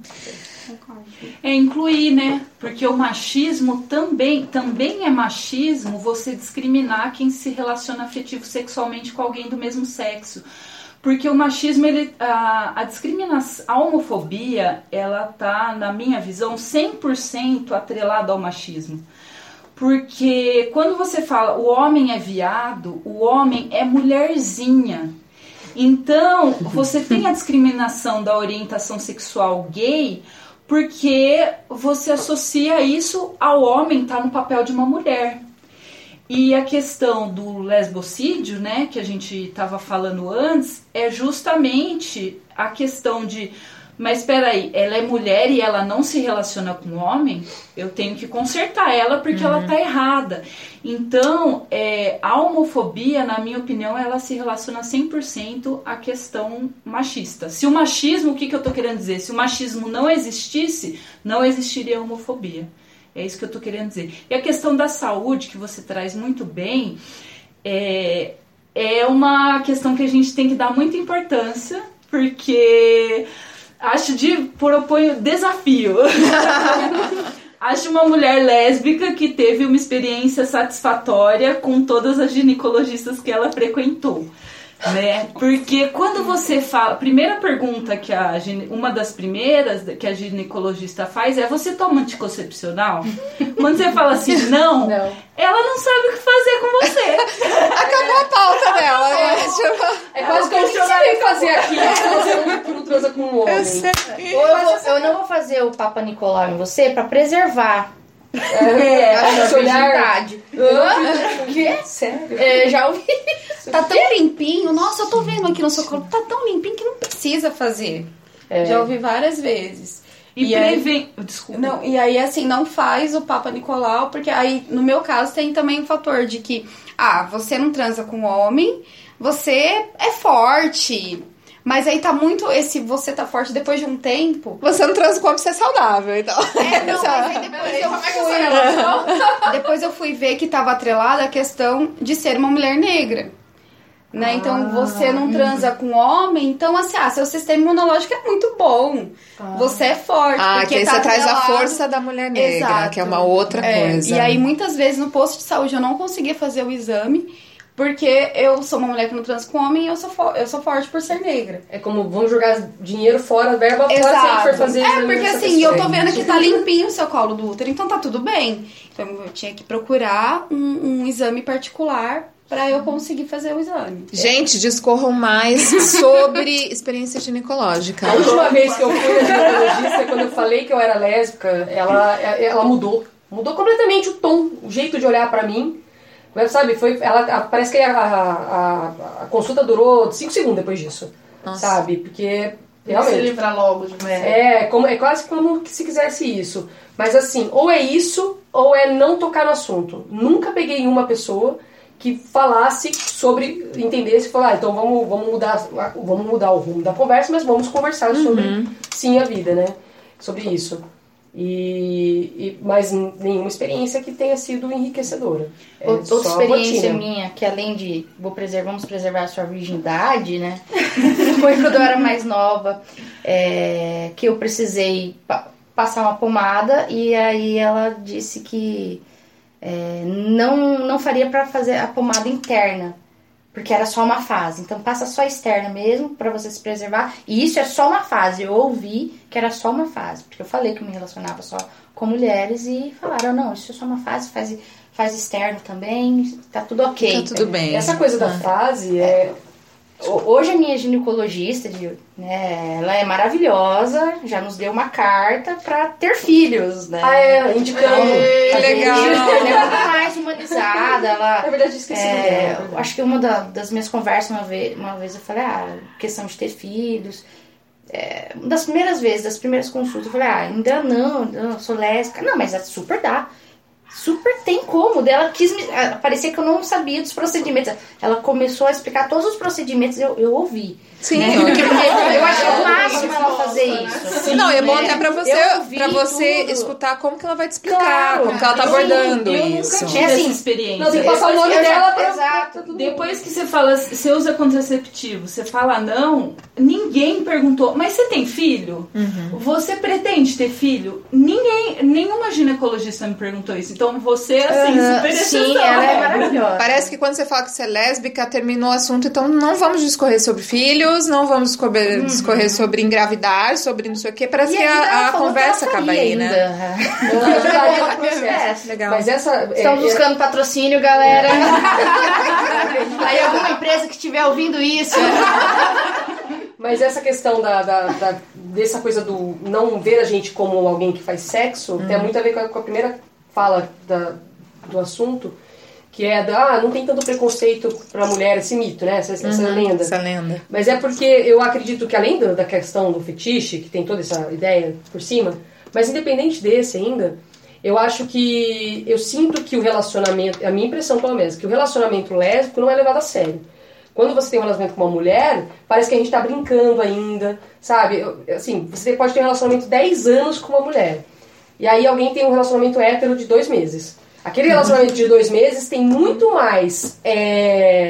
[SPEAKER 4] É incluir, né? Porque o machismo também, também é machismo você discriminar quem se relaciona afetivo sexualmente com alguém do mesmo sexo. Porque o machismo, ele, a, a discriminação, a homofobia, ela tá, na minha visão, cem por cento atrelada ao machismo. Porque quando você fala o homem é viado, o homem é mulherzinha. Então, você tem a discriminação da orientação sexual gay, porque você associa isso ao homem estar no papel de uma mulher. E a questão do lesbocídio, né, que a gente estava falando antes, é justamente a questão de, mas espera aí, ela é mulher e ela não se relaciona com homem, eu tenho que consertar ela porque uhum. ela está errada. Então, é, a homofobia, na minha opinião, ela se relaciona cem por cento à questão machista. Se o machismo, o que, que eu estou querendo dizer? Se o machismo não existisse, não existiria a homofobia. É isso que eu estou querendo dizer. E a questão da saúde, que você traz muito bem, é, é uma questão que a gente tem que dar muita importância, porque acho de proponho desafio. Acho uma mulher lésbica que teve uma experiência satisfatória com todas as ginecologistas que ela frequentou. Né? Porque quando você fala, a primeira pergunta que a uma das primeiras que a ginecologista faz é: você toma anticoncepcional? Quando você fala assim, não, não, ela não sabe o que fazer com você.
[SPEAKER 1] Acabou a pauta dela, né?
[SPEAKER 5] É quase que eu precisaria fazer aqui. Você não transa com um homem.
[SPEAKER 6] Eu, Ou eu, vou, eu não vou fazer o Papa Nicolau em você pra preservar.
[SPEAKER 5] É, a sua virgindade.
[SPEAKER 6] O quê?
[SPEAKER 5] Sério?
[SPEAKER 6] É, já ouvi.
[SPEAKER 3] Tá tão limpinho. Nossa, eu tô vendo aqui no seu corpo. Tá tão limpinho que não precisa fazer.
[SPEAKER 5] É.
[SPEAKER 3] Já ouvi várias vezes.
[SPEAKER 4] E, e prevém... Aí, desculpa.
[SPEAKER 3] Não, e aí, assim, não faz o Papa Nicolau, porque aí, no meu caso, tem também o fator de que, ah, você não transa com homem, você é forte... Mas aí tá muito esse você tá forte depois de um tempo.
[SPEAKER 1] Você não transa com homem, você é saudável, então.
[SPEAKER 3] É, não, mas aí depois eu fui... Depois eu fui ver que tava atrelada a questão de ser uma mulher negra. Né? Ah, então você não transa hum. com homem, então assim, ah, seu sistema imunológico é muito bom. Ah. Você é forte.
[SPEAKER 1] Ah,
[SPEAKER 3] porque
[SPEAKER 1] que
[SPEAKER 3] tá
[SPEAKER 1] você traz
[SPEAKER 3] atrelado...
[SPEAKER 1] a força da mulher negra, Exato. Que é uma outra
[SPEAKER 3] é,
[SPEAKER 1] coisa.
[SPEAKER 3] E aí muitas vezes no posto de saúde eu não conseguia fazer o exame. Porque eu sou uma mulher que não transa com homem e eu sou, fo- eu sou forte por ser negra.
[SPEAKER 5] É como, vamos jogar dinheiro fora, verba fora,
[SPEAKER 3] Exato.
[SPEAKER 5] se a gente for fazer...
[SPEAKER 3] É, porque assim, eu tô vendo que tá limpinho o seu colo do útero, então tá tudo bem. Então eu tinha que procurar um, um exame particular pra eu conseguir fazer o exame.
[SPEAKER 1] Gente, discorram mais sobre experiência ginecológica.
[SPEAKER 5] A última vez que eu fui na ginecologista, quando eu falei que eu era lésbica, ela, ela mudou. Mudou completamente o tom, o jeito de olhar pra mim. Sabe, foi, ela, parece que a, a, a consulta durou cinco segundos depois disso. Nossa. Sabe, porque realmente...
[SPEAKER 2] Se livrar logo de
[SPEAKER 5] é, como, é quase como se quisesse isso. Mas assim, ou é isso, ou é não tocar no assunto. Nunca peguei uma pessoa que falasse sobre, entendesse, falar, ah, então vamos, vamos, mudar, vamos mudar o rumo da conversa, mas vamos conversar uhum. sobre, sim, a vida, né? Sobre isso. E, e, mas nenhuma experiência que tenha sido enriquecedora. É
[SPEAKER 6] outra experiência minha, que além de vou preservar, vamos preservar a sua virgindade, né? Foi quando eu era mais nova, é, que eu precisei pa- passar uma pomada e aí ela disse que é, não, não faria para fazer a pomada interna. Porque era só uma fase. Então passa só a externa mesmo pra você se preservar. E isso é só uma fase. Eu ouvi que era só uma fase. Porque eu falei que eu me relacionava só com mulheres e falaram, não, isso é só uma fase, faz, faz externo também, tá tudo ok.
[SPEAKER 1] Tá tudo bem.
[SPEAKER 5] Essa coisa da fase é...
[SPEAKER 6] Hoje a minha ginecologista, né, ela é maravilhosa, já nos deu uma carta pra ter filhos, né?
[SPEAKER 5] Ah, é, indicando.
[SPEAKER 1] É, legal.
[SPEAKER 6] Ela é muito mais humanizada. Ela,
[SPEAKER 5] Na verdade, esqueci
[SPEAKER 6] é,
[SPEAKER 5] dela.
[SPEAKER 6] Acho que uma da, das minhas conversas, uma vez, uma vez eu falei, ah, questão de ter filhos. É, uma das primeiras vezes, das primeiras consultas, eu falei, ah, ainda não, eu sou lésbica. Não, mas super dá. Super tem como. Ela quis me... Parecia que eu não sabia dos procedimentos. Ela começou a explicar todos os procedimentos, eu, eu ouvi.
[SPEAKER 1] Sim,
[SPEAKER 6] né?
[SPEAKER 1] eu,
[SPEAKER 6] eu achei o máximo ela fazer isso.
[SPEAKER 1] Sim, não, é bom
[SPEAKER 6] né?
[SPEAKER 1] até pra você, pra você escutar como que ela vai te explicar,
[SPEAKER 6] claro,
[SPEAKER 1] como que ela tá
[SPEAKER 6] sim,
[SPEAKER 1] abordando
[SPEAKER 4] eu
[SPEAKER 1] isso.
[SPEAKER 4] Nunca tive
[SPEAKER 6] é assim,
[SPEAKER 4] essa experiência.
[SPEAKER 5] Não, tem que passar o nome
[SPEAKER 6] eu
[SPEAKER 5] dela
[SPEAKER 6] já,
[SPEAKER 5] pra...
[SPEAKER 6] Exato.
[SPEAKER 4] Depois que você fala, você usa contraceptivo, você fala não, ninguém perguntou, mas você tem filho? Uhum. Você pretende ter filho? Ninguém, nenhuma ginecologista me perguntou isso. Então você, assim,
[SPEAKER 6] uh,
[SPEAKER 4] super exceção.
[SPEAKER 6] Sim, ela é maravilhosa.
[SPEAKER 1] Parece que quando você fala que você é lésbica, terminou o assunto, então não vamos discorrer sobre filhos, não vamos discorrer, uhum. discorrer sobre engravidar, sobre não sei o que. Parece e que a, a conversa acaba aí,
[SPEAKER 6] ainda.
[SPEAKER 1] né?
[SPEAKER 6] É,
[SPEAKER 1] legal.
[SPEAKER 5] Mas essa...
[SPEAKER 6] Estamos
[SPEAKER 5] é,
[SPEAKER 6] buscando patrocínio, galera. Aí alguma empresa que estiver ouvindo isso.
[SPEAKER 5] Mas essa questão da, da, da, dessa coisa do não ver a gente como alguém que faz sexo, uhum. tem muito a ver com a, com a primeira fala da, do assunto, que é da, ah, não tem tanto preconceito pra mulher, esse mito, né? Essa, essa
[SPEAKER 1] uhum,
[SPEAKER 5] lenda.
[SPEAKER 1] Essa lenda.
[SPEAKER 5] Mas é porque eu acredito que além da, da questão do fetiche, que tem toda essa ideia por cima, mas independente desse ainda, eu acho que, eu sinto que o relacionamento, a minha impressão pelo menos, que o relacionamento lésbico não é levado a sério. Quando você tem um relacionamento com uma mulher, parece que a gente tá brincando ainda, sabe? Eu, assim, você pode ter um relacionamento dez anos com uma mulher. E aí alguém tem um relacionamento hétero de dois meses. Aquele relacionamento de dois meses tem muito mais é,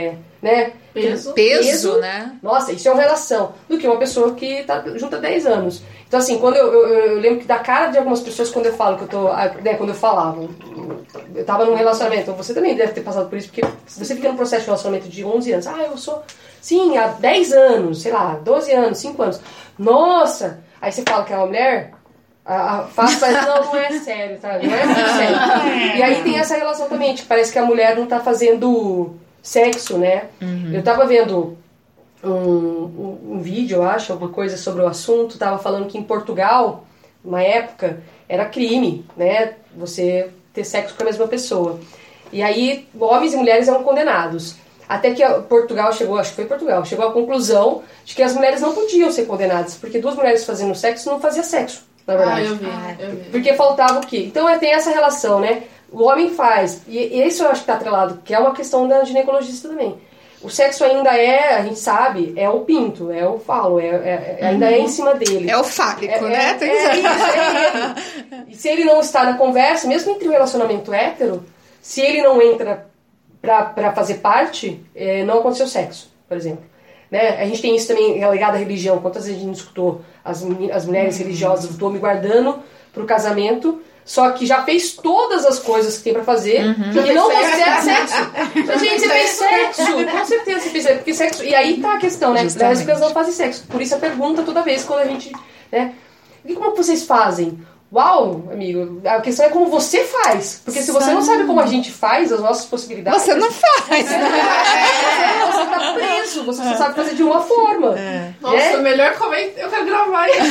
[SPEAKER 5] né?
[SPEAKER 2] Peso.
[SPEAKER 1] Peso,
[SPEAKER 5] Peso,
[SPEAKER 1] né?
[SPEAKER 5] Nossa, isso é uma relação. Do que uma pessoa que tá junto há dez anos. Então, assim, quando eu, eu, eu lembro que da cara de algumas pessoas quando eu falo que eu tô... Né, quando eu falava, eu tava num relacionamento, você também deve ter passado por isso, porque você fica num processo de relacionamento de onze anos. Ah, eu sou... Sim, há dez anos, sei lá, doze anos, cinco anos. Nossa! Aí você fala que é uma mulher... A, a, faz, mas não, não é sério, tá? Não é muito sério. E aí tem essa relação também, tipo, parece que a mulher não tá fazendo sexo, né? Uhum. Eu tava vendo um, um, um vídeo, eu acho, alguma coisa sobre o assunto, tava falando que em Portugal, uma época, era crime, né? Você ter sexo com a mesma pessoa. E aí, homens e mulheres eram condenados. Até que Portugal chegou, acho que foi Portugal, chegou à conclusão de que as mulheres não podiam ser condenadas, porque duas mulheres fazendo sexo não fazia sexo. Na verdade.
[SPEAKER 2] Ah, eu vi, eu vi.
[SPEAKER 5] Porque faltava o quê? Então é, tem essa relação, né? O homem faz, e, e isso eu acho que tá atrelado, que é uma questão da ginecologista também. O sexo ainda é, a gente sabe, é o pinto, é o falo, é, é, é, ainda é em cima dele.
[SPEAKER 1] É o fálico,
[SPEAKER 5] é,
[SPEAKER 1] né?
[SPEAKER 5] É,
[SPEAKER 1] tem
[SPEAKER 5] é, é isso, é ele. E se ele não está na conversa, mesmo entre o relacionamento hétero, se ele não entra pra, pra fazer parte, é, não aconteceu sexo, por exemplo. Né? A gente tem isso também ligado à religião. Quantas vezes a gente escutou as, as mulheres religiosas, estou me guardando pro casamento, só que já fez todas as coisas que tem pra fazer
[SPEAKER 1] Uhum.
[SPEAKER 5] e não considera sexo. Mas, gente, você fez sexo. Com certeza você fez sexo. Porque sexo... E aí tá a questão, né? Lésbicas não fazem sexo. Por isso a pergunta toda vez quando a gente... Né? E como vocês fazem? Uau, amigo, a questão é como você faz. Porque se você não sabe como a gente faz, as nossas possibilidades...
[SPEAKER 1] Você não faz.
[SPEAKER 5] Você, você tá preso, você só sabe fazer de uma forma.
[SPEAKER 1] É.
[SPEAKER 2] Nossa,
[SPEAKER 5] É?
[SPEAKER 2] melhor comentar. Eu quero gravar isso.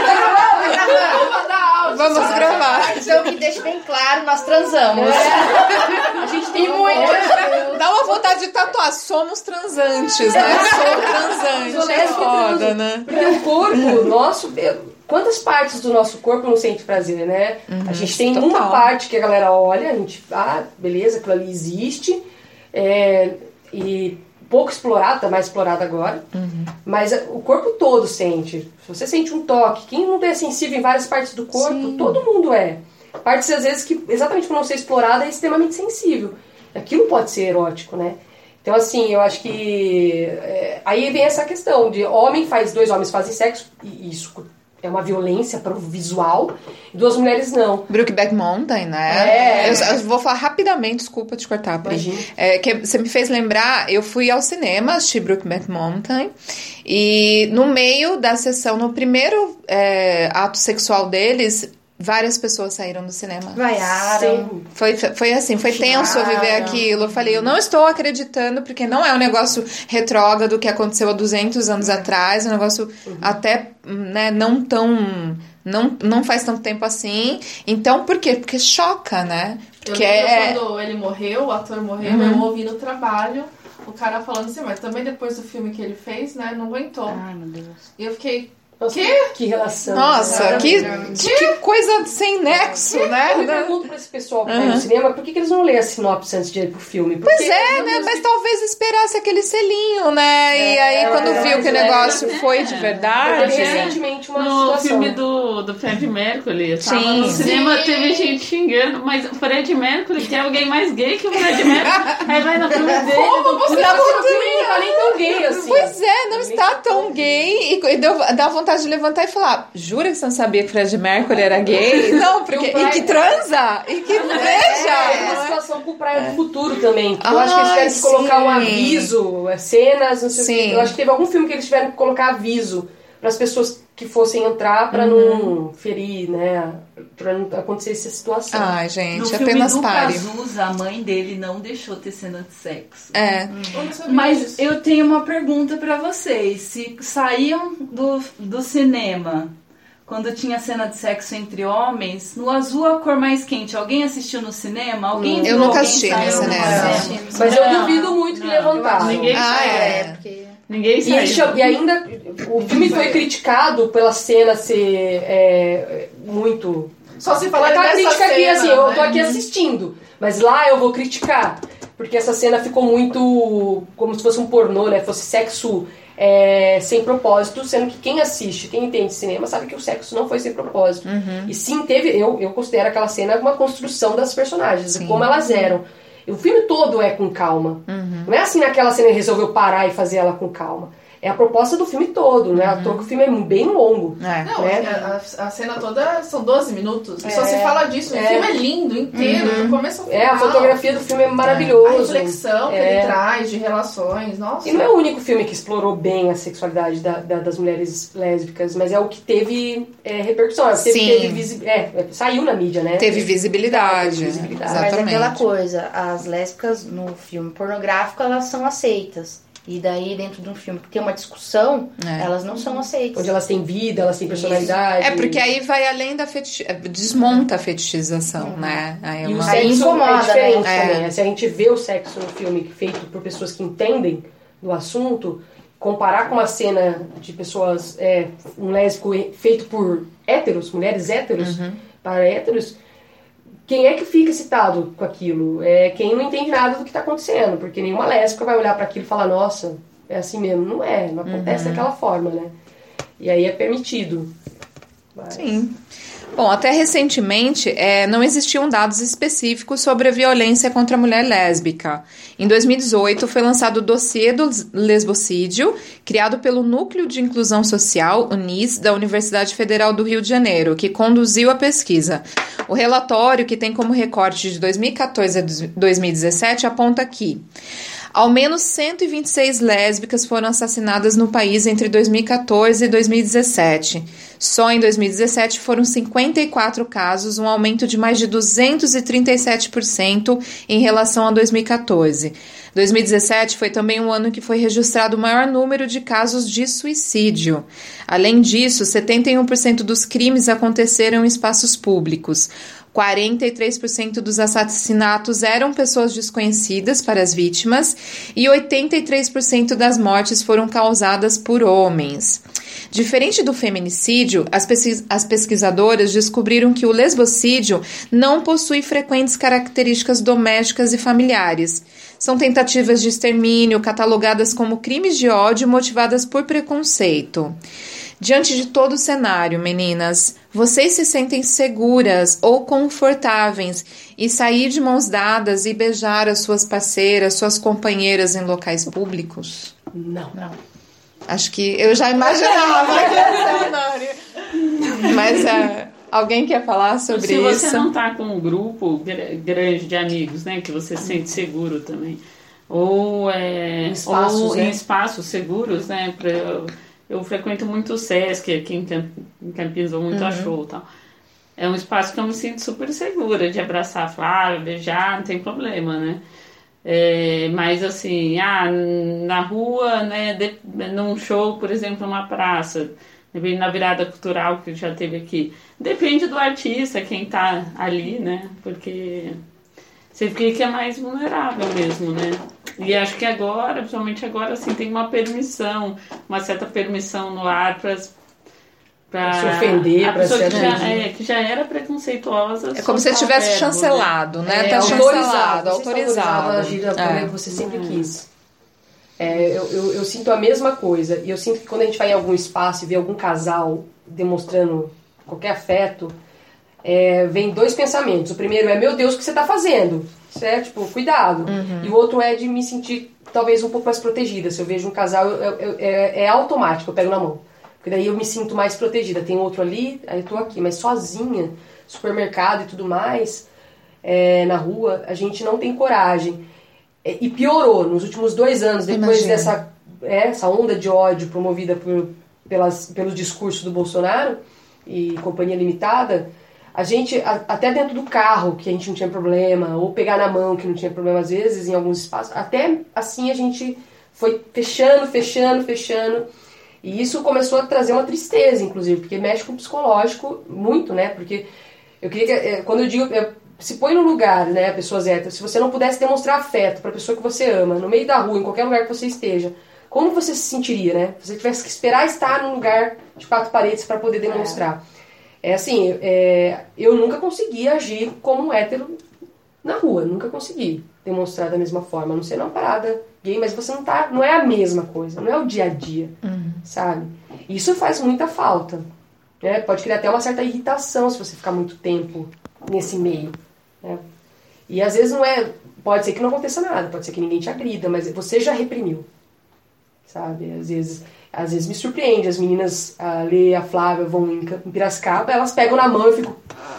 [SPEAKER 2] Vou mandar áudio.
[SPEAKER 1] Vamos
[SPEAKER 2] só
[SPEAKER 1] gravar.
[SPEAKER 6] Então, que deixe bem claro, nós transamos.
[SPEAKER 5] É. A gente tem muito.
[SPEAKER 1] Dá uma vontade de tatuar. Somos transantes, né? Sou transante.
[SPEAKER 5] Sou
[SPEAKER 1] É
[SPEAKER 5] lésbica
[SPEAKER 1] foda,
[SPEAKER 5] transa.
[SPEAKER 1] né?
[SPEAKER 5] Porque o corpo nosso... Quantas partes do nosso corpo não sente prazer, né?
[SPEAKER 1] Uhum,
[SPEAKER 5] a gente tem
[SPEAKER 1] total.
[SPEAKER 5] uma parte que a galera olha, a gente... Ah, beleza, aquilo ali existe. É, e pouco explorado, tá mais explorado agora. Uhum. Mas o corpo todo sente. Se você sente um toque, quem não é sensível em várias partes do corpo, Sim. todo mundo é. Partes, às vezes, que exatamente por não ser explorada, é extremamente sensível. Aquilo pode ser erótico, né? Então, assim, eu acho que... É, aí vem essa questão de homem faz... Dois homens fazem sexo, e isso... É uma violência para o visual. E duas mulheres não.
[SPEAKER 1] Brokeback Mountain, né?
[SPEAKER 5] É.
[SPEAKER 1] Eu, eu vou falar rapidamente, desculpa te cortar, Pri. É, que você me fez lembrar, eu fui ao cinema assistir Brokeback Mountain. E no meio da sessão, no primeiro é, ato sexual deles... Várias pessoas saíram do cinema.
[SPEAKER 6] Vaiaram.
[SPEAKER 1] Foi, foi assim, foi tenso viver aquilo. Eu falei, eu não estou acreditando, porque não é um negócio retrógrado que aconteceu há duzentos anos atrás, é um negócio uhum. até, né, não tão... Não, não faz tanto tempo assim. Então, por quê? Porque choca, né? Porque
[SPEAKER 2] eu lembro
[SPEAKER 1] é...
[SPEAKER 2] quando ele morreu, o ator morreu,
[SPEAKER 1] uhum.
[SPEAKER 2] eu ouvi no trabalho o cara falando assim, mas também depois do filme que ele fez, né, não aguentou.
[SPEAKER 6] Ai, meu Deus.
[SPEAKER 2] E eu fiquei...
[SPEAKER 5] Nossa,
[SPEAKER 2] que?
[SPEAKER 5] que relação.
[SPEAKER 1] Nossa, que, que, que coisa sem nexo,
[SPEAKER 5] que?
[SPEAKER 1] né?
[SPEAKER 5] Eu pergunto pra esse pessoal que vai no cinema, por que, que eles não lêem a sinopse antes de ir pro filme? Porque
[SPEAKER 1] pois é, né? Mas talvez esperasse aquele selinho, né? É, e aí, é, quando é, viu que o negócio é, foi de verdade...
[SPEAKER 5] Teve recentemente uma
[SPEAKER 7] no
[SPEAKER 5] situação.
[SPEAKER 7] filme do, do Fred Mercury, eu tava
[SPEAKER 1] Sim.
[SPEAKER 7] no cinema,
[SPEAKER 2] Sim.
[SPEAKER 7] teve gente xingando, mas o Fred Mercury, que é alguém mais gay que o Fred Mercury, aí vai no filme dele...
[SPEAKER 2] Como você
[SPEAKER 5] tá
[SPEAKER 2] não
[SPEAKER 5] no filme não tá nem tão gay assim.
[SPEAKER 1] Pois é, não está tão gay. E deu, dá vontade de levantar e falar, jura que você não sabia que o Fred Mercury era gay? Não, porque... E que transa? E que beija?
[SPEAKER 5] É uma situação com Praia do Futuro também. Que eu
[SPEAKER 1] Ah,
[SPEAKER 5] acho que eles tiveram que colocar
[SPEAKER 1] sim.
[SPEAKER 5] um aviso, cenas, não sei o
[SPEAKER 1] Sim.
[SPEAKER 5] que. Eu acho que teve algum filme que eles tiveram que colocar aviso para as pessoas que fossem entrar para
[SPEAKER 1] Uhum.
[SPEAKER 5] não ferir, né? Para não acontecer essa situação.
[SPEAKER 1] Ai, gente,
[SPEAKER 4] No filme
[SPEAKER 1] apenas
[SPEAKER 4] do
[SPEAKER 1] pare.
[SPEAKER 4] Cazuza, a mãe dele não deixou ter cena de sexo.
[SPEAKER 1] É.
[SPEAKER 4] Mas eu tenho uma pergunta pra vocês. Se saíam do, do cinema quando tinha cena de sexo entre homens, no azul a cor mais quente, alguém assistiu no cinema? Alguém
[SPEAKER 1] Eu
[SPEAKER 4] viu
[SPEAKER 1] nunca
[SPEAKER 4] alguém
[SPEAKER 1] assisti no
[SPEAKER 4] saiu do
[SPEAKER 1] cinema.
[SPEAKER 5] Mas eu
[SPEAKER 7] Não,
[SPEAKER 5] duvido muito que
[SPEAKER 7] não.
[SPEAKER 5] levantaram.
[SPEAKER 7] Ninguém
[SPEAKER 1] Ah,
[SPEAKER 7] saiu.
[SPEAKER 1] é.
[SPEAKER 6] porque...
[SPEAKER 7] Ninguém
[SPEAKER 5] E, ele
[SPEAKER 7] saiu.
[SPEAKER 5] chama- e ainda o filme foi criticado pela cena ser é, muito...
[SPEAKER 2] Só se falar
[SPEAKER 5] Aquela
[SPEAKER 2] dessa
[SPEAKER 5] crítica aqui,
[SPEAKER 2] cena,
[SPEAKER 5] assim, eu
[SPEAKER 2] né?
[SPEAKER 5] tô aqui assistindo, mas lá eu vou criticar. Porque essa cena ficou muito como se fosse um pornô, né? Fosse sexo é, sem propósito, sendo que quem assiste, quem entende cinema, sabe que o sexo não foi sem propósito.
[SPEAKER 1] Uhum.
[SPEAKER 5] E sim, teve, eu, eu considero aquela cena uma construção das personagens,
[SPEAKER 1] Sim.
[SPEAKER 5] de como elas eram. O filme todo é com calma. Uhum. Não é assim naquela cena ele resolveu parar e fazer ela com calma. É a proposta do filme todo, né? Uhum. O filme é bem longo.
[SPEAKER 2] É. Não,
[SPEAKER 5] né?
[SPEAKER 2] a, a cena toda são doze minutos. É. Só se fala disso. É. O filme é lindo, inteiro, uhum. do começo ao final.
[SPEAKER 5] É, a fotografia do filme é maravilhosa.
[SPEAKER 2] A reflexão que é. ele traz de relações, nossa.
[SPEAKER 5] E não é o único filme que explorou bem a sexualidade da, da, das mulheres lésbicas, mas é o que teve é, repercussão. Teve,
[SPEAKER 1] Sim.
[SPEAKER 5] Teve visi- é, saiu na mídia, né?
[SPEAKER 1] Teve visibilidade. Teve
[SPEAKER 6] visibilidade. Mas é aquela coisa, as lésbicas no filme pornográfico, elas são aceitas. E daí, dentro de um filme que tem uma discussão, é. elas não são aceitas.
[SPEAKER 5] Onde elas têm vida, elas têm personalidade.
[SPEAKER 1] É, porque aí vai além da fetiche... desmonta a fetichização, uhum. né?
[SPEAKER 5] Aí é uma... E o sexo aí incomoda, é diferente né? também. É. Se a gente vê o sexo no filme feito por pessoas que entendem do assunto, comparar com uma cena de pessoas... É, um lésbico feito por héteros, mulheres héteros, uhum. para héteros... Quem é que fica excitado com aquilo? É quem não entende nada do que está acontecendo, porque nenhuma lésbica vai olhar para aquilo e falar, nossa, é assim mesmo. Não é, não acontece uhum. daquela forma, né? E aí é permitido. Mas... Sim.
[SPEAKER 1] Bom, até recentemente é, não existiam dados específicos sobre a violência contra a mulher lésbica. Em dois mil e dezoito foi lançado o Dossiê do Lesbocídio, criado pelo Núcleo de Inclusão Social, U N I S, da Universidade Federal do Rio de Janeiro, que conduziu a pesquisa. O relatório, que tem como recorte de dois mil e quatorze a dois mil e dezessete, aponta que ao menos cento e vinte e seis lésbicas foram assassinadas no país entre dois mil e quatorze e dois mil e dezessete. Só em dois mil e dezessete foram cinquenta e quatro casos, um aumento de mais de duzentos e trinta e sete por cento em relação a dois mil e quatorze. dois mil e dezessete foi também um ano que foi registrado o maior número de casos de suicídio. Além disso, setenta e um por cento dos crimes aconteceram em espaços públicos. quarenta e três por cento dos assassinatos eram pessoas desconhecidas para as vítimas e oitenta e três por cento das mortes foram causadas por homens. Diferente do feminicídio, as, pesquis- as pesquisadoras descobriram que o lesbocídio não possui frequentes características domésticas e familiares. São tentativas de extermínio catalogadas como crimes de ódio motivadas por preconceito. Diante de todo o cenário, meninas, vocês se sentem seguras ou confortáveis em sair de mãos dadas e beijar as suas parceiras, suas companheiras em locais públicos?
[SPEAKER 5] Não. Não.
[SPEAKER 1] Acho que eu já imaginava esse cenário. Mas uh, alguém quer falar sobre
[SPEAKER 7] se
[SPEAKER 1] isso?
[SPEAKER 7] Se você não está com um grupo grande de amigos, né, que você se sente seguro também, ou, é,
[SPEAKER 5] espaços,
[SPEAKER 7] ou
[SPEAKER 5] né?
[SPEAKER 7] em espaços seguros, né, pra, eu, eu frequento muito o Sesc aqui em, Camp, em Campinas, ou muito uhum. a show e tal. É um espaço que eu me sinto super segura de abraçar a Flávia, beijar, não tem problema, né? É, mas assim, ah, na rua, né, de, num show, por exemplo, numa praça, na virada cultural que já teve aqui, depende do artista, quem tá ali, né, porque você fica mais vulnerável mesmo, né, e acho que agora, principalmente agora, assim, tem uma permissão, uma certa permissão no ar para
[SPEAKER 5] Pra se ofender, para se
[SPEAKER 7] que já, é, que já era preconceituosa.
[SPEAKER 1] É como se tivesse verbo, chancelado, né? né?
[SPEAKER 5] É,
[SPEAKER 1] tá
[SPEAKER 5] autorizado,
[SPEAKER 1] chancelado, autorizado.
[SPEAKER 5] A agir da maneira que você sempre é. quis. É, eu, eu, eu sinto a mesma coisa. E eu sinto que quando a gente vai em algum espaço e vê algum casal demonstrando qualquer afeto, é, vem dois pensamentos. O primeiro é, meu Deus, o que você está fazendo? Certo? Tipo, cuidado. Uhum. E o outro é de me sentir talvez um pouco mais protegida. Se eu vejo um casal, eu, eu, eu, é, é automático, eu pego na mão. Porque daí eu me sinto mais protegida. Tem outro ali, aí eu tô aqui. Mas sozinha, supermercado e tudo mais, é, na rua, a gente não tem coragem. É, e piorou nos últimos dois anos, depois Imagina. dessa é, essa onda de ódio promovida por, pelas, pelos discursos do Bolsonaro e Companhia Limitada, a gente, a, até dentro do carro, que a gente não tinha problema, ou pegar na mão, que não tinha problema às vezes, em alguns espaços, até assim a gente foi fechando, fechando, fechando. E isso começou a trazer uma tristeza, inclusive, porque mexe com o psicológico muito, né? Porque eu queria que, quando eu digo, se põe no lugar, né, pessoas héteras, se você não pudesse demonstrar afeto para a pessoa que você ama, no meio da rua, em qualquer lugar que você esteja, como você se sentiria, né? Se você tivesse que esperar estar num lugar de quatro paredes para poder demonstrar. É, é assim, é, eu nunca consegui agir como um hétero na rua, nunca consegui demonstrar da mesma forma, a não ser numa parada gay, mas você não tá, não é a mesma coisa, não é o dia a dia, uhum. sabe? Isso faz muita falta, né? Pode criar até uma certa irritação se você ficar muito tempo nesse meio, né? E às vezes não é pode ser que não aconteça nada, pode ser que ninguém te agrida, mas você já reprimiu, sabe? Às vezes, às vezes me surpreende, as meninas, a Lê e a Flávia vão em Piracicaba, elas pegam na mão e eu fico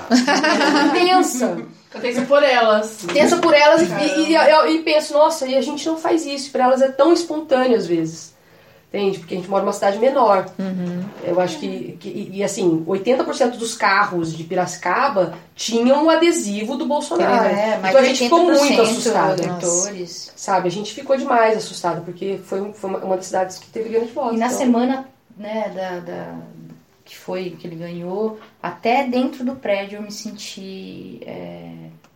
[SPEAKER 5] tensa.
[SPEAKER 2] Tensa por elas.
[SPEAKER 5] Tensa por elas e, e, e, e penso, nossa, e a gente não faz isso, para elas é tão espontâneo às vezes. Entende? Porque a gente mora numa cidade menor. Uhum. Eu acho que, que... E assim, oitenta por cento dos carros de Piracicaba tinham um adesivo do Bolsonaro.
[SPEAKER 6] É, mas
[SPEAKER 5] então a gente ficou muito assustada.
[SPEAKER 6] Eleitores.
[SPEAKER 5] Sabe? A gente ficou demais assustada, porque foi, foi uma das cidades que teve grande voto.
[SPEAKER 6] E na
[SPEAKER 5] então.
[SPEAKER 6] semana, né, da, da, que foi que ele ganhou, até dentro do prédio eu me senti... É...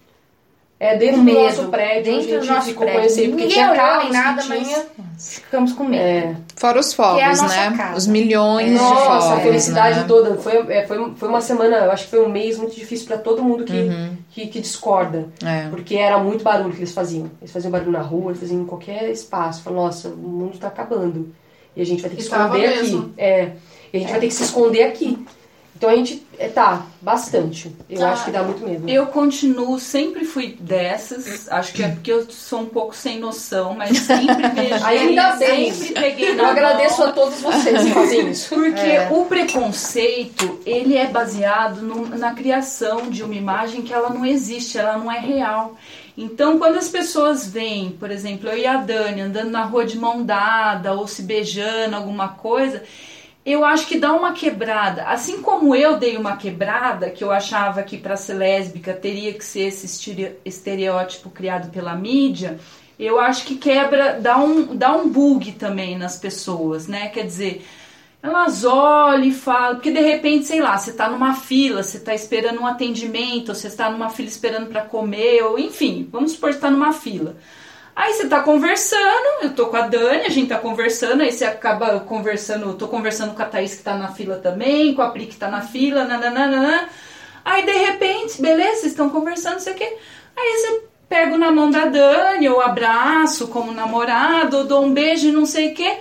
[SPEAKER 5] É, dentro
[SPEAKER 6] com
[SPEAKER 5] do
[SPEAKER 6] medo,
[SPEAKER 5] nosso prédio,
[SPEAKER 6] dentro
[SPEAKER 5] a gente
[SPEAKER 6] do nosso
[SPEAKER 5] ficou
[SPEAKER 6] prédio.
[SPEAKER 5] conhecendo, porque
[SPEAKER 6] Ninguém
[SPEAKER 5] tinha
[SPEAKER 6] olhou
[SPEAKER 5] carros
[SPEAKER 6] nem nada,
[SPEAKER 5] que
[SPEAKER 6] mas
[SPEAKER 5] tinha...
[SPEAKER 6] ficamos com medo.
[SPEAKER 5] É.
[SPEAKER 1] Fora os fogos,
[SPEAKER 6] Que é a nossa
[SPEAKER 1] né?
[SPEAKER 6] casa.
[SPEAKER 1] Os milhões
[SPEAKER 5] Nossa,
[SPEAKER 1] de fogos,
[SPEAKER 5] a felicidade
[SPEAKER 1] né?
[SPEAKER 5] toda. Foi, é, foi, foi uma semana, eu acho que foi um mês muito difícil pra todo mundo que,
[SPEAKER 1] Uhum.
[SPEAKER 5] que, que discorda.
[SPEAKER 1] É.
[SPEAKER 5] Porque era muito barulho que eles faziam. Eles faziam barulho na rua, eles faziam em qualquer espaço. Falaram, nossa, o mundo tá acabando. E a gente vai ter que se
[SPEAKER 2] Estava
[SPEAKER 5] esconder
[SPEAKER 2] mesmo.
[SPEAKER 5] aqui. É. E a gente vai ter que se esconder aqui. Então a gente, é, tá, bastante. Eu
[SPEAKER 4] Ah,
[SPEAKER 5] acho que dá muito medo.
[SPEAKER 4] Eu continuo, sempre fui dessas, acho que é porque eu sou um pouco sem noção, mas sempre beijei,
[SPEAKER 5] Ainda bem.
[SPEAKER 4] sempre peguei na
[SPEAKER 5] Eu agradeço
[SPEAKER 4] mão.
[SPEAKER 5] a todos vocês que fazem isso.
[SPEAKER 4] Porque
[SPEAKER 6] É.
[SPEAKER 4] o preconceito, ele é baseado no- na criação de uma imagem que ela não existe, ela não é real. Então, quando as pessoas veem, por exemplo, eu e a Dani andando na rua de mão dada ou se beijando, alguma coisa, eu acho que dá uma quebrada. Assim como eu dei uma quebrada, que eu achava que para ser lésbica teria que ser esse estere- estereótipo criado pela mídia, eu acho que quebra, dá um, dá um bug também nas pessoas, né? Quer dizer, elas olham e falam, porque de repente, sei lá, você tá numa fila, você tá esperando um atendimento, ou você está numa fila esperando para comer, ou enfim, vamos supor que você tá numa fila. Aí você tá conversando, eu tô com a Dani, a gente tá conversando, aí você acaba conversando, eu tô conversando com a Thaís que tá na fila também, com a Pri que tá na fila, nananana. Aí de repente, beleza, vocês estão conversando, não sei o quê. Aí você pega na mão da Dani, ou abraço como namorado, ou dou um beijo e não sei o quê.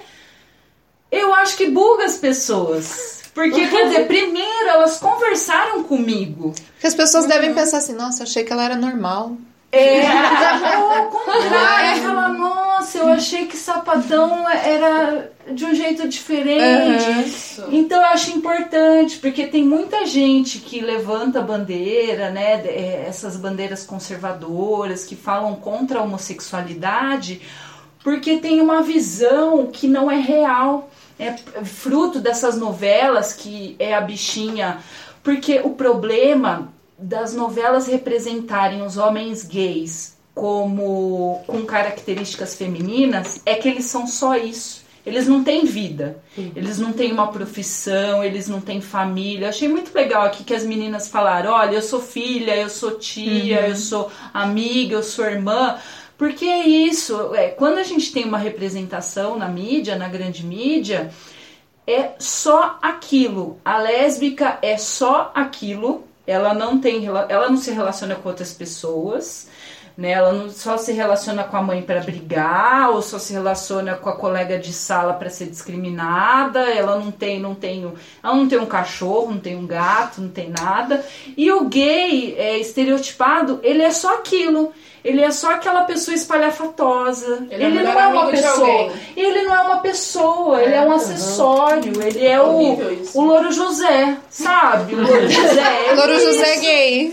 [SPEAKER 4] Eu acho que buga as pessoas. Porque, quer dizer, primeiro elas conversaram comigo.
[SPEAKER 1] Porque as pessoas devem pensar assim, nossa, eu achei que ela era normal.
[SPEAKER 4] É, ou ao contrário, fala, nossa, eu achei que sapatão era de um jeito diferente.
[SPEAKER 1] Uhum.
[SPEAKER 4] Então eu acho importante, porque tem muita gente que levanta bandeira, né, essas bandeiras conservadoras que falam contra a homossexualidade, porque tem uma visão que não é real, é fruto dessas novelas que é a bichinha, porque o problema das novelas representarem os homens gays como com características femininas é que eles são só isso. Eles não têm vida, eles não têm uma profissão, eles não têm família. Eu achei muito legal aqui que as meninas falaram, olha, eu sou filha, eu sou tia, uhum. eu sou amiga, eu sou irmã. Porque é isso, é, quando a gente tem uma representação na mídia, na grande mídia, é só aquilo. A lésbica é só aquilo. Ela não tem, ela não se relaciona com outras pessoas, né? Ela não só se relaciona com a mãe para brigar, ou só se relaciona com a colega de sala para ser discriminada. Ela não tem, não tem, ela não tem um cachorro, não tem um gato, não tem nada. E o gay é, estereotipado, ele é só aquilo. Ele é só aquela pessoa espalhafatosa.
[SPEAKER 2] Ele,
[SPEAKER 4] ele
[SPEAKER 2] é
[SPEAKER 4] não é uma pessoa.
[SPEAKER 2] De
[SPEAKER 4] ele não é uma pessoa, é, ele é um acessório. Uhum. Ele é, é o, o Louro José, sabe? O Louro José. É
[SPEAKER 1] Louro José gay.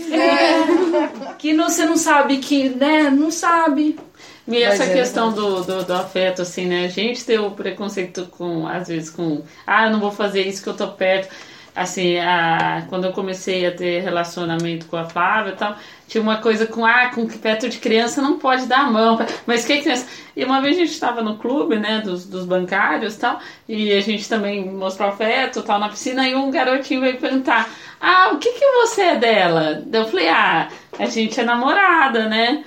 [SPEAKER 4] É, que não, você não sabe que, né? Não sabe.
[SPEAKER 7] E essa
[SPEAKER 5] Mas
[SPEAKER 7] questão
[SPEAKER 5] é,
[SPEAKER 7] do, do, do afeto, assim, né? A gente tem o preconceito com, às vezes, com... Ah, eu não vou fazer isso que eu tô perto. Assim, a, quando eu comecei a ter relacionamento com a Flávia e tal, tinha uma coisa com, ah, com que perto de criança não pode dar a mão. Mas que criança? E uma vez a gente estava no clube, né, dos, dos bancários e tal, e a gente também mostrou afeto tal na piscina, e um garotinho veio perguntar, ah, o que que você é dela? Eu falei, ah, a gente é namorada, né?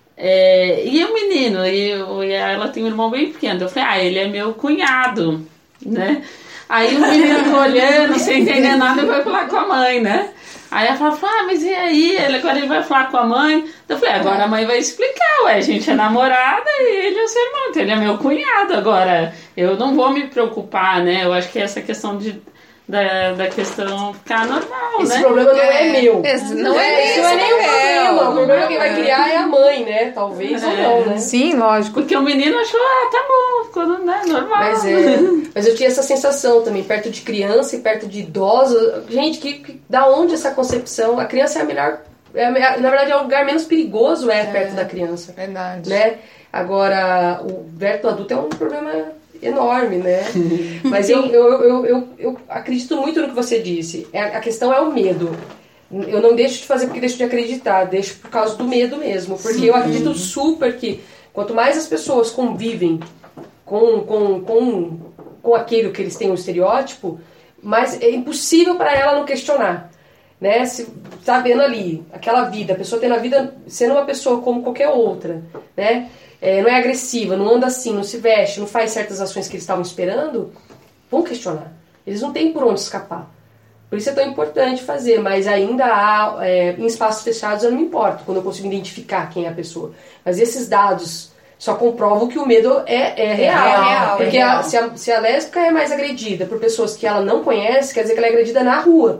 [SPEAKER 7] É, e o menino? E, e ela tem um irmão bem pequeno. Eu falei, ah, ele é meu cunhado, né? Aí o menino ficou olhando, sem entender nada, e vai falar com a mãe, né? Aí ela falou, ah, mas e aí? Ele, agora ele vai falar com a mãe. Eu falei, agora a mãe vai explicar, ué, a gente é namorada e ele é seu irmão, então ele é meu cunhado. Agora, eu não vou me preocupar, né? Eu acho que essa questão de, da, da questão ficar normal,
[SPEAKER 5] Esse
[SPEAKER 7] né?
[SPEAKER 5] problema não é,
[SPEAKER 1] É.
[SPEAKER 5] meu.
[SPEAKER 1] Esse não é
[SPEAKER 5] Esse
[SPEAKER 1] esse
[SPEAKER 5] não é nem o
[SPEAKER 1] é
[SPEAKER 5] problema. O problema é quem vai
[SPEAKER 1] É.
[SPEAKER 5] criar é a mãe, né? Talvez ou não, né?
[SPEAKER 1] Sim, lógico.
[SPEAKER 7] Porque o menino achou, ah, tá bom, ficou né, normal.
[SPEAKER 5] Mas, é, mas eu tinha essa sensação também, perto de criança e perto de idosa. Gente, que, que, da onde essa concepção? A criança é a melhor... É, a- na verdade, é o lugar menos perigoso é, perto da criança.
[SPEAKER 1] Verdade.
[SPEAKER 5] Né? Agora, o perto adulto é um problema enorme, né? Mas eu, eu, eu, eu, eu acredito muito no que você disse. É, a questão é o medo. Eu não deixo de fazer porque deixo de acreditar, deixo por causa do medo mesmo. Porque
[SPEAKER 7] Sim.
[SPEAKER 5] eu acredito super que quanto mais as pessoas convivem com, com, com, com aquilo que eles têm um estereótipo, mais é impossível para ela não questionar. Né? Se, sabendo ali, aquela vida, a pessoa tendo a vida, sendo uma pessoa como qualquer outra, né? É, não é agressiva, não anda assim, não se veste, não faz certas ações que eles estavam esperando, vão questionar. Eles não têm por onde escapar. Por isso é tão importante fazer, mas ainda há, é, em espaços fechados eu não me importo, quando eu consigo identificar quem é a pessoa. Mas esses dados só comprovam que o medo é, é real.
[SPEAKER 3] É real,
[SPEAKER 5] porque
[SPEAKER 3] é real.
[SPEAKER 5] A, se, a, se a lésbica é mais agredida por pessoas que ela não conhece, quer dizer que ela é agredida na rua.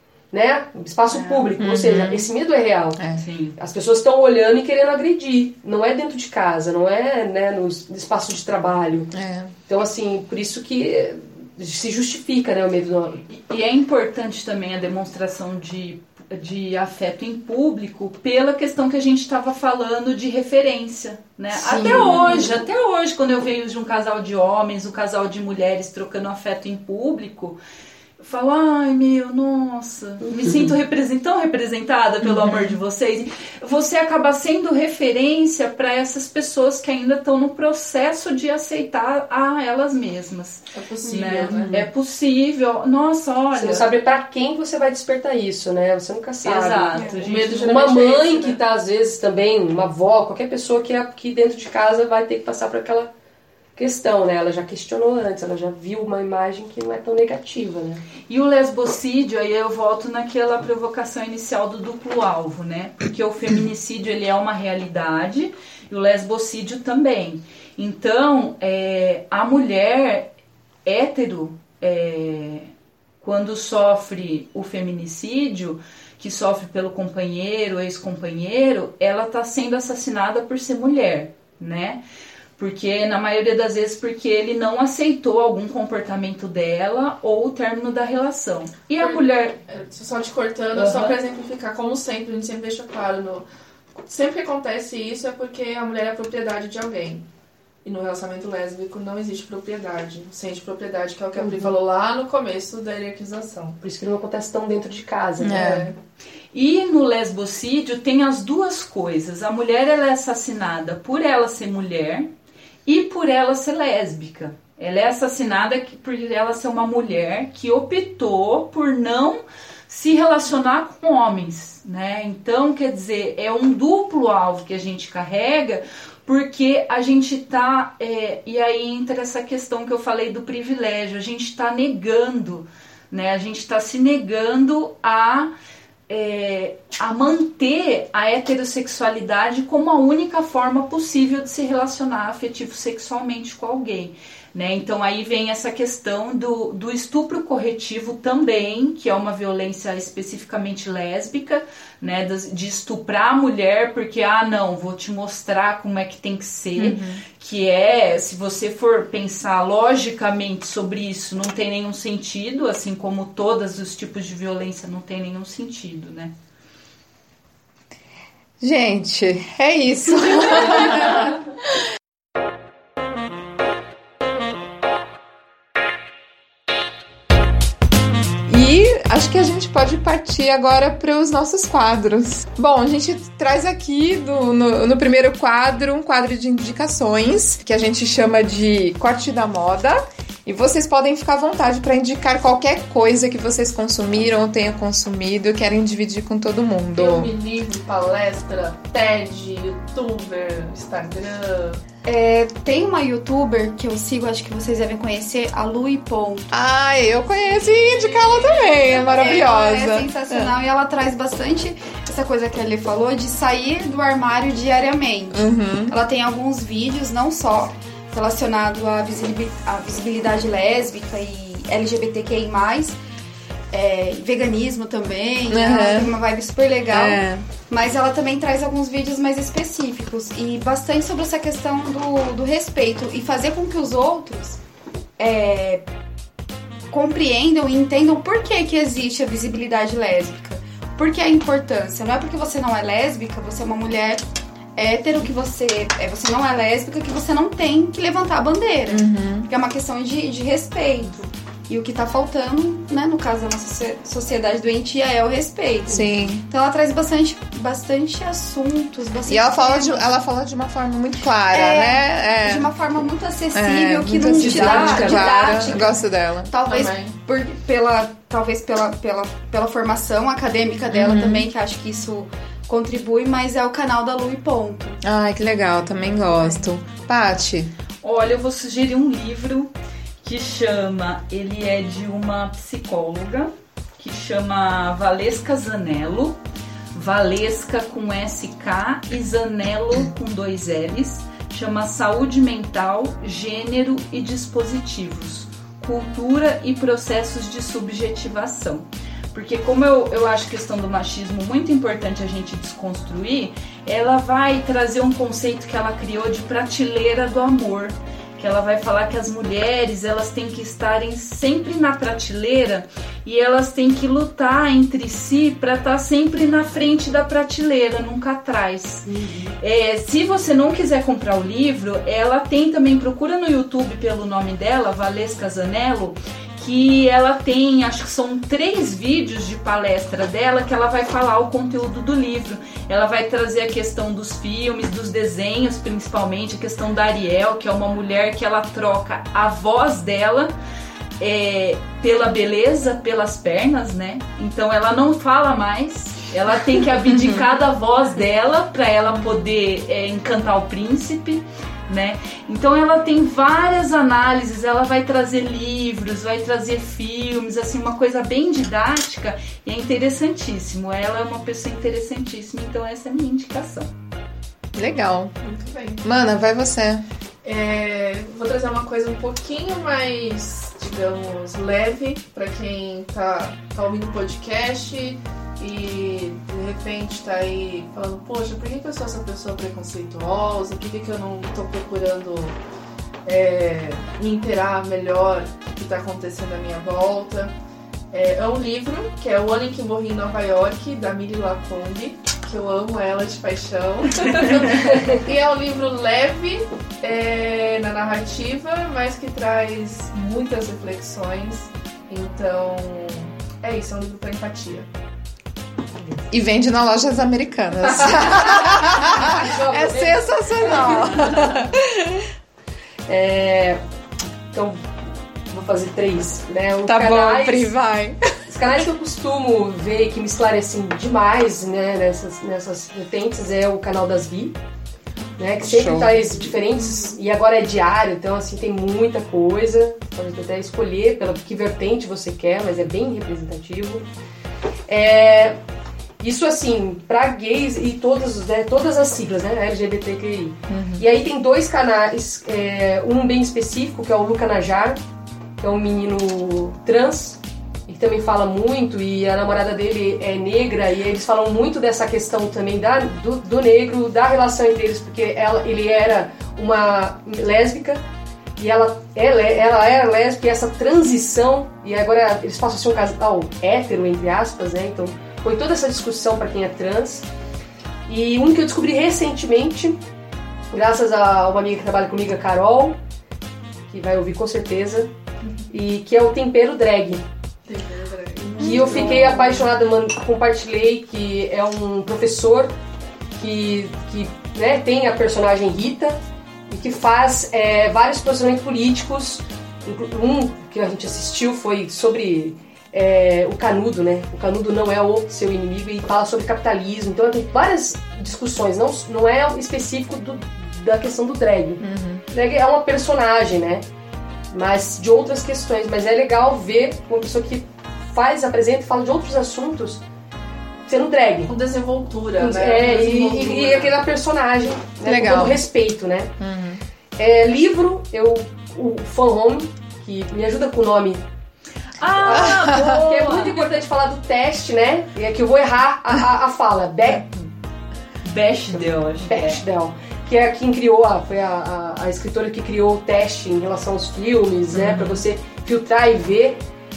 [SPEAKER 5] Né? Espaço público, ou seja, esse medo é real.
[SPEAKER 4] Sim.
[SPEAKER 5] As pessoas estão olhando e querendo agredir. Não é dentro de casa, não é, né, no espaço de trabalho.
[SPEAKER 1] É.
[SPEAKER 5] Então, assim, por isso que se justifica, né, o medo. Do...
[SPEAKER 4] E é importante também a demonstração de, de afeto em público pela questão que a gente estava falando de referência, né? Até hoje, até hoje, quando eu vejo de um casal de homens, um casal de mulheres trocando afeto em público, eu falo, ai meu, nossa, me sinto represent... tão representada pelo amor de vocês. Você acaba sendo referência para essas pessoas que ainda estão no processo de aceitar a elas mesmas.
[SPEAKER 2] É possível,
[SPEAKER 4] Né?
[SPEAKER 2] né?
[SPEAKER 4] É possível. Nossa, olha.
[SPEAKER 5] Você não sabe pra quem você vai despertar isso, né? Você nunca sabe.
[SPEAKER 4] Exato.
[SPEAKER 2] É, o
[SPEAKER 4] gente.
[SPEAKER 2] medo
[SPEAKER 5] Uma
[SPEAKER 2] geralmente é
[SPEAKER 5] mãe
[SPEAKER 2] esse,
[SPEAKER 5] que
[SPEAKER 2] né?
[SPEAKER 5] tá, às vezes, também, uma avó, qualquer pessoa que, é, que dentro de casa vai ter que passar por aquela questão, né? Ela já questionou antes, ela já viu uma imagem que não é tão negativa, né?
[SPEAKER 4] E o lesbocídio, aí eu volto naquela provocação inicial do duplo alvo, né? Porque o feminicídio, ele é uma realidade e o lesbocídio também. Então, é, a mulher hétero, é, quando sofre o feminicídio, que sofre pelo companheiro, ex-companheiro, ela está sendo assassinada por ser mulher, né? Porque, na maioria das vezes, porque ele não aceitou algum comportamento dela ou o término da relação. E a
[SPEAKER 2] Por-
[SPEAKER 4] mulher...
[SPEAKER 2] Só te cortando,
[SPEAKER 5] Uhum.
[SPEAKER 2] só pra exemplificar, como sempre, a gente sempre deixa claro, no... sempre que acontece isso é porque a mulher é propriedade de alguém. E no relacionamento lésbico não existe propriedade, sente propriedade, que é o que a Pri falou lá no começo da hierarquização.
[SPEAKER 5] Por isso que não acontece tão dentro de casa, né?
[SPEAKER 4] E no lesbocídio tem as duas coisas. A mulher ela é assassinada por ela ser mulher e por ela ser lésbica. Ela é assassinada por ela ser uma mulher que optou por não se relacionar com homens, né? Então, quer dizer, é um duplo alvo que a gente carrega, porque a gente tá... É, e aí entra essa questão que eu falei do privilégio. A gente tá negando, né? A gente tá se negando a... É, a manter a heterossexualidade como a única forma possível de se relacionar afetivo-sexualmente com alguém, né? Então aí vem essa questão do, do estupro corretivo também, que é uma violência especificamente lésbica, né? De, de estuprar a mulher porque, ah não, vou te mostrar como é que tem que ser, uhum. Que é, se você for pensar logicamente sobre isso, não tem nenhum sentido, assim como todos os tipos de violência não tem nenhum sentido, né?
[SPEAKER 1] Gente, é isso. E acho que a gente pode partir agora para os nossos quadros. Bom, a gente traz aqui do, no, no primeiro quadro um quadro de indicações que a gente chama de Corte da Moda. E vocês podem ficar à vontade para indicar qualquer coisa que vocês consumiram ou tenham consumido e querem dividir com todo mundo.
[SPEAKER 2] Filme, livro, palestra, TED, youtuber, Instagram.
[SPEAKER 3] É, tem uma youtuber que eu sigo, acho que vocês devem conhecer, a Lu e Ponto.
[SPEAKER 1] Ah, eu conheço e indico ela também, é maravilhosa.
[SPEAKER 3] Ela é sensacional é. E ela traz bastante essa coisa que ele falou de sair do armário diariamente.
[SPEAKER 1] Uhum.
[SPEAKER 3] Ela tem alguns vídeos, não só relacionado à visibilidade lésbica e L G B T Q I mais, É, veganismo também,
[SPEAKER 1] Uhum.
[SPEAKER 3] né? Ela tem uma vibe super legal.
[SPEAKER 1] É.
[SPEAKER 3] Mas ela também traz alguns vídeos mais específicos e bastante sobre essa questão do, do respeito e fazer com que os outros é, compreendam e entendam por que, que existe a visibilidade lésbica. Por que a importância? Não é porque você não é lésbica, você é uma mulher hétero, que você, é, você não é lésbica, que você não tem que levantar a bandeira.
[SPEAKER 1] Uhum.
[SPEAKER 3] Porque é uma questão de, de respeito. E o que tá faltando, né, no caso da nossa sociedade doentia, é o respeito.
[SPEAKER 1] Sim.
[SPEAKER 3] Então ela traz bastante, bastante assuntos, bastante
[SPEAKER 1] E ela fala, de,
[SPEAKER 3] temas.
[SPEAKER 1] ela fala de uma forma muito clara,
[SPEAKER 3] É,
[SPEAKER 1] né? É.
[SPEAKER 3] De uma forma muito acessível,
[SPEAKER 1] É,
[SPEAKER 3] que
[SPEAKER 1] muito
[SPEAKER 3] não
[SPEAKER 1] acessível,
[SPEAKER 3] dá
[SPEAKER 1] clara.
[SPEAKER 3] didática.
[SPEAKER 1] Eu gosto dela.
[SPEAKER 3] Talvez
[SPEAKER 2] Também.
[SPEAKER 3] por, pela, talvez pela, pela, pela formação acadêmica dela
[SPEAKER 1] Uhum.
[SPEAKER 3] também, que acho que isso contribui, mas é o canal da Lu e ponto.
[SPEAKER 1] Ai, que legal, também gosto. Paty.
[SPEAKER 4] Olha, eu vou sugerir um livro que chama, ele é de uma psicóloga, que chama Valesca Zanello, Valesca com S K e Zanello com dois L's, chama Saúde Mental, Gênero e Dispositivos, Cultura e Processos de Subjetivação. Porque como eu, eu acho a questão do machismo muito importante a gente desconstruir, ela vai trazer um conceito que ela criou de prateleira do amor, que ela vai falar que as mulheres, elas têm que estarem sempre na prateleira e elas têm que lutar entre si para estar sempre na frente da prateleira, nunca atrás. Uhum. É, se você não quiser comprar o livro, ela tem também, procura no YouTube pelo nome dela, Valesca Zanello, que ela tem, acho que são três vídeos de palestra dela que ela vai falar o conteúdo do livro. Ela vai trazer a questão dos filmes, dos desenhos, principalmente, a questão da Ariel, que é uma mulher que ela troca a voz dela é, pela beleza, pelas pernas, né? Então ela não fala mais, ela tem que abdicar da voz dela para ela poder é, encantar o príncipe. Né? Então ela tem várias análises, ela vai trazer livros, vai trazer filmes, assim, uma coisa bem didática e é interessantíssimo. Ela é uma pessoa interessantíssima, então essa é a minha indicação.
[SPEAKER 1] Legal.
[SPEAKER 2] Muito bem.
[SPEAKER 1] Mana, vai você.
[SPEAKER 2] É, vou trazer uma coisa um pouquinho mais, digamos, leve para quem tá, tá ouvindo o podcast e de repente tá aí falando, poxa, por que, que eu sou essa pessoa preconceituosa? Por que, que eu não tô procurando é, me inteirar melhor do que tá acontecendo à minha volta? É, é um livro que é O Ano em que Morri em Nova York, da Millie Lacombe, que eu amo ela de paixão. E é um livro leve é, na narrativa, mas que traz muitas reflexões. Então, é isso, é um livro para empatia.
[SPEAKER 1] E vende nas lojas americanas. É sensacional.
[SPEAKER 5] É, então, vou fazer três, né? Os
[SPEAKER 1] Tá
[SPEAKER 5] canais,
[SPEAKER 1] bom, Pri, vai.
[SPEAKER 5] Os canais que eu costumo ver que me esclarecem demais, né, nessas, nessas vertentes é o canal das Bi, né? Que sempre
[SPEAKER 1] Show.
[SPEAKER 5] traz diferentes, e agora é diário, então assim, tem muita coisa. Pode até escolher pela que vertente você quer, mas é bem representativo. É, isso assim, pra gays e todas, né, todas as siglas, né, L G B T Q I. Uhum. E aí tem dois canais, é, um bem específico, que é o Luca Najar, que é um menino trans, e que também fala muito, e a namorada dele é negra, e eles falam muito dessa questão também da, do, do negro, da relação entre eles, porque ela, ele era uma lésbica, e ela, ela, ela era lésbica, e essa transição, e agora eles passam a ser um casal hétero, entre aspas, né, então foi toda essa discussão para quem é trans. E um que eu descobri recentemente, graças a uma amiga que trabalha comigo, a Carol, que vai ouvir com certeza, e que é o Tempero Drag.
[SPEAKER 2] Tempero Drag.
[SPEAKER 5] E eu fiquei apaixonada, mano, compartilhei que é um professor que, que né, tem a personagem Rita e que faz é, vários posicionamentos políticos. Um que a gente assistiu foi sobre é, o Canudo, né? O Canudo não é o seu inimigo, e fala sobre capitalismo. Então tem várias discussões, não, não é específico do, da questão do drag. Uhum. Drag é uma personagem, né? Mas de outras questões. Mas é legal ver uma pessoa que faz, apresenta e fala de outros assuntos sendo drag.
[SPEAKER 2] Com desenvoltura,
[SPEAKER 5] Com,
[SPEAKER 2] né?
[SPEAKER 5] É,
[SPEAKER 2] Com desenvoltura.
[SPEAKER 5] E, e aquela personagem, né?
[SPEAKER 1] Legal.
[SPEAKER 5] Com todo respeito, né?
[SPEAKER 1] Uhum.
[SPEAKER 5] É, livro, eu, o Fan Home, que me ajuda com o nome.
[SPEAKER 4] Ah,
[SPEAKER 5] que é muito importante falar do teste, né? E aqui eu vou errar a, a, a fala. Be
[SPEAKER 4] Bechdel, acho que é.
[SPEAKER 5] Bechdel, que é quem criou, a, foi a, a, a escritora que criou o teste em relação aos filmes, né? Pra você filtrar e ver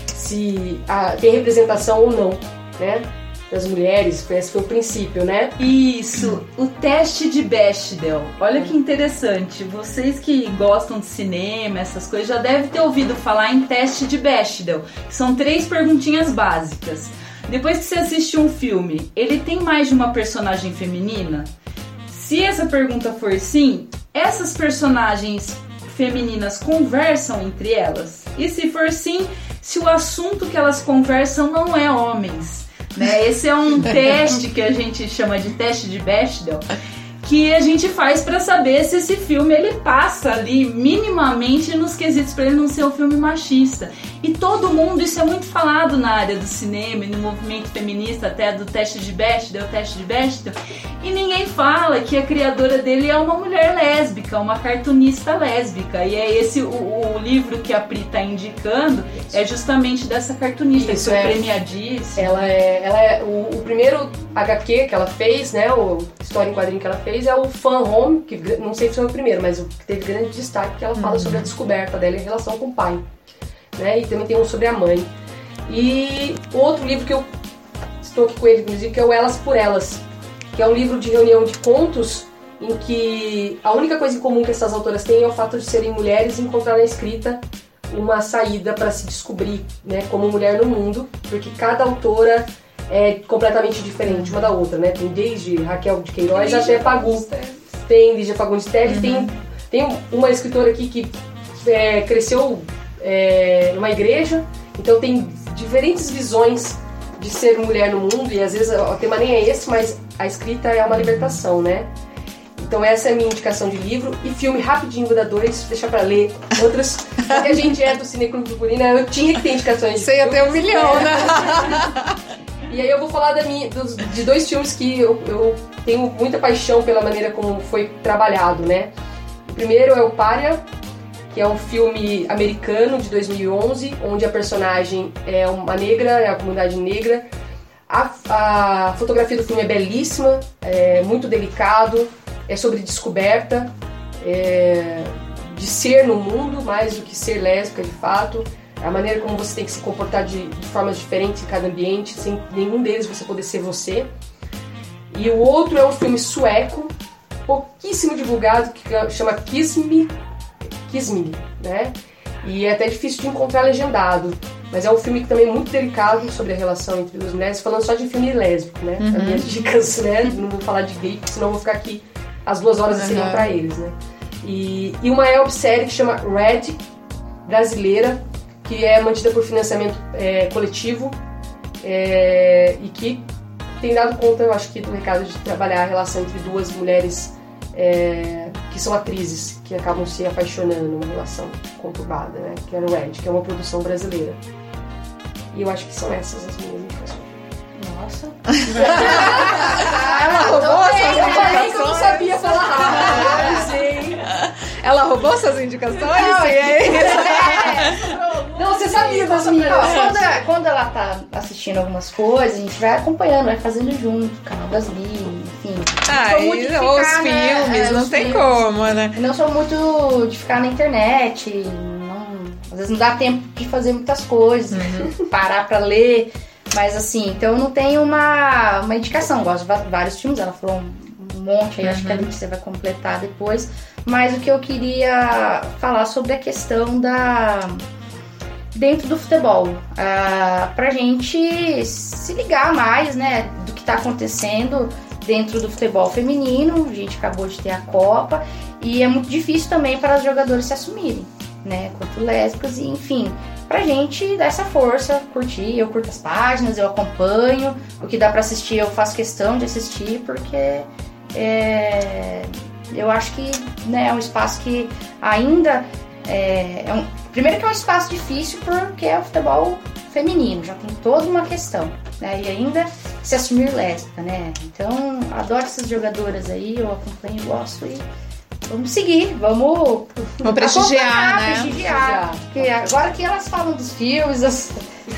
[SPEAKER 5] se a, tem representação ou não, né? Das mulheres, esse foi o princípio, né?
[SPEAKER 4] Isso, o teste de Bechdel. Olha que interessante. Vocês que gostam de cinema, essas coisas, já devem ter ouvido falar em teste de Bechdel. São três perguntinhas básicas. Depois que você assiste um filme, ele tem mais de uma personagem feminina? Se essa pergunta for sim, essas personagens femininas conversam entre elas? E se for sim, se o assunto que elas conversam não é homens? Né? Esse é um teste que a gente chama de teste de Bechdel, que a gente faz para saber se esse filme ele passa ali minimamente nos quesitos para ele não ser um filme machista. E todo mundo, isso é muito falado na área do cinema e no movimento feminista, até do teste de Bechdel, teste de Bechdel, e ninguém fala que a criadora dele é uma mulher lésbica, uma cartunista lésbica. E é esse o, o livro que a Pri tá indicando, é justamente dessa cartunista,
[SPEAKER 5] isso,
[SPEAKER 4] que foi
[SPEAKER 5] é,
[SPEAKER 4] premiadíssima.
[SPEAKER 5] Ela é, ela é o, o primeiro H Q que ela fez, né, o história em quadrinho que ela fez é o Fan Home, que não sei se foi o primeiro, mas o que teve grande destaque, que ela fala uhum. sobre a descoberta dela em relação com o pai. Né? E também tem um sobre a mãe. E outro livro que eu estou aqui com ele, inclusive, que é o Elas por Elas, que é um livro de reunião de contos em que a única coisa em comum que essas autoras têm é o fato de serem mulheres e encontrar na escrita uma saída para se descobrir, né, como mulher no mundo, porque cada autora é completamente diferente uma da outra, né? Tem desde Raquel de Queiroz até Pagu. Tem Lígia Fagundes Telles, uhum. tem, tem uma escritora aqui que é, cresceu É, numa igreja, então tem diferentes visões de ser mulher no mundo, e às vezes o tema nem é esse, mas a escrita é uma libertação, né? Então essa é a minha indicação de livro. E filme rapidinho, vou dar dois, deixar pra ler outros, porque a gente é do Cineclube Purpurina, eu tinha que ter indicações de
[SPEAKER 1] Você ia ter um milhão, né?
[SPEAKER 5] E aí eu vou falar da minha, dos, de dois filmes que eu, eu tenho muita paixão pela maneira como foi trabalhado, né? O primeiro é o Pária, que é um filme americano de dois mil e onze, onde a personagem é uma negra, é a comunidade negra. A, a fotografia do filme é belíssima, é muito delicado, é sobre descoberta é, de ser no mundo, mais do que ser lésbica de fato. A maneira como você tem que se comportar de, de formas diferentes em cada ambiente, sem nenhum deles você poder ser você. E o outro é um filme sueco, pouquíssimo divulgado, que chama Kiss Me, Kiss Me, né? E é até difícil de encontrar legendado, mas é um filme que também é muito delicado sobre a relação entre duas mulheres, falando só de filme lésbico, né? Uhum. As minhas dicas, né? Não vou falar de gay, porque senão eu vou ficar aqui as duas horas uhum. seriam pra eles, né? E, e uma websérie que chama Red, brasileira, que é mantida por financiamento é, coletivo é, e que tem dado conta, eu acho que, do recado de trabalhar a relação entre duas mulheres É, que são atrizes, que acabam se apaixonando numa relação conturbada, né? Que é o Red, que é uma produção brasileira. E eu acho que são essas as minhas indicações.
[SPEAKER 6] Nossa.
[SPEAKER 1] Ela roubou essas
[SPEAKER 5] Eu falei que eu não
[SPEAKER 1] indicações?
[SPEAKER 5] sabia falar rápido. Eu sei.
[SPEAKER 1] Ela roubou essas indicações?
[SPEAKER 6] Não,
[SPEAKER 1] e aí?
[SPEAKER 5] Não, você sabia das minhas.
[SPEAKER 6] Quando, quando ela tá assistindo algumas coisas, a gente vai acompanhando, vai fazendo junto, canal das Bi, enfim.
[SPEAKER 1] Ah, e os
[SPEAKER 6] ficar,
[SPEAKER 1] filmes,
[SPEAKER 6] né?
[SPEAKER 1] não
[SPEAKER 6] Os
[SPEAKER 1] tem
[SPEAKER 6] filmes.
[SPEAKER 1] como, né?
[SPEAKER 6] Eu não sou muito de ficar na internet, não, às vezes não dá tempo de fazer muitas coisas, uhum. parar pra ler, mas assim, então eu não tenho uma, uma indicação, gosto de vários filmes, ela falou um, um monte aí, uhum. acho que a Letícia vai completar depois, mas o que eu queria falar sobre a questão da... dentro do futebol, uh, pra gente se ligar mais, né, do que tá acontecendo dentro do futebol feminino. A gente acabou de ter a Copa e é muito difícil também para as jogadoras se assumirem, né, quanto lésbicas, e enfim, pra gente dar essa força, curtir, eu curto as páginas, eu acompanho, o que dá pra assistir eu faço questão de assistir, porque é, eu acho que, né, é um espaço que ainda é, é um, primeiro que é um espaço difícil porque é o futebol feminino, já tem toda uma questão, né, e ainda se assumir lésbica, né, então adoro essas jogadoras aí, eu acompanho, gosto e vamos seguir, vamos,
[SPEAKER 1] vamos prestigiar, né?
[SPEAKER 6] prestigiar, porque agora que elas falam dos filmes, das,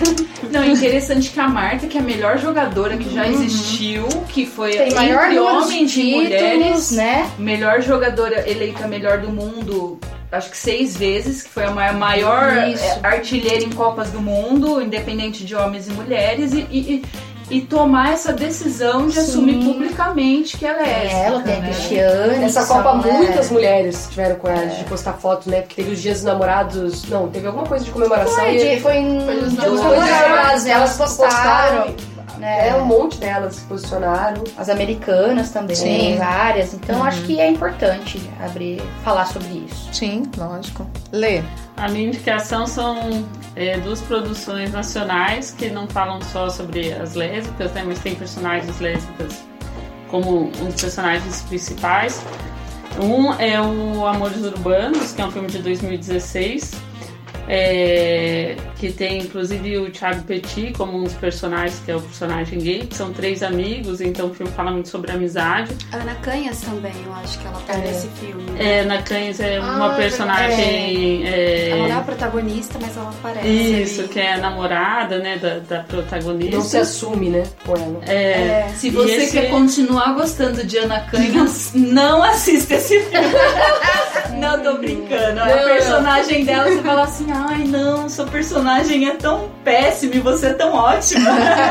[SPEAKER 4] Não, interessante que a Marta, que é a melhor jogadora que já existiu, que foi
[SPEAKER 6] Tem maior
[SPEAKER 4] entre
[SPEAKER 6] número de
[SPEAKER 4] homens e
[SPEAKER 6] títulos,
[SPEAKER 4] mulheres,
[SPEAKER 6] né?
[SPEAKER 4] melhor jogadora eleita melhor do mundo, acho que seis vezes, que foi a ma- maior
[SPEAKER 6] Isso.
[SPEAKER 4] é, artilheira em Copas do Mundo, independente de homens e mulheres, e, e, e tomar essa decisão de
[SPEAKER 6] Sim.
[SPEAKER 4] assumir publicamente que ela é lésbica,
[SPEAKER 6] Ela tem a
[SPEAKER 4] né?
[SPEAKER 6] Cristiane.
[SPEAKER 5] Essa
[SPEAKER 6] que são,
[SPEAKER 5] Copa,
[SPEAKER 6] né?
[SPEAKER 5] muitas mulheres tiveram coragem de postar foto, né? Porque teve os dias dos namorados. Não, teve alguma coisa de comemoração.
[SPEAKER 6] Foi,
[SPEAKER 5] e
[SPEAKER 6] de- foi em
[SPEAKER 2] Foi nos
[SPEAKER 6] Dia dos
[SPEAKER 2] namorados.
[SPEAKER 6] Namorados, elas postaram. né?
[SPEAKER 5] É, um monte delas se posicionaram.
[SPEAKER 6] As americanas também,
[SPEAKER 1] Sim.
[SPEAKER 6] várias. Então acho que é importante abrir, falar sobre isso.
[SPEAKER 1] Sim, lógico. Lê.
[SPEAKER 7] A minha indicação são é, duas produções nacionais que não falam só sobre as lésbicas, né, mas tem personagens lésbicas como um dos personagens principais. Um é o Amores Urbanos, que é um filme de dois mil e dezesseis, é, que tem inclusive o Thiago Petit como um dos personagens, que é o personagem gay, que são três amigos, então o filme fala muito sobre amizade.
[SPEAKER 3] A Ana Canhas também, eu acho que ela tá nesse filme.
[SPEAKER 7] É, Ana Canhas é uma
[SPEAKER 3] Ah,
[SPEAKER 7] personagem... é,
[SPEAKER 3] Ela não é a protagonista, mas ela aparece.
[SPEAKER 7] Isso,
[SPEAKER 3] ali.
[SPEAKER 7] que é a namorada, né, da, da protagonista.
[SPEAKER 5] Não se assume, né? Com ela.
[SPEAKER 7] É,
[SPEAKER 4] Se você
[SPEAKER 7] e esse-
[SPEAKER 4] quer continuar gostando de Ana Canhas, não assista esse filme. Não, tô brincando. A
[SPEAKER 5] Não.
[SPEAKER 4] personagem dela, você fala assim, ai não, sua personagem é tão péssima e você é tão ótima.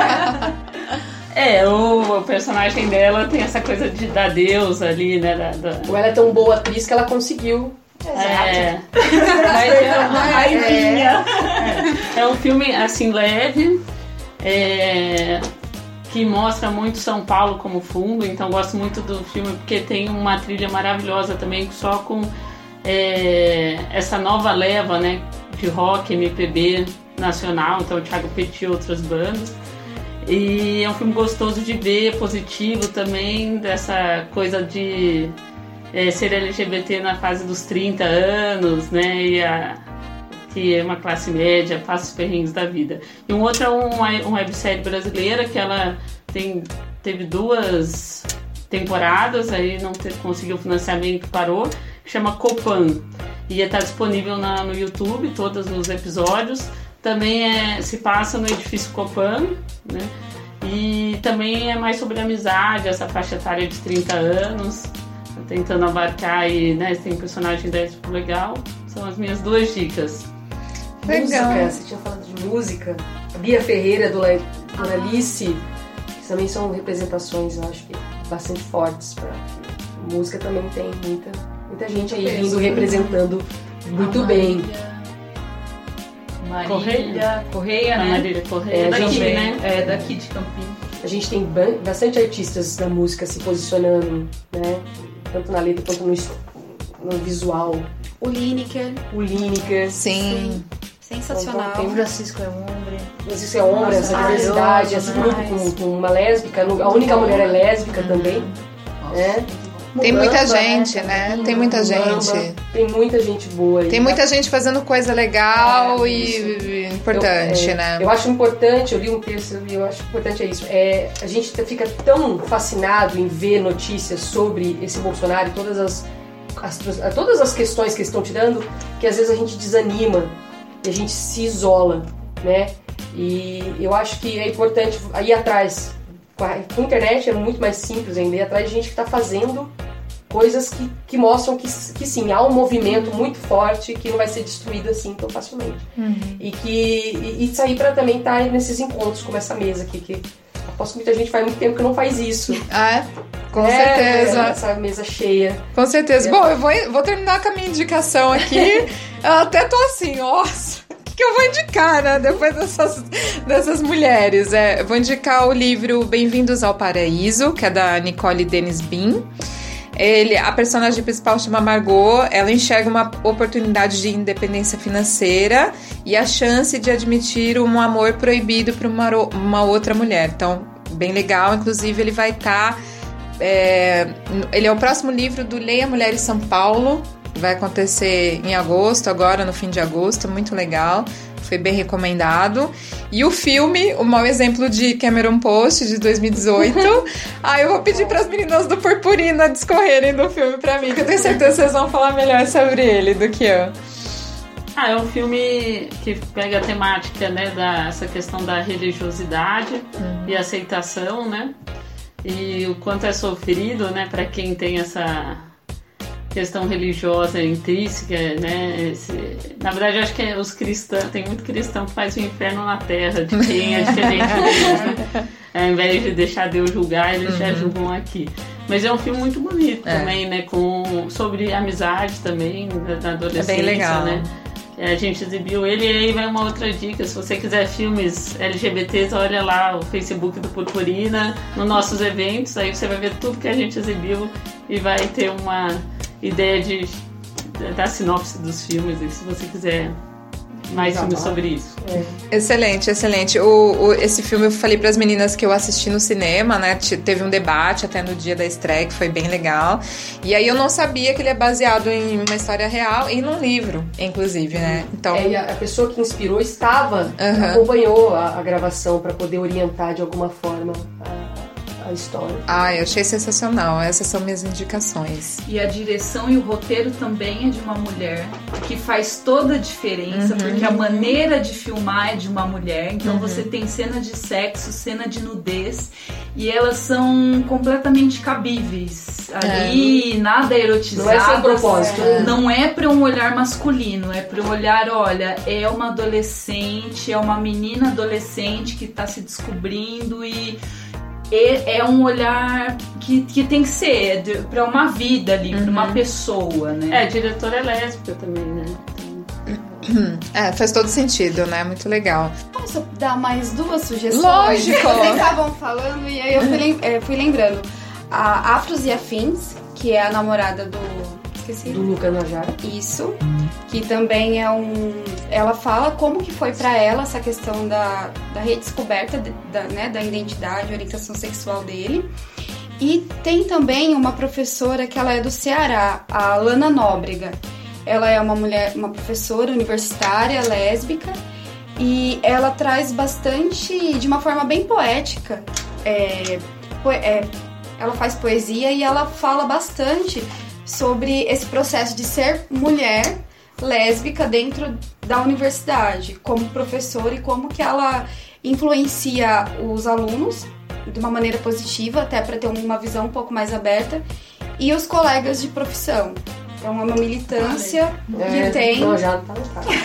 [SPEAKER 7] É, o, o personagem dela tem essa coisa de, da deusa ali, né, da... da-
[SPEAKER 5] Ou ela é tão boa atriz que ela conseguiu.
[SPEAKER 7] É, mas é uma raivinha. É, é um filme, assim, leve, é, que mostra muito São Paulo como fundo, então gosto muito do filme porque tem uma trilha maravilhosa também, só com é, essa nova leva, né, de rock, M P B nacional, então o Thiago Petit e outras bandas. E é um filme gostoso de ver, positivo também, dessa coisa de é, ser L G B T na fase dos trinta anos, né, e a, que é uma classe média, passa os perrengues da vida. E um outro é uma, uma websérie brasileira que ela tem, teve duas temporadas, aí não te, conseguiu financiamento, parou, que chama Copan. E está disponível na, no YouTube, todos os episódios. Também é, se passa no edifício Copan, né? E também é mais sobre amizade, essa faixa etária de trinta anos, tentando abarcar aí, né? Tem um personagem lésbico legal. São as minhas duas dicas.
[SPEAKER 1] Legal.
[SPEAKER 5] Música, você tinha falado de música. A Bia Ferreira, do La- do Alice, que também são representações, eu acho que bastante fortes. Pra... Música também tem muita, muita gente aí vindo representando muito bem.
[SPEAKER 4] Marília Correia,
[SPEAKER 7] A
[SPEAKER 4] né?
[SPEAKER 7] Marília Correia,
[SPEAKER 5] É,
[SPEAKER 7] daqui,
[SPEAKER 5] também.
[SPEAKER 7] né?
[SPEAKER 4] É, daqui de Campinas.
[SPEAKER 5] A gente tem ban- bastante artistas da música se posicionando, né? Tanto na letra quanto no, es- no visual.
[SPEAKER 3] O Lineker,
[SPEAKER 5] O Lineker,
[SPEAKER 1] Sim.
[SPEAKER 3] sensacional.
[SPEAKER 6] Tem o Francisco é homem.
[SPEAKER 5] Francisco é homem, essa
[SPEAKER 6] Nossa,
[SPEAKER 5] diversidade, esse grupo com, com uma lésbica, a única mulher é lésbica também, né?
[SPEAKER 1] Tem muita
[SPEAKER 5] Mugamba,
[SPEAKER 1] gente, né? Tem muita
[SPEAKER 5] Mugamba,
[SPEAKER 1] gente.
[SPEAKER 5] Tem muita gente boa aí.
[SPEAKER 1] Tem muita gente fazendo coisa legal e importante,
[SPEAKER 5] eu, é,
[SPEAKER 1] né?
[SPEAKER 5] Eu acho importante, eu li um texto e eu acho importante é isso. É, a gente fica tão fascinado em ver notícias sobre esse Bolsonaro e todas as, as, todas as questões que estão tirando, que às vezes a gente desanima e a gente se isola, né? E eu acho que é importante ir atrás. Com a, com a internet é muito mais simples ainda, ir atrás de gente que está fazendo coisas que, que mostram que, que sim, há um movimento muito forte que não vai ser destruído assim tão facilmente.
[SPEAKER 1] Uhum.
[SPEAKER 5] E que e, e sair para também estar nesses encontros como essa mesa aqui, que aposto que muita gente faz muito tempo que não faz isso.
[SPEAKER 1] Ah, com
[SPEAKER 5] É,
[SPEAKER 1] certeza.
[SPEAKER 5] Essa mesa cheia.
[SPEAKER 1] Com certeza.
[SPEAKER 5] É.
[SPEAKER 1] Bom, eu vou, vou terminar com a minha indicação aqui. Eu até tô assim, nossa, o que, que eu vou indicar, né? Depois dessas, dessas mulheres. É, eu vou indicar o livro Bem-vindos ao Paraíso, que é da Nicole Dennis Bean. Ele, a personagem principal chama Margot, ela enxerga uma oportunidade de independência financeira e a chance de admitir um amor proibido para uma, uma outra mulher. Então, bem legal. Inclusive, ele vai estar... Tá, é, ele é o próximo livro do Leia Mulheres São Paulo. Vai acontecer em agosto, agora no fim de agosto. Muito legal. Foi bem recomendado. E o filme, o mau exemplo de Cameron Post, de dois mil e dezoito. Ah, eu vou pedir para as meninas do Purpurina discorrerem do filme para mim, que eu tenho certeza que vocês vão falar melhor sobre ele do que eu.
[SPEAKER 7] Ah, é um filme que pega a temática, né, da, essa questão da religiosidade uhum. e aceitação, né? E o quanto é sofrido, né, para quem tem essa questão religiosa intrínseca, né? Esse, na verdade, eu acho que os cristãos, tem muito cristão que faz o inferno na terra de quem é diferente deles, né? Ao invés de deixar Deus julgar, eles uhum. já julgam aqui. Mas é um filme muito bonito é. também, né? Com, sobre amizade também, na adolescência, é bem legal. Né? A gente exibiu ele, e aí vai uma outra dica. Se você quiser filmes L G B Ts, olha lá o Facebook do Purpurina, nos nossos eventos, aí você vai ver tudo que a gente exibiu e vai ter uma ideia de, da sinopse dos filmes, e se você quiser mais filmes sobre isso.
[SPEAKER 1] É. Excelente, excelente. O, o, esse filme eu falei para as meninas que eu assisti no cinema, né? Teve um debate até no dia da estreia, que foi bem legal. E aí eu não sabia que ele é baseado em uma história real e num livro, inclusive, né? Então...
[SPEAKER 5] É, a pessoa que inspirou estava, uhum. acompanhou a, a gravação para poder orientar de alguma forma a... a história.
[SPEAKER 1] Ah, eu achei sensacional. Essas são minhas indicações.
[SPEAKER 4] E a direção e o roteiro também é de uma mulher, que faz toda a diferença, uhum. porque a maneira de filmar é de uma mulher. Então uhum. você tem cena de sexo, cena de nudez, e elas são completamente cabíveis. Ali, é. nada erotizado.
[SPEAKER 5] Não é sem propósito.
[SPEAKER 4] É. Não é para um olhar masculino, é para um olhar, olha, é uma adolescente, é uma menina adolescente que está se descobrindo e é um olhar que, que tem que ser para uma vida ali, uhum. para uma pessoa, né?
[SPEAKER 7] É, a diretora é lésbica também, né?
[SPEAKER 1] É, faz todo sentido, né? Muito legal.
[SPEAKER 3] Posso dar mais duas sugestões?
[SPEAKER 1] Lógico!
[SPEAKER 3] Vocês estavam falando e aí eu fui, lem- fui lembrando. A Afros e Afins, que é a namorada do... Esqueci.
[SPEAKER 5] Do Luca Najara.
[SPEAKER 3] Isso. Que também é um... Ela fala como que foi pra ela essa questão da, da redescoberta de, da, né, da identidade, orientação sexual dele. E tem também uma professora que ela é do Ceará, a Lana Nóbrega. Ela é uma mulher, uma professora universitária, lésbica, e ela traz bastante, de uma forma bem poética, é, po- é, ela faz poesia e ela fala bastante sobre esse processo de ser mulher lésbica dentro da universidade, como professora, e como que ela influencia os alunos de uma maneira positiva, até para ter uma visão um pouco mais aberta, e os colegas de profissão. É uma militância
[SPEAKER 5] é,
[SPEAKER 3] que tem...
[SPEAKER 5] Não, já não tá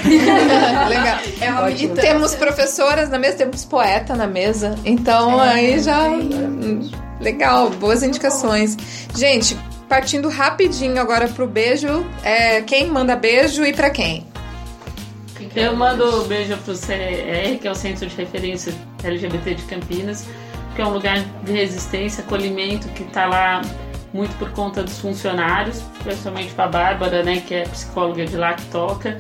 [SPEAKER 5] no
[SPEAKER 1] Legal.
[SPEAKER 3] É uma
[SPEAKER 5] Ótimo.
[SPEAKER 3] militância.
[SPEAKER 1] Temos professoras na mesa, temos poeta na mesa. Então, é, aí já... Tem. Legal, boas indicações. Gente, partindo rapidinho agora pro beijo. É, quem manda beijo e pra quem?
[SPEAKER 7] Eu mando beijo pro C R, que é o Centro de Referência L G B T de Campinas, que é um lugar de resistência, acolhimento, que tá lá muito por conta dos funcionários, principalmente para a Bárbara, né, que é psicóloga de lá, que toca,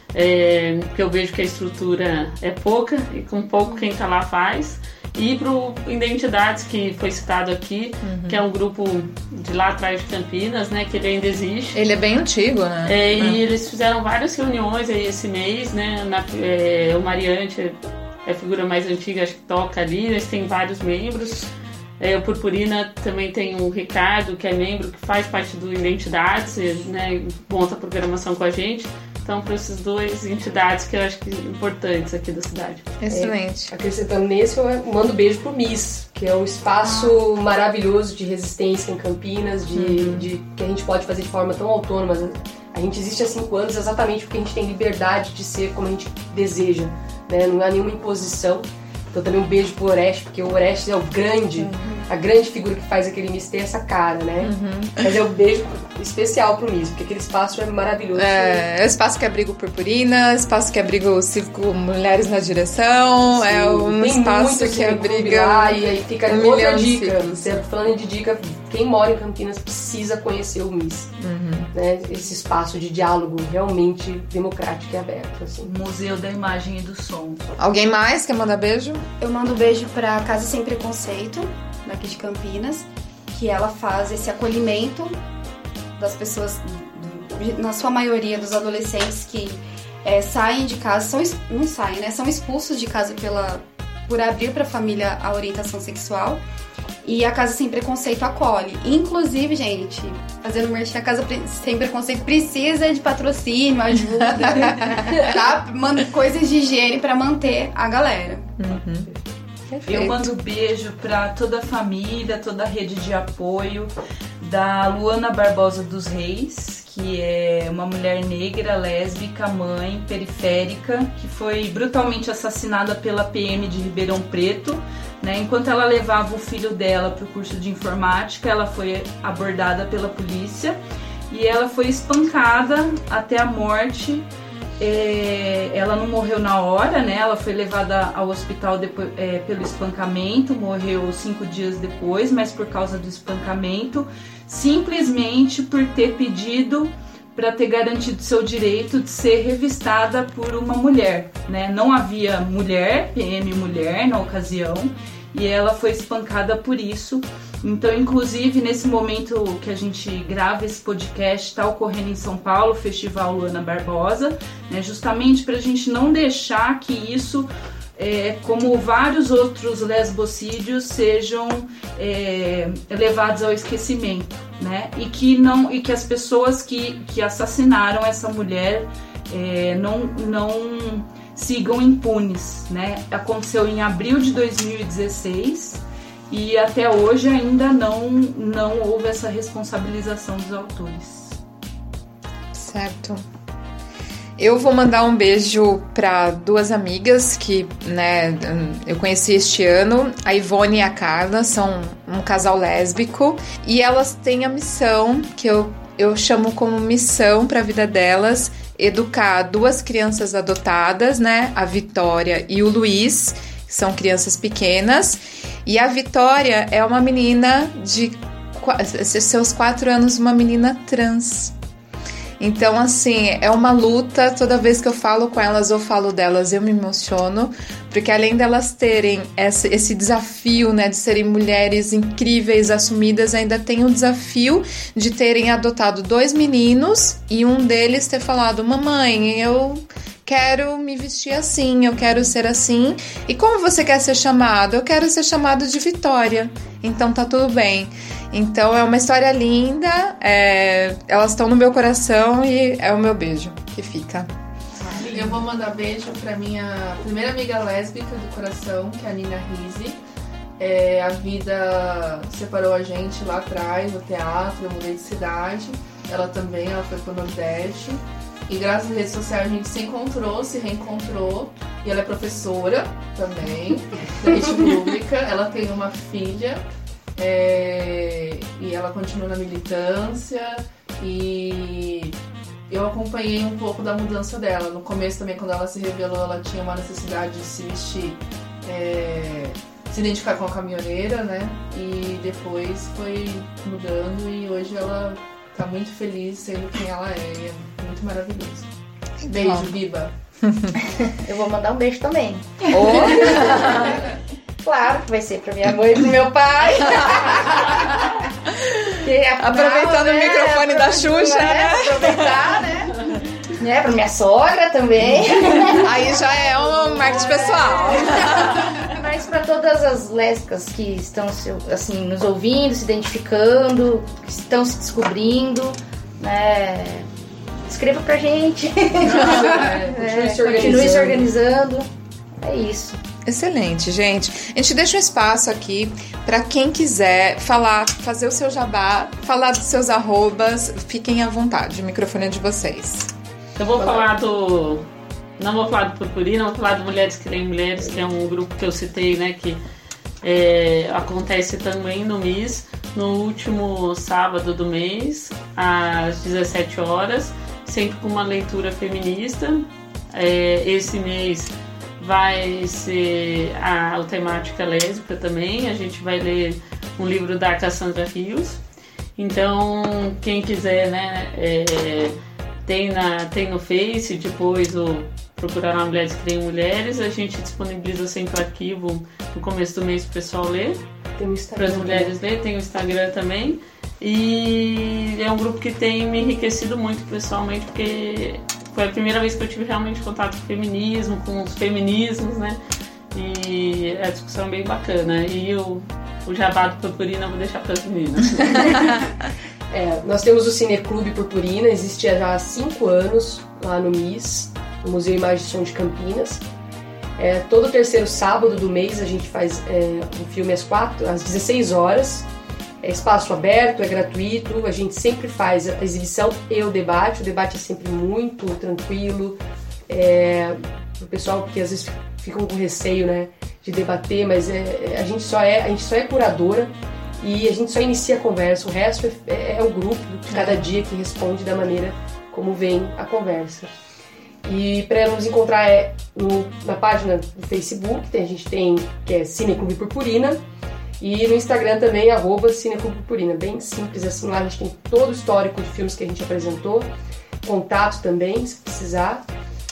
[SPEAKER 7] é, porque eu vejo que a estrutura é pouca e com pouco quem tá lá faz. E pro Identidades, que foi citado aqui, uhum. que é um grupo de lá atrás de Campinas, né, que ele ainda existe.
[SPEAKER 1] Ele é bem antigo, né?
[SPEAKER 7] É, e é. eles fizeram várias reuniões aí esse mês, né, na, é, o Mariante é a figura mais antiga, acho que toca ali, eles têm vários membros. É, o Purpurina também tem o Ricardo, que é membro, que faz parte do Identidades, né, monta a programação com a gente. Então, para essas duas entidades que eu acho que importantes aqui da cidade.
[SPEAKER 1] Excelente.
[SPEAKER 5] É, acrescentando nesse, eu mando beijo pro MIS, que é um espaço ah. maravilhoso de resistência em Campinas, de, uhum. de, que a gente pode fazer de forma tão autônoma. A gente existe há cinco anos exatamente porque a gente tem liberdade de ser como a gente deseja, né? Não há nenhuma imposição. Então também um beijo pro Orestes, porque o Orestes é o grande, uhum. a grande figura que faz aquele Miss ter essa cara, né? Uhum. Mas é um beijo especial pro Miss, porque aquele espaço é maravilhoso.
[SPEAKER 1] É, é o espaço que abriga o Purpurina, espaço que abriga o Círculo Mulheres na Direção, sim, é um espaço que abriga
[SPEAKER 5] lá, e aí fica um outra dica. Você falando de dica, quem mora em Campinas precisa conhecer o Miss. Uhum. Né? Esse espaço de diálogo realmente democrático e aberto. Assim.
[SPEAKER 4] Museu da Imagem e do Som.
[SPEAKER 1] Alguém mais quer mandar beijo?
[SPEAKER 3] Eu mando um beijo pra Casa Sem Preconceito, daqui de Campinas, que ela faz esse acolhimento das pessoas, na sua maioria dos adolescentes que é, saem de casa, são, não saem, né? São expulsos de casa pela, por abrir para a família a orientação sexual. E a Casa Sem Preconceito acolhe. Inclusive, gente, fazendo merchan, a Casa Sem Preconceito precisa de patrocínio, ajuda, tá? Manda coisas de higiene pra manter a galera.
[SPEAKER 1] Uhum.
[SPEAKER 4] Eu mando beijo pra toda a família, toda a rede de apoio da Luana Barbosa dos Reis, que é uma mulher negra, lésbica, mãe, periférica, que foi brutalmente assassinada pela P M de Ribeirão Preto. Né? Enquanto ela levava o filho dela para o curso de informática, ela foi abordada pela polícia e ela foi espancada até a morte. É, ela não morreu na hora, né? Ela foi levada ao hospital depois, é, pelo espancamento, morreu cinco dias depois, mas por causa do espancamento, simplesmente por ter pedido para ter garantido seu direito de ser revistada por uma mulher, né? Não havia mulher, P M mulher na ocasião, e ela foi espancada por isso. Então, inclusive, nesse momento que a gente grava esse podcast, está ocorrendo em São Paulo o Festival Luana Barbosa, né? Justamente para a gente não deixar que isso, é, como vários outros lesbocídios, sejam é, levados ao esquecimento, né? E que, não, e que as pessoas que, que assassinaram essa mulher é, não, não sigam impunes, né? Aconteceu em abril de dois mil e dezesseis e até hoje ainda não, não houve essa responsabilização dos autores.
[SPEAKER 1] Certo. Eu vou mandar um beijo para duas amigas que, né, eu conheci este ano, a Ivone e a Carla, são um casal lésbico e elas têm a missão, que eu, eu chamo como missão para a vida delas, educar duas crianças adotadas, né, a Vitória e o Luiz, que são crianças pequenas, e a Vitória é uma menina de seus quatro anos, uma menina trans. Então, assim, é uma luta. Toda vez que eu falo com elas ou falo delas, eu me emociono, porque além delas terem esse, esse desafio, né, de serem mulheres incríveis, assumidas, ainda tem o desafio de terem adotado dois meninos e um deles ter falado: mamãe, eu quero me vestir assim, eu quero ser assim. E como você quer ser chamado? Eu quero ser chamado de Vitória. Então tá tudo bem. Então é uma história linda, é, elas estão no meu coração e é o meu beijo que fica.
[SPEAKER 2] Eu vou mandar beijo pra minha primeira amiga lésbica do coração, que é a Nina Rizzi. É, a vida separou a gente lá atrás, no teatro, eu mudei de cidade. Ela também, ela foi pro Nordeste. E graças às redes sociais a gente se encontrou, se reencontrou. E ela é professora também, da rede pública. Ela tem uma filha. É, e ela continua na militância e eu acompanhei um pouco da mudança dela. No começo também, quando ela se revelou, ela tinha uma necessidade de se vestir, é, se identificar com a caminhoneira, né? E depois foi mudando e hoje ela tá muito feliz sendo quem ela é, e é muito maravilhoso. Beijo, Biba.
[SPEAKER 6] Eu vou mandar um beijo também.
[SPEAKER 1] Oh.
[SPEAKER 6] Claro que vai ser pra minha mãe e pro meu pai. Afinal,
[SPEAKER 1] aproveitando, né, o microfone da Xuxa,
[SPEAKER 6] né?
[SPEAKER 1] né?
[SPEAKER 6] Aproveitar, né? né? Pra minha sogra também.
[SPEAKER 1] Aí já é um marketing pessoal.
[SPEAKER 6] Mas pra todas as lésbicas que estão assim, nos ouvindo, se identificando, que estão se descobrindo, né? Escreva pra gente.
[SPEAKER 5] É, continue,
[SPEAKER 6] é,
[SPEAKER 5] se organizando.
[SPEAKER 6] continue se organizando. É isso.
[SPEAKER 1] Excelente, gente. A gente deixa um espaço aqui para quem quiser falar, fazer o seu jabá, falar dos seus arrobas. Fiquem à vontade, o microfone é de vocês.
[SPEAKER 7] Eu vou falar do... Não vou falar do Purpurina, vou falar do Mulheres que Têm Mulheres, que é um grupo que eu citei, né, que é, acontece também no M I S, no último sábado do mês, às dezessete horas, sempre com uma leitura feminista. É, esse mês vai ser a, a temática lésbica também. A gente vai ler um livro da Cassandra Rios. Então, quem quiser, né, é, tem, na, tem no Face, depois o procurar na Mulheres que Têm Mulheres. A gente disponibiliza sempre o arquivo no começo do mês para o pessoal ler, para as mulheres ler. Tem o Instagram também. E é um grupo que tem me enriquecido muito pessoalmente, porque foi a primeira vez que eu tive realmente contato com o feminismo, com os feminismos, né? E a discussão é bem bacana. E eu o jabá do Purpurina eu vou deixar para as meninas.
[SPEAKER 5] É, nós temos o Cineclube Purpurina, existe já há cinco anos lá no M I S, no Museu Imagem e Som de Campinas. É, todo terceiro sábado do mês a gente faz é, um filme às, quatro, às dezesseis horas. É espaço aberto, é gratuito, a gente sempre faz a exibição e o debate. O debate é sempre muito tranquilo, é, o pessoal que às vezes ficam com receio, né, de debater, mas é, a, gente só é, a gente só é curadora e a gente só inicia a conversa. O resto é, é, é o grupo de cada dia que responde da maneira como vem a conversa. E para nos encontrar é no, na página do Facebook, tem, a gente tem que é Cineclube Purpurina, e no Instagram também, arroba Cineclube Purpurina, bem simples assim. Lá a gente tem todo o histórico de filmes que a gente apresentou, contato também, se precisar,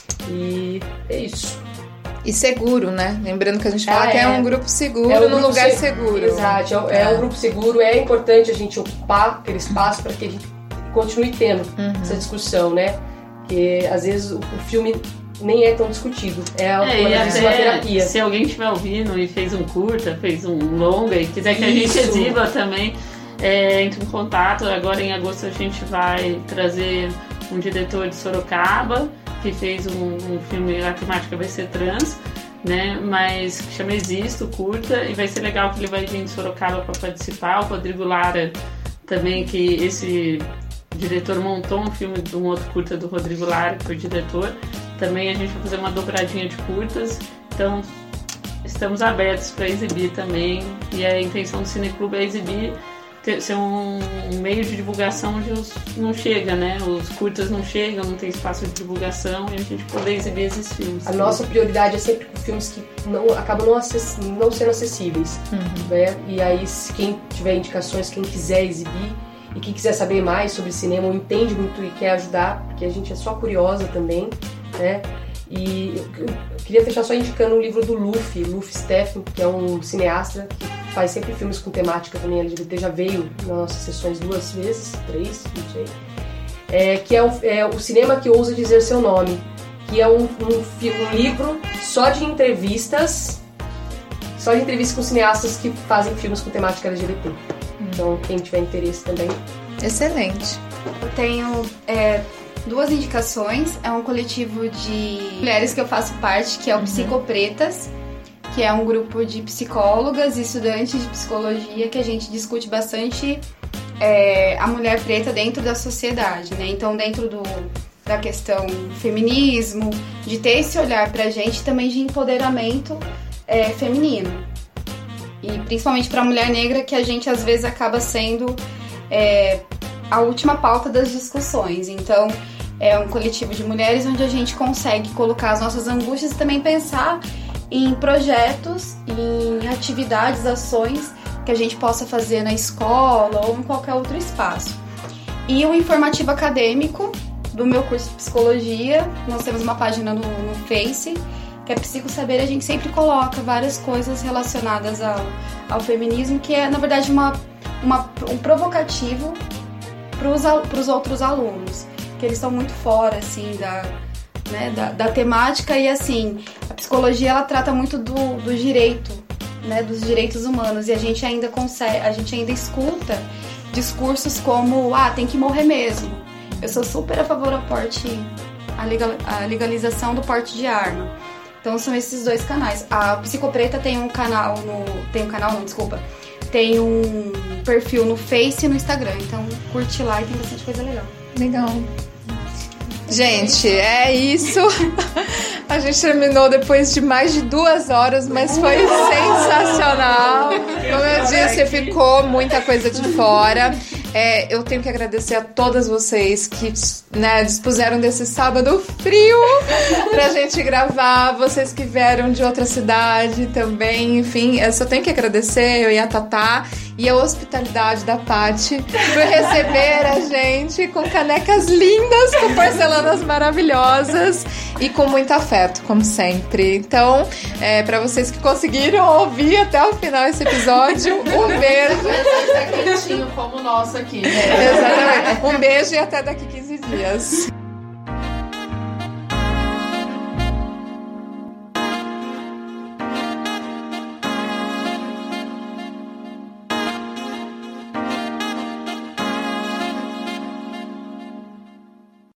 [SPEAKER 5] e é isso.
[SPEAKER 1] E seguro, né? Lembrando que a gente fala
[SPEAKER 5] ah,
[SPEAKER 1] que é,
[SPEAKER 5] é
[SPEAKER 1] um grupo seguro,
[SPEAKER 5] é um
[SPEAKER 1] num
[SPEAKER 5] grupo
[SPEAKER 1] lugar
[SPEAKER 5] se...
[SPEAKER 1] seguro.
[SPEAKER 5] Exato, é, é um grupo seguro, é importante a gente ocupar aquele espaço para que a gente continue tendo uhum. essa discussão, né? Porque às vezes o, o filme nem é tão discutido, é, é uma, uma terapia.
[SPEAKER 7] Se alguém estiver ouvindo e fez um curta, fez um longa e quiser que Isso. a gente exiba também, é, entre em contato. Agora em agosto a gente vai trazer um diretor de Sorocaba que fez um, um filme, a temática vai ser trans, né? Mas que chama Existo, curta, e vai ser legal que ele vai vir de Sorocaba para participar. O Rodrigo Lara também, que esse diretor montou um filme de um outro curta do Rodrigo Lara, que foi diretor. Também a gente vai fazer uma dobradinha de curtas, então estamos abertos para exibir também. E a intenção do Cineclube é exibir, ter, ser um, um meio de divulgação onde os, não chega, né? Os curtas não chegam, não tem espaço de divulgação, e a gente poder exibir esses filmes.
[SPEAKER 5] A nossa prioridade é sempre com filmes que não, acabam não, acess, não sendo acessíveis. Uhum. Né? E aí, se quem tiver indicações, quem quiser exibir, e quem quiser saber mais sobre cinema, ou entende muito e quer ajudar, porque a gente é só curiosa também, né? E eu queria fechar só indicando um livro do Luffy, Luffy Steffen, que é um cineasta que faz sempre filmes com temática também L G B T, já veio nas nossas sessões duas vezes, três, não sei, é, que é o, é o Cinema que Ousa Dizer Seu Nome, que é um, um, um livro só de entrevistas, só de entrevistas com cineastas que fazem filmes com temática L G B T. Então, quem tiver interesse também.
[SPEAKER 1] Excelente.
[SPEAKER 3] Eu tenho é, duas indicações. É um coletivo de mulheres que eu faço parte, que é o uhum. Psicopretas, que é um grupo de psicólogas e estudantes de psicologia que a gente discute bastante é, a mulher preta dentro da sociedade, né? Então, dentro do, da questão feminismo, de ter esse olhar pra gente também de empoderamento é, feminino. E principalmente para a mulher negra, que a gente às vezes acaba sendo é, a última pauta das discussões. Então, é um coletivo de mulheres onde a gente consegue colocar as nossas angústias e também pensar em projetos, em atividades, ações que a gente possa fazer na escola ou em qualquer outro espaço. E o informativo acadêmico do meu curso de psicologia, nós temos uma página no, no Face, que é Psico Saber. A gente sempre coloca várias coisas relacionadas ao, ao feminismo, que é, na verdade, uma, uma, um provocativo para os outros alunos, que eles estão muito fora, assim, da, né, da, da temática. E, assim, a psicologia, ela trata muito do, do direito, né, dos direitos humanos, e a gente ainda consegue, a gente ainda escuta discursos como, ah, tem que morrer mesmo. Eu sou super a favor ao porte, a, legal, a legalização do porte de arma. Então são esses dois canais. A Psicopreta tem um canal no... Tem um canal, não, desculpa. Tem um perfil no Face e no Instagram. Então curte lá e tem bastante coisa legal.
[SPEAKER 1] Legal. Gente, é isso. A gente terminou depois de mais de duas horas, mas foi sensacional. Como eu disse, ficou muita coisa de fora. É, eu tenho que agradecer a todas vocês que, né, dispuseram desse sábado frio pra gente gravar, vocês que vieram de outra cidade também, enfim, eu só tenho que agradecer, eu e a Tatá, e a hospitalidade da Paty por receber a gente com canecas lindas, com porcelanas maravilhosas e com muito afeto, como sempre. Então, é, pra vocês que conseguiram ouvir até o final esse episódio, um beijo.
[SPEAKER 2] Quentinho como o nosso aqui, né?
[SPEAKER 1] Exatamente. Um beijo e até daqui quinze dias.